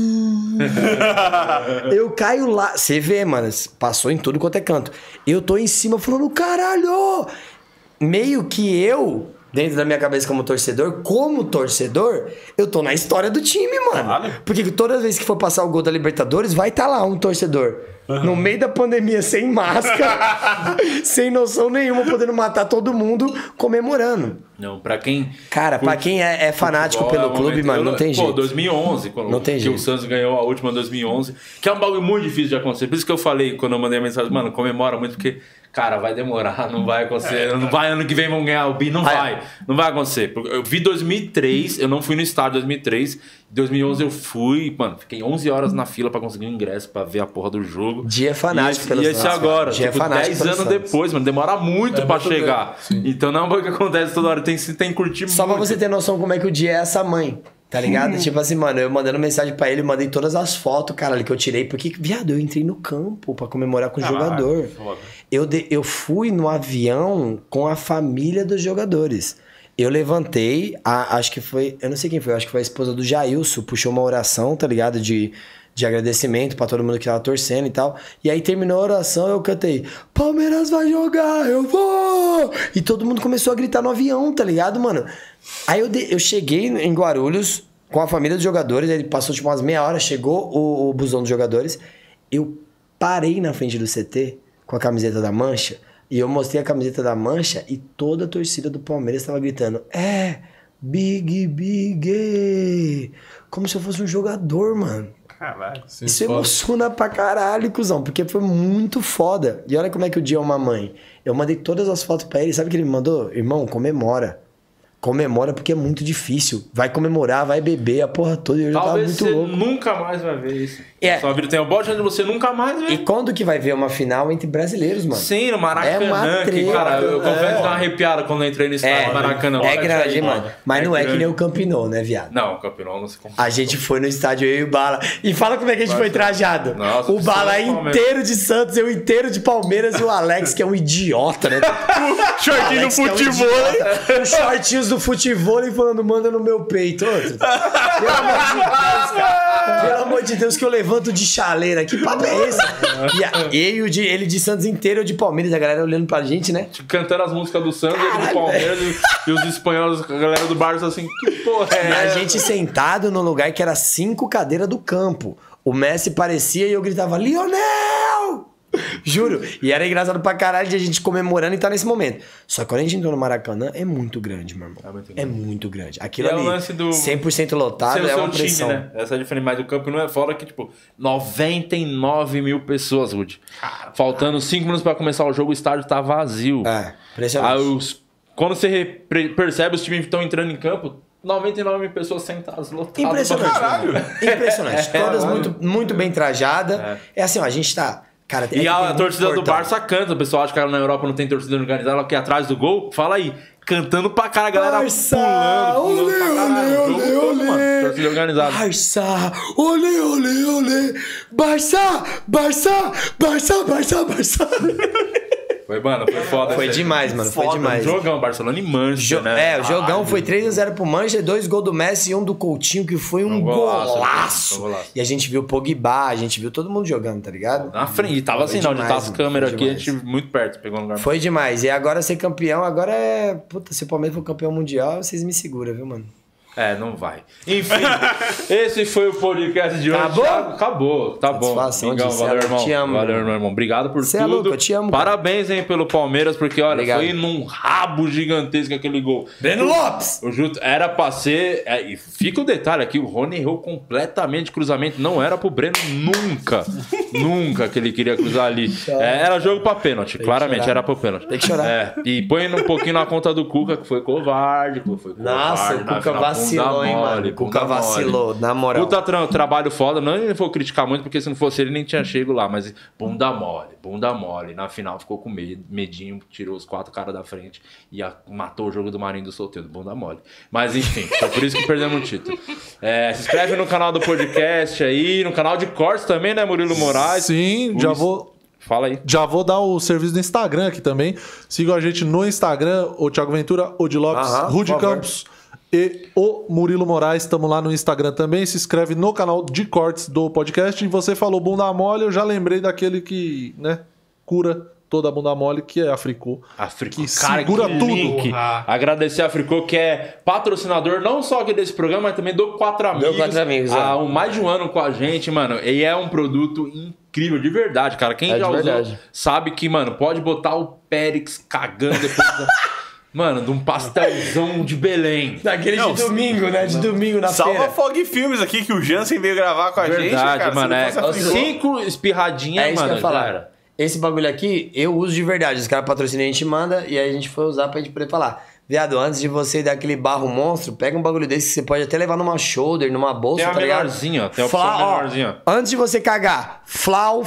C: Eu caio lá. Você vê, mano, passou em tudo quanto é canto. Eu tô em cima falando, caralho! Meio que eu, dentro da minha cabeça como torcedor, eu tô na história do time, mano. Claro. Porque toda vez que for passar o gol da Libertadores, vai estar lá um torcedor. No meio da pandemia, sem máscara, sem noção nenhuma, podendo matar todo mundo, comemorando.
A: Não, pra quem...
C: Cara, pra quem é fanático pelo clube, mano, não tem jeito.
A: Pô, 2011, quando o Santos ganhou a última 2011, que é um bagulho muito difícil de acontecer. Por isso que eu falei, quando eu mandei a mensagem, mano, comemora muito, porque, cara, vai demorar, não vai acontecer. Não vai, ano que vem vão ganhar o Bi, não vai acontecer. Eu vi 2003, eu não fui no estádio em 2003, em 2011 eu fui, mano, fiquei 11 horas na fila pra conseguir um ingresso, pra ver a porra do jogo.
C: Dia fanático pelo
A: Santos. E esse agora, tipo, 10 anos depois, mano, demora muito pra chegar. Então não é um bagulho que acontece toda hora, tem que curtir muito.
C: Só pra você ter noção como é que o Dia é essa mãe, tá ligado? Tipo assim, mano, eu mandando mensagem pra ele, mandei todas as fotos, caralho, que eu tirei, porque, viado, eu entrei no campo pra comemorar com o jogador. Eu fui no avião com a família dos jogadores. Eu levantei, acho que foi, eu não sei quem foi, acho que foi a esposa do Jailson, puxou uma oração, tá ligado? De agradecimento pra todo mundo que tava torcendo e tal. E aí terminou a oração, eu cantei, Palmeiras vai jogar, eu vou! E todo mundo começou a gritar no avião, tá ligado, mano? Aí eu cheguei em Guarulhos com a família dos jogadores, ele passou tipo umas meia hora, chegou o busão dos jogadores, eu parei na frente do CT com a camiseta da Mancha, e eu mostrei a camiseta da Mancha e toda a torcida do Palmeiras estava gritando, Big, como se eu fosse um jogador, mano.
B: Caralho,
C: isso emociona pra caralho, cuzão, porque foi muito foda. E olha como é que o Dia é uma mãe. Eu mandei todas as fotos pra ele, sabe o que ele me mandou? Irmão, comemora porque é muito difícil. Vai comemorar, vai beber, a porra toda. Eu já tava muito louco.
A: Talvez você nunca mais vai ver isso. Sua vida tem o bote onde você nunca mais vê.
C: E quando que vai ver uma final entre brasileiros, mano?
A: Sim, no Maracanã. Cara, eu confesso que dá uma arrepiada quando eu entrei no estádio do Maracanã.
C: Mano. Mas não é que nem o Camp Nou, né, viado?
A: Não, o Camp Nou não se compara.
C: A gente foi no estádio, eu e o Bala. E fala como é que a gente foi trajado. Nossa, o Bala inteiro de Santos, eu inteiro de Palmeiras e o Alex, que é um idiota, né?
B: Shortinho no futebol.
C: Um shortinho tios do futebol falando, manda no meu peito. Outro. Pelo amor de Deus, cara. Pelo amor de Deus, que eu levanto de chaleira. Que papo é esse? Ele de Santos inteiro, eu de Palmeiras, a galera olhando pra gente, né?
A: Cantando as músicas do Santos, ele do Palmeiras e os espanhóis, a galera do Barça assim, que porra é?
C: E a gente sentado no lugar que era 5 cadeiras do campo. O Messi parecia e eu gritava, Lionel! Juro. E era engraçado pra caralho de a gente comemorando e tá nesse momento. Só que quando a gente entrou no Maracanã, é muito grande, meu irmão. É muito grande. Aquilo ali, 100% lotado, é uma pressão.
A: Time, né? Essa é a diferença. Mas o campo não é fora que, tipo, 99 mil pessoas, Rudy. Faltando 5 minutos pra começar o jogo, o estádio tá vazio.
C: Impressionante.
A: Quando você percebe os times que estão entrando em campo, 99 mil pessoas sentadas, lotadas.
C: Impressionante. Impressionante. Todas muito bem trajadas. É assim, ó, a gente tá... Cara,
A: e a torcida do Barça canta. O pessoal acha que na Europa não tem torcida organizada, aqui atrás do gol. Fala aí, cantando pra cara, a galera
C: Barça,
A: pulando pra caralho. Olê. Torcida organizada.
C: Barça, olê, olê, olê. Barça, Barça, Barça, Barça, Barça.
A: Foi, mano, foi foda.
C: Foi demais, mano. Foi demais.
A: Jogão, Barcelona e Manchester, né?
C: O jogão foi 3-0 pro Manchester, 2 gols do Messi e um do Coutinho, que foi um golaço. E a gente viu o Pogba, a gente viu todo mundo jogando, tá ligado?
A: Na frente, e tava assim, onde tá as câmeras aqui, a gente muito perto, pegou um lugar.
C: Foi demais. E agora ser campeão, agora é... Puta, se o Palmeiras for campeão mundial, vocês me seguram, viu, mano?
A: Não vai. Enfim, esse foi o podcast de hoje. Acabou? Tá bom. Mingão, valeu, irmão.
C: Te amo.
A: Valeu, meu irmão. Obrigado por tudo.
C: É louco, eu te amo.
A: Parabéns, hein, pelo Palmeiras, porque, olha, foi num rabo gigantesco aquele gol.
C: Breno Lopes!
A: O Juto era pra ser... E fica o detalhe aqui, o Rony errou completamente cruzamento. Não era pro Breno nunca. Nunca que ele queria cruzar ali. Era jogo pra pênalti, claramente era pro pênalti.
C: Tem que chorar.
A: E põe um pouquinho na conta do Cuca, que foi covarde.
C: Nossa, o Cuca vacilou, hein, mano. O Cuca vacilou, na moral.
A: Puta trabalho foda. Não vou criticar muito, porque se não fosse ele, nem tinha chego lá. Mas bunda mole. Na final ficou com medinho, tirou os 4 caras da frente e matou o jogo do Marinho do Solteiro. Bunda mole. Mas enfim, foi por isso que perdemos o título. Se inscreve no canal do podcast aí, no canal de cortes também, né, Murilo Moraes?
D: Sim, já vou...
A: Fala aí.
D: Já vou dar o serviço do Instagram aqui também. Sigam a gente no Instagram, o Thiago Ventura, o Di Lopes, Rudy Campos e o Murilo Moraes. Estamos lá no Instagram também. Se inscreve no canal de cortes do podcast. E você falou bunda mole, eu já lembrei daquele que, né, cura toda a bunda mole, que é a Fricô. Que segura tudo.
A: Agradecer a Fricô, que é patrocinador não só aqui desse programa, mas também do 4 Amigos. Há mais de um ano com a gente, mano. E é um produto incrível, de verdade, cara. Quem já usou sabe que, mano, pode botar o Périx cagando depois da... Mano, de um pastelzão de Belém.
C: Daquele de domingo, né? De domingo na feira.
B: Salva Fog Filmes aqui, que o Jansen veio gravar com a gente, cara.
A: Mano, 5 espirradinhas, mano.
C: Isso que eu ia falar. Esse bagulho aqui, eu uso de verdade. Os caras patrocinam, a gente manda e aí a gente foi usar pra gente poder falar. Viado, antes de você dar aquele barro monstro, pega um bagulho desse que você pode até levar numa shoulder, numa bolsa, tá ligado?
A: Tem a opção menorzinha.
C: Antes de você cagar, flau.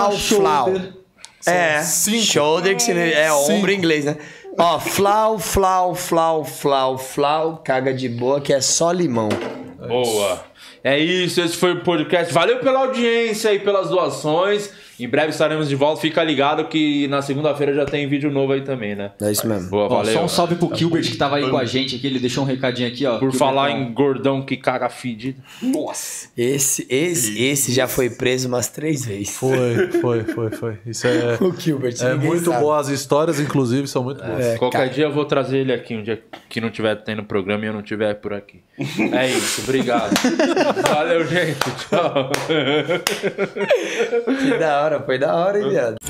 C: Shoulder, que é ombro em inglês, né? Ó, flau, caga de boa, que é só limão.
A: Boa. É isso, esse foi o podcast. Valeu pela audiência e pelas doações. Em breve estaremos de volta. Fica ligado que na segunda-feira já tem vídeo novo aí também, né?
C: É isso mesmo.
A: Boa, valeu.
E: Só um salve pro Gilbert que tava aí com a gente aqui. Ele deixou um recadinho aqui, ó.
A: Por falar em gordão que caga fedido.
C: Nossa. Esse já foi preso umas 3 vezes.
D: Foi. Isso é...
C: O Gilbert,
D: é muito boa. As histórias, inclusive, são muito boas.
A: Qualquer dia eu vou trazer ele aqui, um dia que não tiver tendo programa e eu não tiver por aqui. É isso, obrigado. Valeu, gente. Tchau.
C: Que da hora, foi da hora, hein, viado?